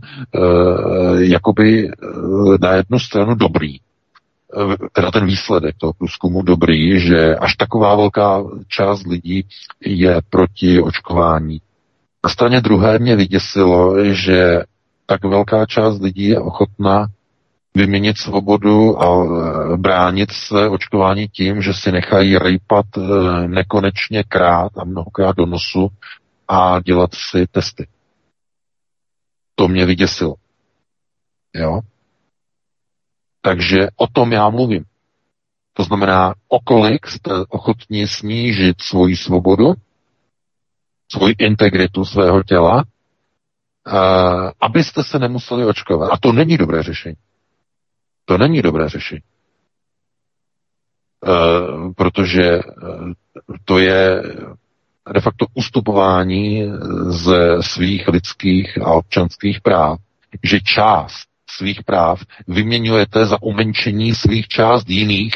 jakoby na jednu stranu dobrý. Teda ten výsledek toho průzkumu dobrý, že až taková velká část lidí je proti očkování. Na straně druhé mě vyděsilo, že tak velká část lidí je ochotná vyměnit svobodu a bránit se očkování tím, že si nechají rejpat nekonečně krát a mnohokrát do nosu a dělat si testy. To mě vyděsilo. Jo? Takže o tom já mluvím. To znamená, o kolik jste ochotní snížit svoji svobodu, svoji integritu svého těla, abyste se nemuseli očkovat. A to není dobré řešení. To není dobré řešení. Protože to je de facto ustupování ze svých lidských a občanských práv, že část svých práv vyměňujete za umenšení svých část jiných,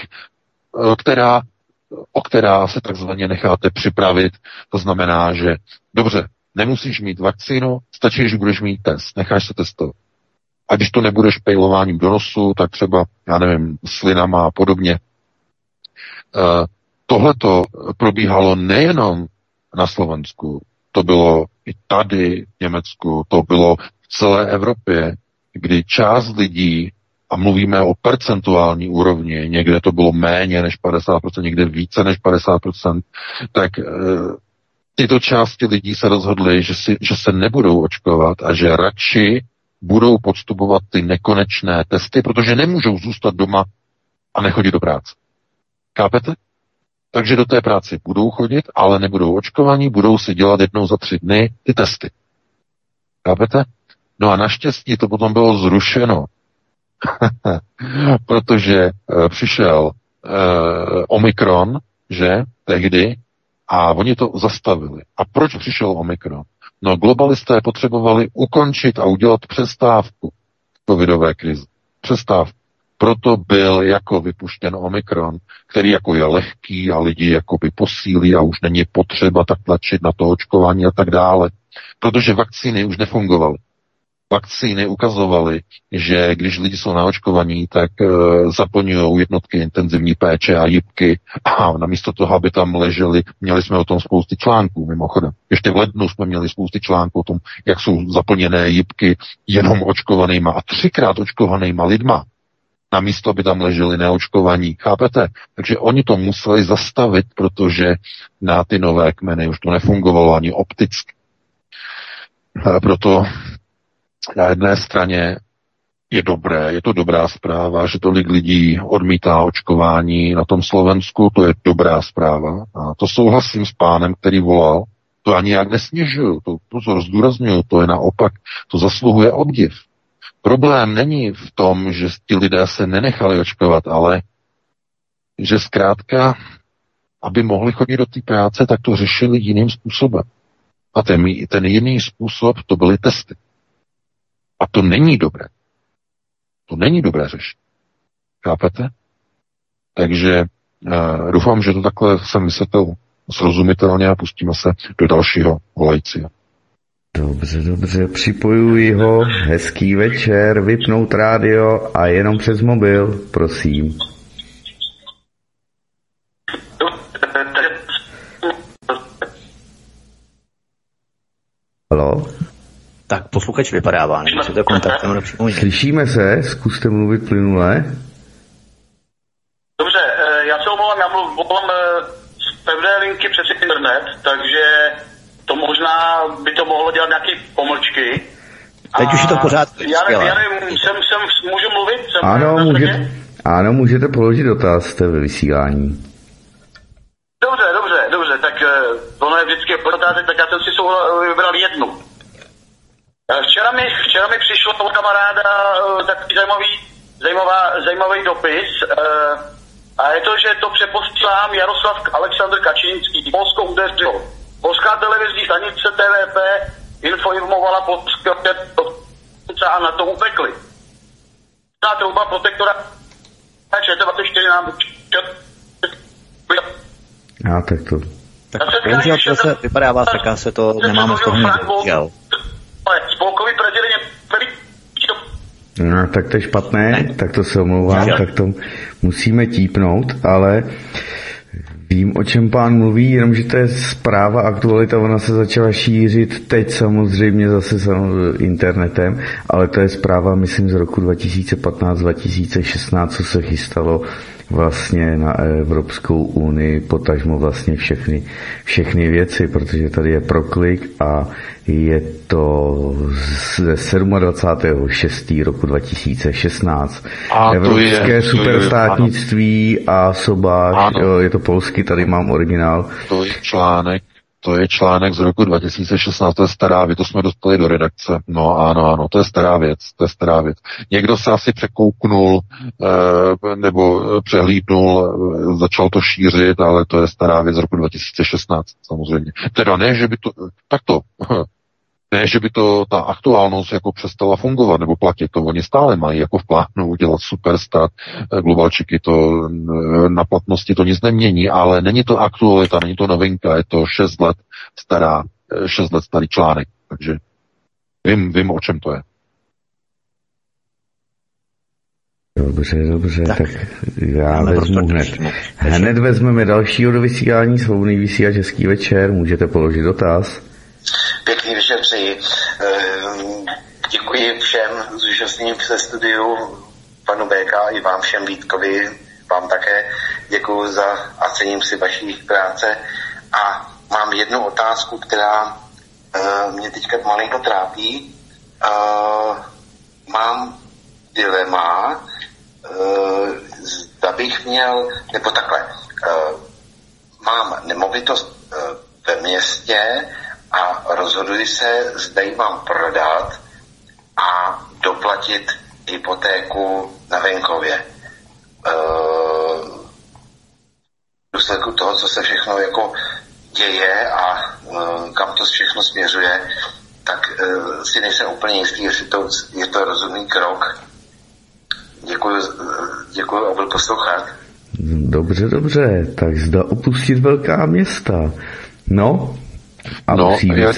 o která se takzvaně necháte připravit. To znamená, že dobře, nemusíš mít vakcínu, stačí, že budeš mít test, necháš se testovat. A když to nebudeš pejlováním do nosu, tak třeba, já nevím, slinama a podobně. Tohleto probíhalo nejenom na Slovensku, to bylo i tady v Německu, to bylo v celé Evropě, kdy část lidí, a mluvíme o percentuální úrovni, někde to bylo méně než 50%, někde více než 50%, tak tyto části lidí se rozhodly, že se nebudou očkovat a že radši budou podstupovat ty nekonečné testy, protože nemůžou zůstat doma a nechodit do práce. Chápete? Takže do té práce budou chodit, ale nebudou očkovaní, budou si dělat jednou za 3 dny ty testy. Chápete? No a naštěstí to potom bylo zrušeno, protože přišel Omikron, že tehdy, a oni to zastavili. A proč přišel Omikron? No, globalisté potřebovali ukončit a udělat přestávku covidové krize. Přestávku. Proto byl jako vypuštěn Omikron, který jako je lehký a lidi jakoby posílí a už není potřeba tak tlačit na to očkování a tak dále. Protože vakcíny už nefungovaly. Vakcíny ukazovaly, že když lidi jsou naočkovaní, tak zaplňují jednotky intenzivní péče a jipky a namísto toho, aby tam leželi, měli jsme o tom spousty článků, mimochodem. Ještě v lednu jsme měli spousty článků o tom, jak jsou zaplněné jipky jenom očkovanýma a 3krát očkovanýma lidma, namísto, aby tam leželi neočkovaní. Chápete? Takže oni to museli zastavit, protože na ty nové kmeny už to nefungovalo ani opticky. Proto na jedné straně je to dobrá zpráva, že tolik lidí odmítá očkování na tom Slovensku, to je dobrá zpráva. A to souhlasím s pánem, který volal, to ani jak nesnižuju, to zdůrazňuju, to je naopak, to zasluhuje obdiv. Problém není v tom, že ti lidé se nenechali očkovat, ale že zkrátka, aby mohli chodit do té práce, tak to řešili jiným způsobem. A ten jiný způsob, to byly testy. A to není dobré. To není dobré řešit. Chápete? Takže doufám, že to takhle jsem vysvětlil srozumitelně a pustíme se do dalšího volajícího. Dobře, připojuji ho, hezký večer, vypnout rádio a jenom přes mobil, prosím. Haló? Tak posluchač vypadává, nebo se to kontaktem do přímo. Slyšíme se, zkuste mluvit plynule. Dobře, já se omlouvám, já volám z pevné linky přes internet, takže to možná by to mohlo dělat nějaké pomlčky. Teď už je to pořád. Já nevím, můžu mluvit? Ano, můžete položit dotaz, jste ve vysílání. Dobře, tak ono je vždycky otázek, tak já jsem si vybral jednu. Včera mi přišlo od kamaráda takový zajímavý dopis a je to, že to přeposílám Jaroslav Aleksandr Kačínský. Polsko udeřilo. Polská televizní stanice TVP informovala polské a na to upekli. Ta trouba protektora ČT24 nám tak to. Tak bohužel to se vypadává, taká se to nemáme z toho nic dělat. Spolkový prezident No, tak to je špatné, tak to se omlouvám, tak to musíme típnout, ale vím, o čem pán mluví, jenomže to je zpráva, aktualita, ona se začala šířit teď samozřejmě zase internetem, ale to je zpráva, myslím, z roku 2015-2016, co se chystalo vlastně na Evropskou unii, potažmo vlastně všechny věci, protože tady je proklik a je to ze 27.6. roku 2016. A Evropské superstátnictví a sobáš, je to polsky, tady mám originál. To je článek z roku 2016, to je stará věc, to jsme dostali do redakce. No ano, to je stará věc. Někdo se asi překouknul, nebo přehlídnul, začal to šířit, ale to je stará věc z roku 2016, samozřejmě. Teda ne, že by to ta aktuálnost jako přestala fungovat nebo platit, to oni stále mají jako v plánu udělat superstát, globalčiky, to na platnosti to nic nemění, ale není to aktualita, není to novinka, je to 6 let starý článek, takže vím, o čem to je. Dobře, tak já vezmu hned vezmeme dalšího do vysílání, svobodný vysílač, hezký večer, můžete položit dotaz. Pěkný večer přeji. Děkuji všem zúčastněným se studiu, panu BK i vám všem Vítkovi, vám také děkuji za a cením si vaší práce. A mám jednu otázku, která mě teďka malinko trápí. Mám dilema, zda bych měl, nebo takhle, mám nemovitost ve městě, a rozhoduji se, zda ji mám prodat a doplatit hypotéku na venkově. důsledku toho, co se všechno jako děje a kam to všechno směřuje, tak si nejsem úplně jistý, jestli je to rozumný krok. Děkuji a budu poslouchat. Dobře, tak zda opustit velká města. No, a já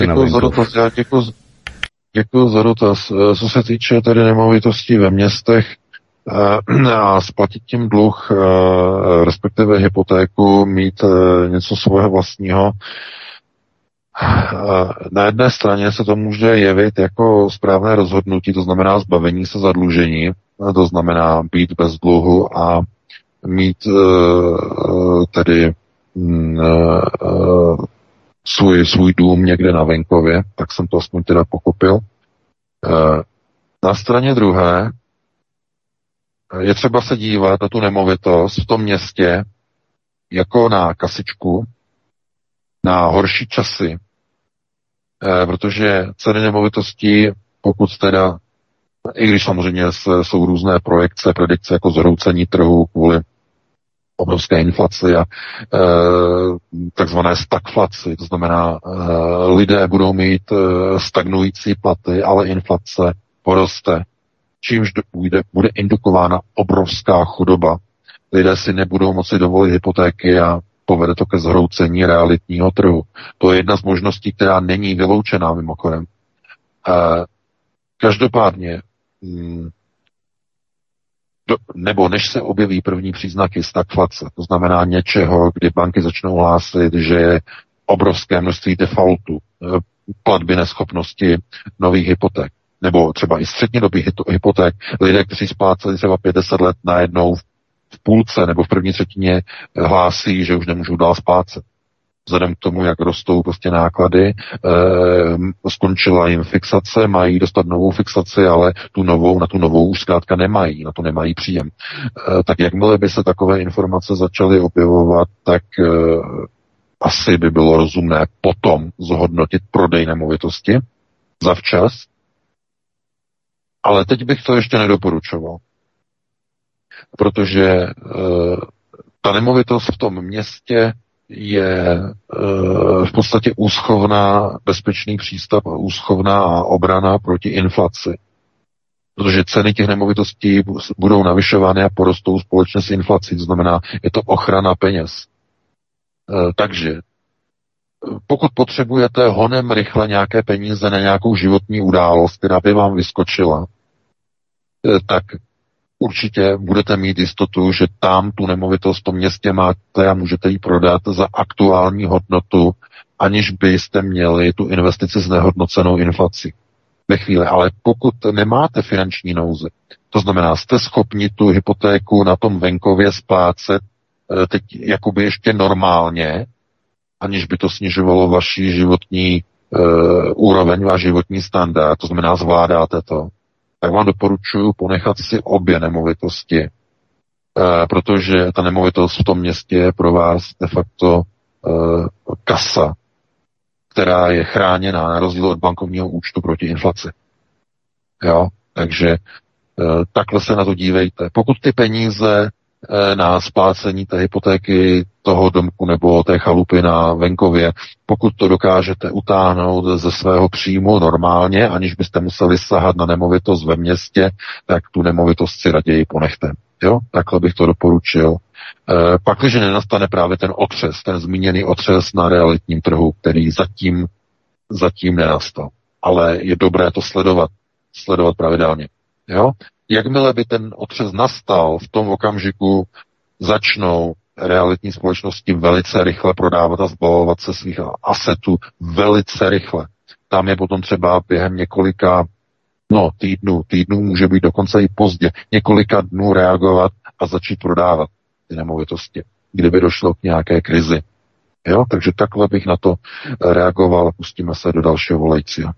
děkuji za dotaz. Co se týče tedy nemovitostí ve městech a splatit tím dluh, respektive hypotéku, mít něco svého vlastního, na jedné straně se to může jevit jako správné rozhodnutí, to znamená zbavení se zadlužení, to znamená být bez dluhu a mít tedy svůj dům někde na venkově, tak jsem to aspoň teda pochopil. Na straně druhé je třeba se dívat na tu nemovitost v tom městě jako na kasičku, na horší časy, protože ceny nemovitostí, pokud teda, i když samozřejmě jsou různé predikce jako zhroucení trhu kvůli obrovské inflaci a takzvané stagflaci, to znamená, lidé budou mít stagnující platy, ale inflace poroste, čímž bude indukována obrovská chudoba. Lidé si nebudou moci dovolit hypotéky a povede to ke zhroucení realitního trhu. To je jedna z možností, která není vyloučená mimochodem. Každopádně, nebo než se objeví první příznaky stagflace, to znamená něčeho, kdy banky začnou hlásit, že je obrovské množství defaultu, platby neschopnosti nových hypoték, nebo třeba i střednědobých hypoték, lidé, kteří spláceli třeba 50 let najednou v půlce nebo v první třetině hlásí, že už nemůžou dál splácet. Vzhledem k tomu, jak rostou prostě náklady, skončila jim fixace, mají dostat novou fixaci, ale na tu novou už zkrátka nemají, na to nemají příjem. Tak jakmile by se takové informace začaly objevovat, tak asi by bylo rozumné potom zhodnotit prodej nemovitosti zavčas, ale teď bych to ještě nedoporučoval. Protože ta nemovitost v tom městě je v podstatě úschovná, bezpečný přístav, úschovná a obrana proti inflaci. Protože ceny těch nemovitostí budou navyšovány a porostou společně s inflací, to znamená, je to ochrana peněz. Takže pokud potřebujete honem rychle nějaké peníze na nějakou životní událost, která by vám vyskočila, tak určitě budete mít jistotu, že tam tu nemovitost v tom městě máte a můžete ji prodat za aktuální hodnotu, aniž byste měli tu investici znehodnocenou inflací. Ve chvíli, ale pokud nemáte finanční nouzi, to znamená, jste schopni tu hypotéku na tom venkově splácet teď jakoby ještě normálně, aniž by to snižovalo vaši životní úroveň, váš životní standard, to znamená, zvládáte to, tak vám doporučuji ponechat si obě nemovitosti, protože ta nemovitost v tom městě je pro vás de facto kasa, která je chráněná na rozdíl od bankovního účtu proti inflaci. Jo? Takže takhle se na to dívejte. Pokud ty peníze na splácení té hypotéky toho domku nebo té chalupy na venkově, pokud to dokážete utáhnout ze svého příjmu normálně, aniž byste museli sahat na nemovitost ve městě, tak tu nemovitost si raději ponechte. Jo? Takhle bych to doporučil. Pakliže nenastane právě ten otřes, ten zmíněný otřes na realitním trhu, který zatím nenastal. Ale je dobré to sledovat pravidelně. Jo? Jakmile by ten otřes nastal, v tom okamžiku začnou realitní společnosti velice rychle prodávat a zbavovat se svých asetů velice rychle. Tam je potom třeba během několika týdnů, může být dokonce i pozdě, několika dnů reagovat a začít prodávat ty nemovitosti, kdyby došlo k nějaké krizi. Jo? Takže takhle bych na to reagoval a pustíme se do dalšího volajícího.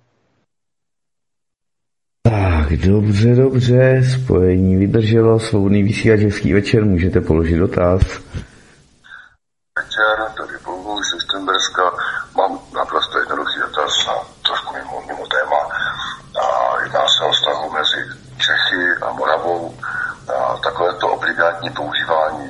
Tak, dobře, spojení vydrželo, svobodný vysílač, hezký večer, můžete položit dotaz. Večer, tady Bohu z Štemberska, mám naprosto jednoduchý dotaz na trošku mimo téma. Jedná se o vztahu mezi Čechy a Moravou, takovéto obligátní používání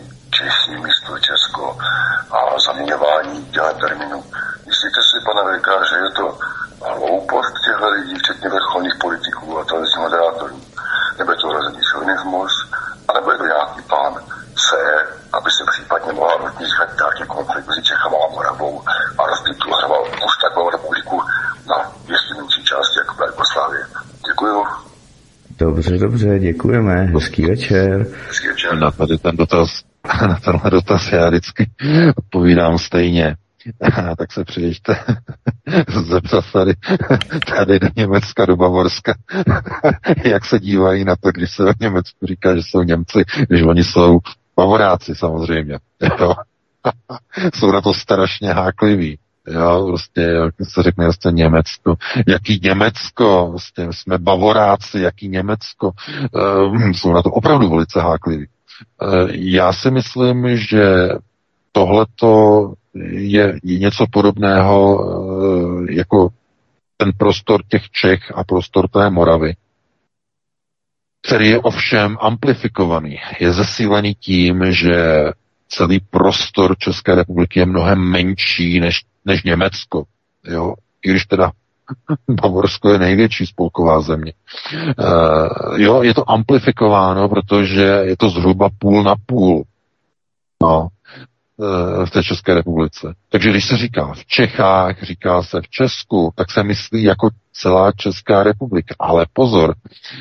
Češi místo Česko a zaměňování dělat termínu. Myslíte si, pane VK, že je to hloupost těchto lidí, včetně vrcholných politiků a televizních moderátorů? Nebo je to hrozený šovinismus? A nebo je to nějaký plán C, aby se případně mohla rozmíchat nějaký konflikt mezi Čechama a Moravou a rozbít tu už takovou republiku na ještě menší části jako byla Jugoslávie. Děkuju. Dobře, děkujeme. Hezký večer. Na tady ten dotaz, na tenhle dotaz já vždycky odpovídám stejně. Tak se přijeďte zeptat tady do Německa, do Bavorska, jak se dívají na to, když se o Německu říká, že jsou Němci, když oni jsou Bavoráci samozřejmě. Jo. Jsou na to strašně hákliví. Jo, prostě, jak se řekne, prostě Německo. Jaký Německo? Prostě jsme Bavoráci, jaký Německo? Jsou na to opravdu velice hákliví. Já si myslím, že tohleto je něco podobného jako ten prostor těch Čech a prostor té Moravy, který je ovšem amplifikovaný. Je zesílený tím, že celý prostor České republiky je mnohem menší než Německo. Jo? I když teda Bavorsko je největší spolková země. Jo, je to amplifikováno, protože je to zhruba půl na půl. No, v té České republice. Takže když se říká v Čechách, říká se v Česku, tak se myslí jako celá Česká republika. Ale pozor,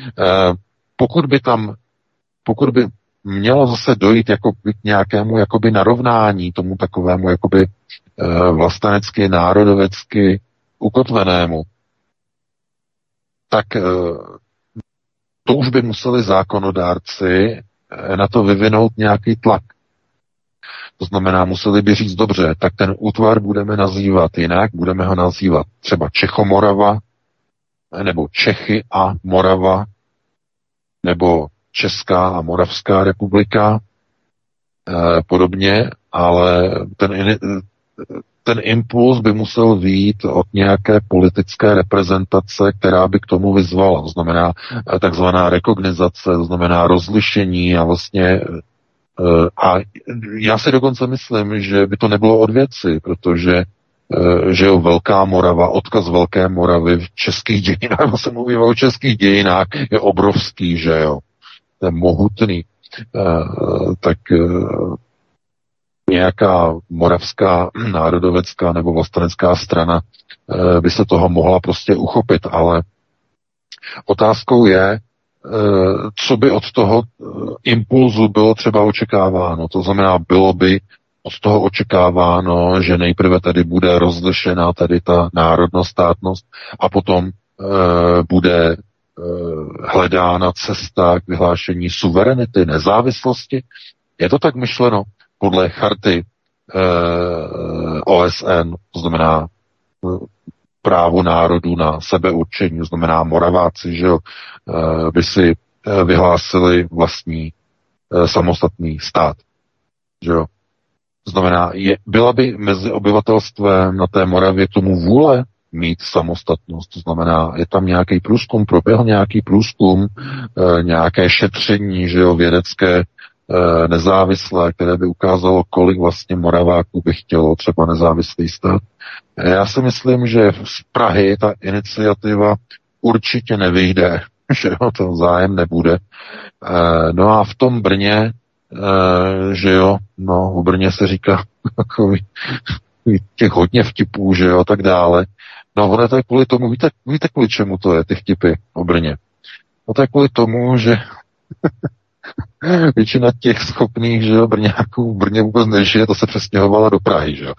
pokud by mělo zase dojít jako k nějakému jakoby narovnání tomu takovému jakoby vlastenecky, národovecky ukotvenému, tak to už by museli zákonodárci na to vyvinout nějaký tlak. To znamená, museli by říct, dobře, tak ten útvar budeme nazývat jinak, budeme ho nazývat třeba Čechomorava, nebo Čechy a Morava, nebo Česká a Moravská republika, podobně, ale ten impuls by musel vyjít od nějaké politické reprezentace, která by k tomu vyzvala. To znamená takzvaná rekognizace, to znamená rozlišení a vlastně a já si dokonce myslím, že by to nebylo od věci, protože že jo, Velká Morava, odkaz Velké Moravy v českých dějinách, se mluví o českých dějinách, je obrovský, že jo. To je mohutný. Tak nějaká moravská národovecká nebo vlastenecká strana by se toho mohla prostě uchopit, ale otázkou je, co by od toho impulzu bylo třeba očekáváno. To znamená, bylo by od toho očekáváno, že nejprve tady bude rozlišena tady ta národnost, státnost a potom bude hledána cesta k vyhlášení suverenity, nezávislosti. Je to tak myšleno podle charty OSN, to znamená právo národu na sebeurčení, to znamená Moraváci, že jo, by si vyhlásili vlastní samostatný stát, že jo. To znamená, byla by mezi obyvatelstvem na té Moravě k tomu vůle mít samostatnost, to znamená, je tam nějaký průzkum, proběhl nějaký průzkum, nějaké šetření, že jo, vědecké, nezávislé, které by ukázalo, kolik vlastně Moraváků by chtělo třeba nezávislý stát. Já si myslím, že z Prahy ta iniciativa určitě nevyjde, že jo, to zájem nebude. No a v tom Brně, že jo, no, v Brně se říká takový těch hodně vtipů, že jo, tak dále. No, ono to je kvůli tomu, víte kvůli čemu to je, ty vtipy o Brně? No to je kvůli tomu, že většina těch schopných, že jo, Brňáků v Brně vůbec nežije, to se přestěhovala do Prahy, že jo.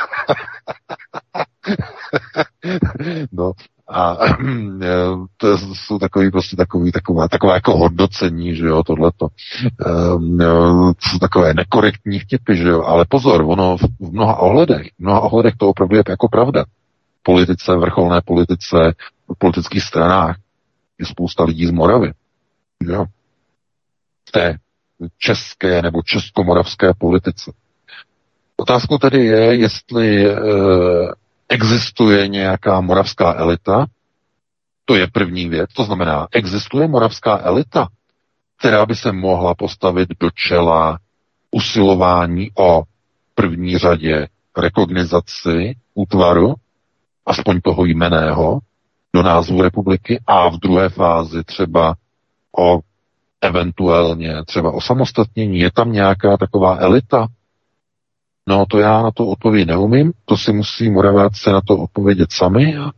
No a to jsou takový prostě taková jako hodnocení, že jo, tohleto. Jsou takové nekorektní vtipy, že jo, ale pozor, ono v mnoha ohledech to opravdu je jako pravda. Politice, vrcholné politice, v politických stranách je spousta lidí z Moravy, že jo. V té české nebo českomoravské politice. Otázkou tedy je, jestli existuje nějaká moravská elita, to je první věc, to znamená, existuje moravská elita, která by se mohla postavit do čela usilování o první řadě rekognizaci útvaru, aspoň toho jmenného, do názvu republiky a v druhé fázi třeba o eventuálně třeba osamostatnění. Je tam nějaká taková elita? No to já na to odpovědět neumím, to si musí Moraváci na to odpovědět sami a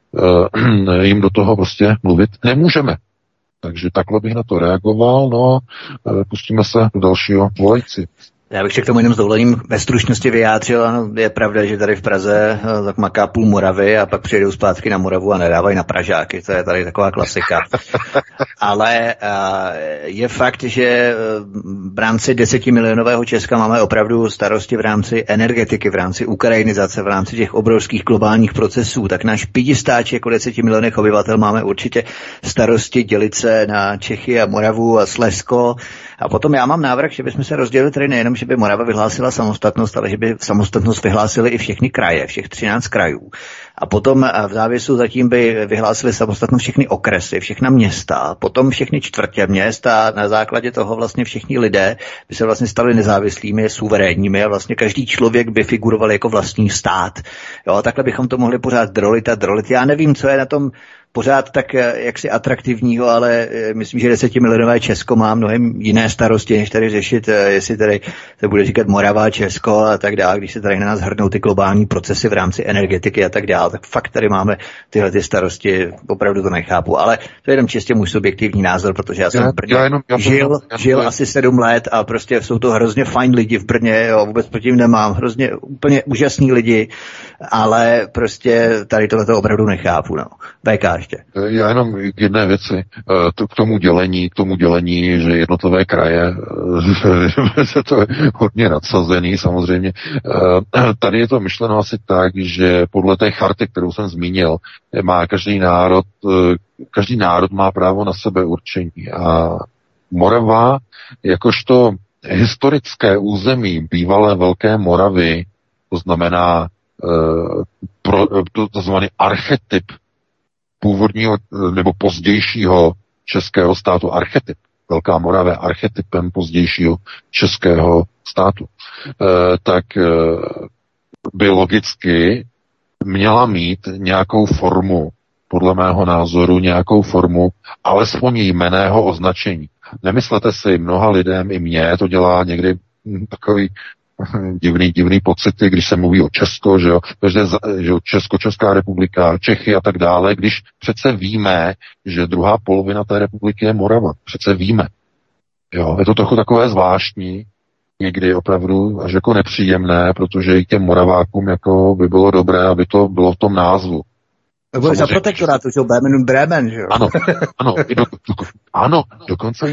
jim do toho prostě mluvit nemůžeme. Takže takhle bych na to reagoval, no pustíme se do dalšího volající. Já bych se k tomu jenom s dovolením ve stručnosti vyjádřil. Ano, je pravda, že tady v Praze tak maká půl Moravy a pak přijedou zpátky na Moravu a nedávají na Pražáky. To je tady taková klasika. Ale je fakt, že v rámci 10milionového Česka máme opravdu starosti v rámci energetiky, v rámci ukrajinizace, v rámci těch obrovských globálních procesů. Tak náš pětistáč jako 10 milionech obyvatel máme určitě starosti dělit se na Čechy a Moravu a Slezsko. A potom já mám návrh, že bychom se rozdělili tedy nejenom, že by Morava vyhlásila samostatnost, ale že by samostatnost vyhlásili i všechny kraje, všech 13 krajů. A potom v závěsu zatím by vyhlásili samostatnost všechny okresy, všechna města, potom všechny čtvrtě měst a na základě toho vlastně všichni lidé by se vlastně stali nezávislými, suverénními a vlastně každý člověk by figuroval jako vlastní stát. Jo, takhle bychom to mohli pořád drolit. Já nevím, co je na tom pořád tak jaksi atraktivního, ale myslím, že 10milionové Česko má mnohem jiné starosti, než tady řešit, jestli tady se bude říkat Morava, Česko a tak dále, když se tady na nás hrnou ty globální procesy v rámci energetiky a tak dále, tak fakt tady máme tyhle ty starosti, opravdu to nechápu, ale to je jenom čistě můj subjektivní názor, protože já jsem v Brně žil asi 7 let a prostě jsou to hrozně fajn lidi v Brně, jo, vůbec proti nim nemám, hrozně úplně úžasní lidi, ale prostě tady tohleto opravdu nechápu, no. VK ještě. Já jenom k jedné věci, k tomu dělení, že jednotlivé kraje, to je hodně nadsazený samozřejmě. Tady je to myšleno asi tak, že podle té charty, kterou jsem zmínil, má každý národ má právo na sebeurčení a Morava, jakožto historické území bývalé Velké Moravy, to znamená to znamená archetyp původního nebo pozdějšího českého státu, archetyp. Velká Morava je archetypem pozdějšího českého státu. Tak by logicky měla mít nějakou formu, podle mého názoru, nějakou formu alespoň jmenného označení. Nemyslete si, mnoha lidem, i mně to dělá někdy takový divný pocity, když se mluví o Česko, že jo, Česká republika, Čechy a tak dále, když přece víme, že druhá polovina té republiky je Morava. Přece víme. Jo, je to trochu takové zvláštní, někdy opravdu až jako nepříjemné, protože i těm Moravákům jako by bylo dobré, aby to bylo v tom názvu. Nebo za protektorátu, že Bremen, že jo? Ano, dokonce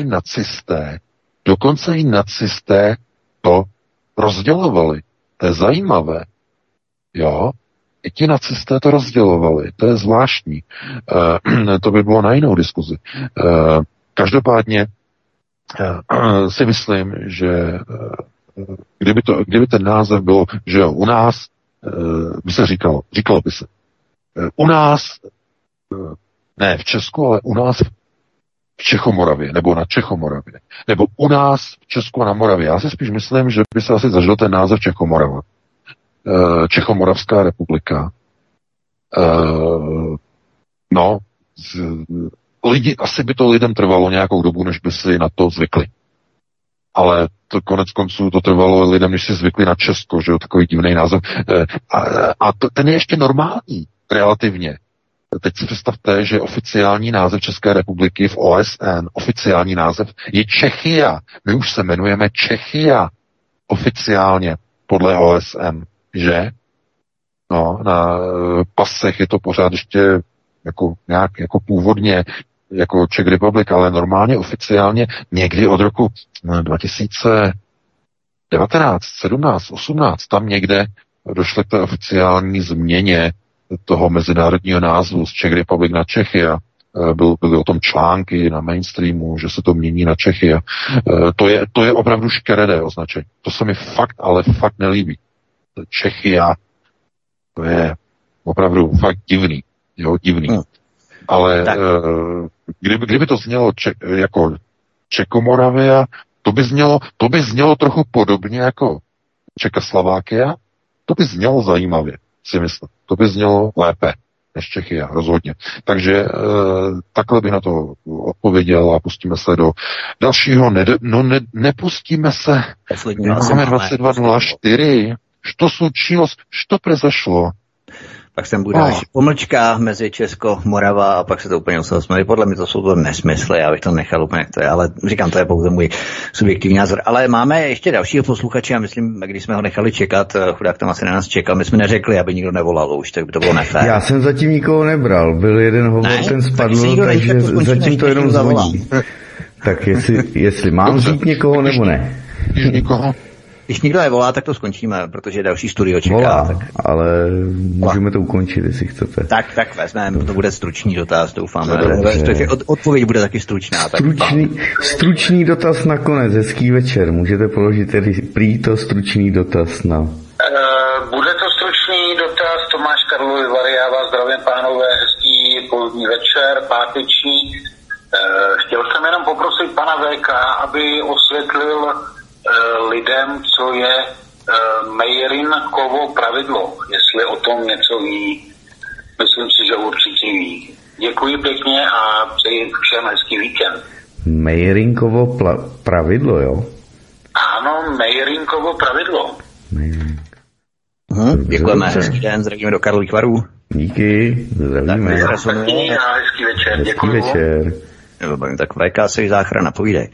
i nacisté to rozdělovali. To je zajímavé. Jo? I ti nacisté to rozdělovali. To je zvláštní. To by bylo na jinou diskuzi. Každopádně si myslím, že kdyby ten název bylo, že jo, u nás by se říkalo by se, u nás, ne v Česku, ale u nás v Čechomoravě, nebo na Čechomoravě, nebo u nás v Česku a na Moravě. Já si spíš myslím, že by se asi zažil ten název Čechomorava. Čechomoravská republika. Asi by to lidem trvalo nějakou dobu, než by si na to zvykli. Ale to konec konců to trvalo lidem, než si zvykli na Česko, že jo, takový divný název. Ten je ještě normální, relativně. Teď si představte, že oficiální název České republiky v OSN, oficiální název je Čechia. My už se jmenujeme Čechia oficiálně podle OSN, že? No, na pasech je to pořád ještě jako původně jako Czech Republic, ale normálně oficiálně někdy od roku 2019, 17, 18, tam někde došlo k té oficiální změně toho mezinárodního názvu z Czech Republic na Czechia. Byly o tom články na mainstreamu, že se to mění na Czechia. To je opravdu škaredé označení. To se mi ale fakt nelíbí. Czechia, to je opravdu fakt divný. Jo, divný. Ale kdyby to znělo jako Čekomoravia, To by znělo trochu podobně jako Čekoslovákia, to by znělo zajímavě, si myslím. To by znělo lépe než Čechia, rozhodně. Takže takhle bych na to odpověděl a pustíme se do dalšího. Nepustíme se. Máme 22.04. Što slučilo? Što prezašlo? Pak sem bude pomlčka mezi Česko, Morava a pak se to úplně usmysli. Podle mě to jsou to nesmysly, já bych to nechal úplně jak to je, ale říkám, to je pouze můj subjektivní názor. Ale máme ještě dalšího posluchače a myslím, když jsme ho nechali čekat, chudák tam asi na nás čekal, my jsme neřekli, aby nikdo nevolal už, tak by to bylo nefér. Já jsem zatím nikoho nebral, byl jeden hovor, ten spadl, takže zatím to jenom zvoní. Tak jestli mám vzít někoho nebo ne? Nikoho. Když nikdo nevolá, tak to skončíme, protože další studio čeká. Volá, tak... ale můžeme to ukončit, jestli chcete. Tak vezmeme, to bude stručný dotaz, doufám. Odpověď bude taky stručná. Stručný dotaz nakonec, hezký večer. Můžete položit tedy prý to stručný dotaz na... Bude to stručný dotaz, Tomáš Karlovy Vary, já vás zdravím, pánové, hezký pozdní večer, páteční. Chtěl jsem jenom poprosit pana VK, aby osvětlil lidem, co je Meirinkovo pravidlo, jestli o tom něco ví. Myslím si, že určitě ví. Děkuji pěkně a přeji všem hezký víkend. Meirinkovo pravidlo, jo? Ano, Meirinkovo pravidlo. Děkujeme, hezký den, zdravíme do Karlových Varů. Díky, zdravíme. A hezký večer, děkuji. Hezký večer. Tak VK se záchrana, povídej.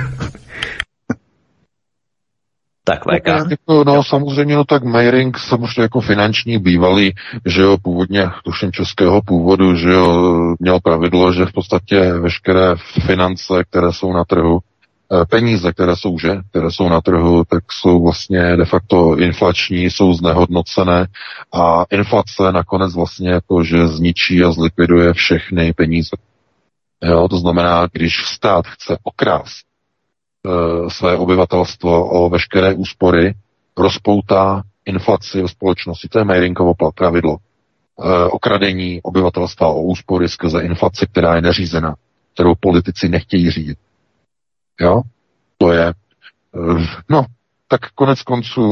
Tak, no samozřejmě, no tak Meiring samozřejmě jako finanční bývalý, že jo, původně tuším českého původu, že jo, měl pravidlo, že v podstatě veškeré finance, které jsou na trhu, peníze, které jsou na trhu, tak jsou vlastně de facto inflační, jsou znehodnocené a inflace nakonec vlastně jako, že zničí a zlikviduje všechny peníze. Jo, to znamená, když stát chce okrást své obyvatelstvo o veškeré úspory, rozpoutá inflaci ve společnosti. To je Meirinkovo pravidlo. Okradení obyvatelstva o úspory skrze inflaci, která je neřízená, kterou politici nechtějí řídit. Jo? To je... No, tak konec konců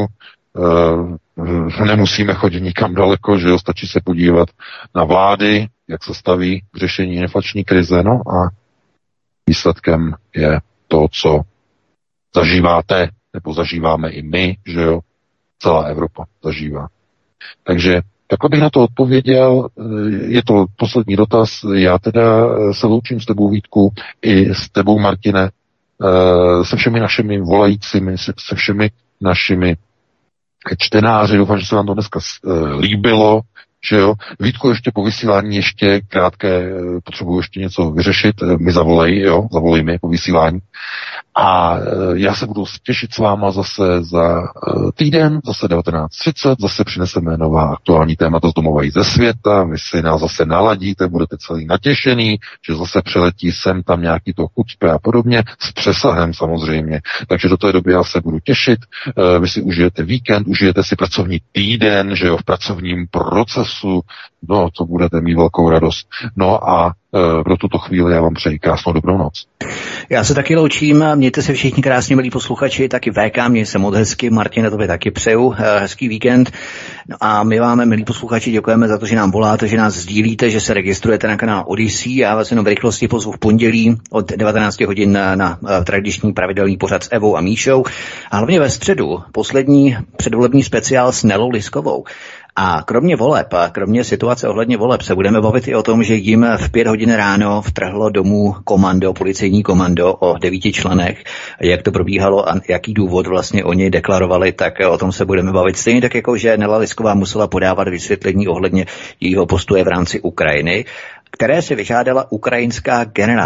nemusíme chodit nikam daleko, že jo? Stačí se podívat na vlády, jak se staví k řešení inflační krize, no a výsledkem je to, co zažíváte, nebo zažíváme i my, že jo, celá Evropa zažívá. Takže takhle bych na to odpověděl, je to poslední dotaz, já teda se loučím s tebou, Vítku, i s tebou, Martine, se všemi našimi volajícími, se všemi našimi čtenáři, doufám, že se vám to dneska líbilo, že jo. Vítku, ještě po vysílání, ještě krátké, potřebuji ještě něco vyřešit, mi zavolej mi po vysílání. A já se budu těšit s váma zase za týden, zase 19:30, zase přineseme nová aktuální témata z domova i ze světa, vy si nás zase naladíte, budete celý natěšený, že zase přeletí sem tam nějaký to chuťpe a podobně, s přesahem samozřejmě. Takže do té doby já se budu těšit, vy si užijete víkend, užijete si pracovní týden, že jo, v pracovním procesu, no to budete mít velkou radost. No a pro tuto chvíli já vám přeji krásnou dobrou noc. Já se taky loučím, mějte se všichni krásně, milí posluchači, taky VK, měj se moc hezky, Martine, tobě taky přeju hezký víkend. No a my vám, milí posluchači, děkujeme za to, že nám voláte, že nás sdílíte, že se registrujete na kanál Odyssey. Já vás jenom v rychlosti pozvu v pondělí od 19 hodin na tradiční pravidelný pořad s Evou a Míšou. A hlavně ve středu poslední předvolební speciál s Nelou Liskovou. A kromě voleb, a kromě situace ohledně voleb se budeme bavit i o tom, že jim v 5 hodin ráno vtrhlo domů komando, policejní komando o 9 členech. Jak to probíhalo a jaký důvod vlastně oni deklarovali, tak o tom se budeme bavit. Stejně tak jako, že Nela Lisková musela podávat vysvětlení ohledně jejího postuje v rámci Ukrajiny, které se vyžádala ukrajinská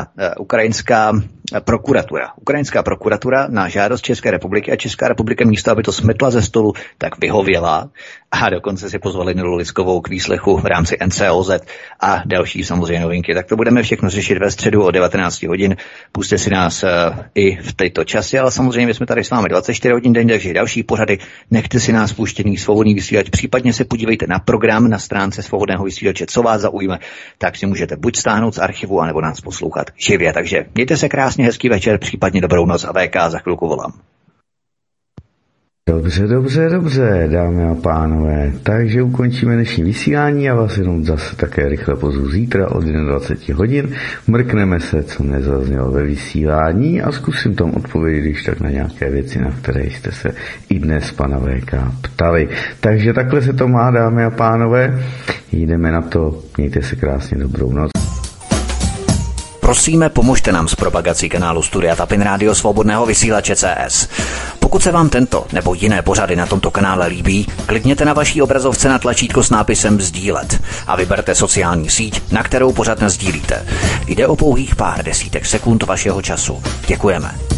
prokuratura. Ukrajinská prokuratura na žádost České republiky a Česká republika místo, aby to smetla ze stolu, tak vyhověla a dokonce si pozvali Nelu Liskovou k výslechu v rámci NCOZ a další samozřejmě novinky. Tak to budeme všechno řešit ve středu o 19 hodin. Puste si nás i v této časy, ale samozřejmě jsme tady s vámi 24 hodin den, takže další pořady. Nechte si nás puštěný svobodný vysílač, případně se podívejte na program na stránce svobodného vysílače, co vás zaujme, tak si můžete buď stáhnout z archivu, anebo nás poslouchat živě. Takže mějte se krásně. krásně hezký večer, případně dobrou noc a VK za chvilku volám. Dobře, dámy a pánové. Takže ukončíme dnešní vysílání a vás jenom zase také rychle pozvu zítra od 21 hodin. Mrkneme se, co nezaznělo ve vysílání a zkusím tam odpovědět, když tak na nějaké věci, na které jste se i dnes pana VK ptali. Takže takhle se to má, dámy a pánové. Jdeme na to. Mějte se krásně, dobrou noc. Prosíme, pomožte nám s propagací kanálu Studia Tapin Rádio Svobodného vysílače CS. Pokud se vám tento nebo jiné pořady na tomto kanále líbí, klikněte na vaší obrazovce na tlačítko s nápisem sdílet a vyberte sociální síť, na kterou pořad nasdílíte. Jde o pouhých pár desítek sekund vašeho času. Děkujeme.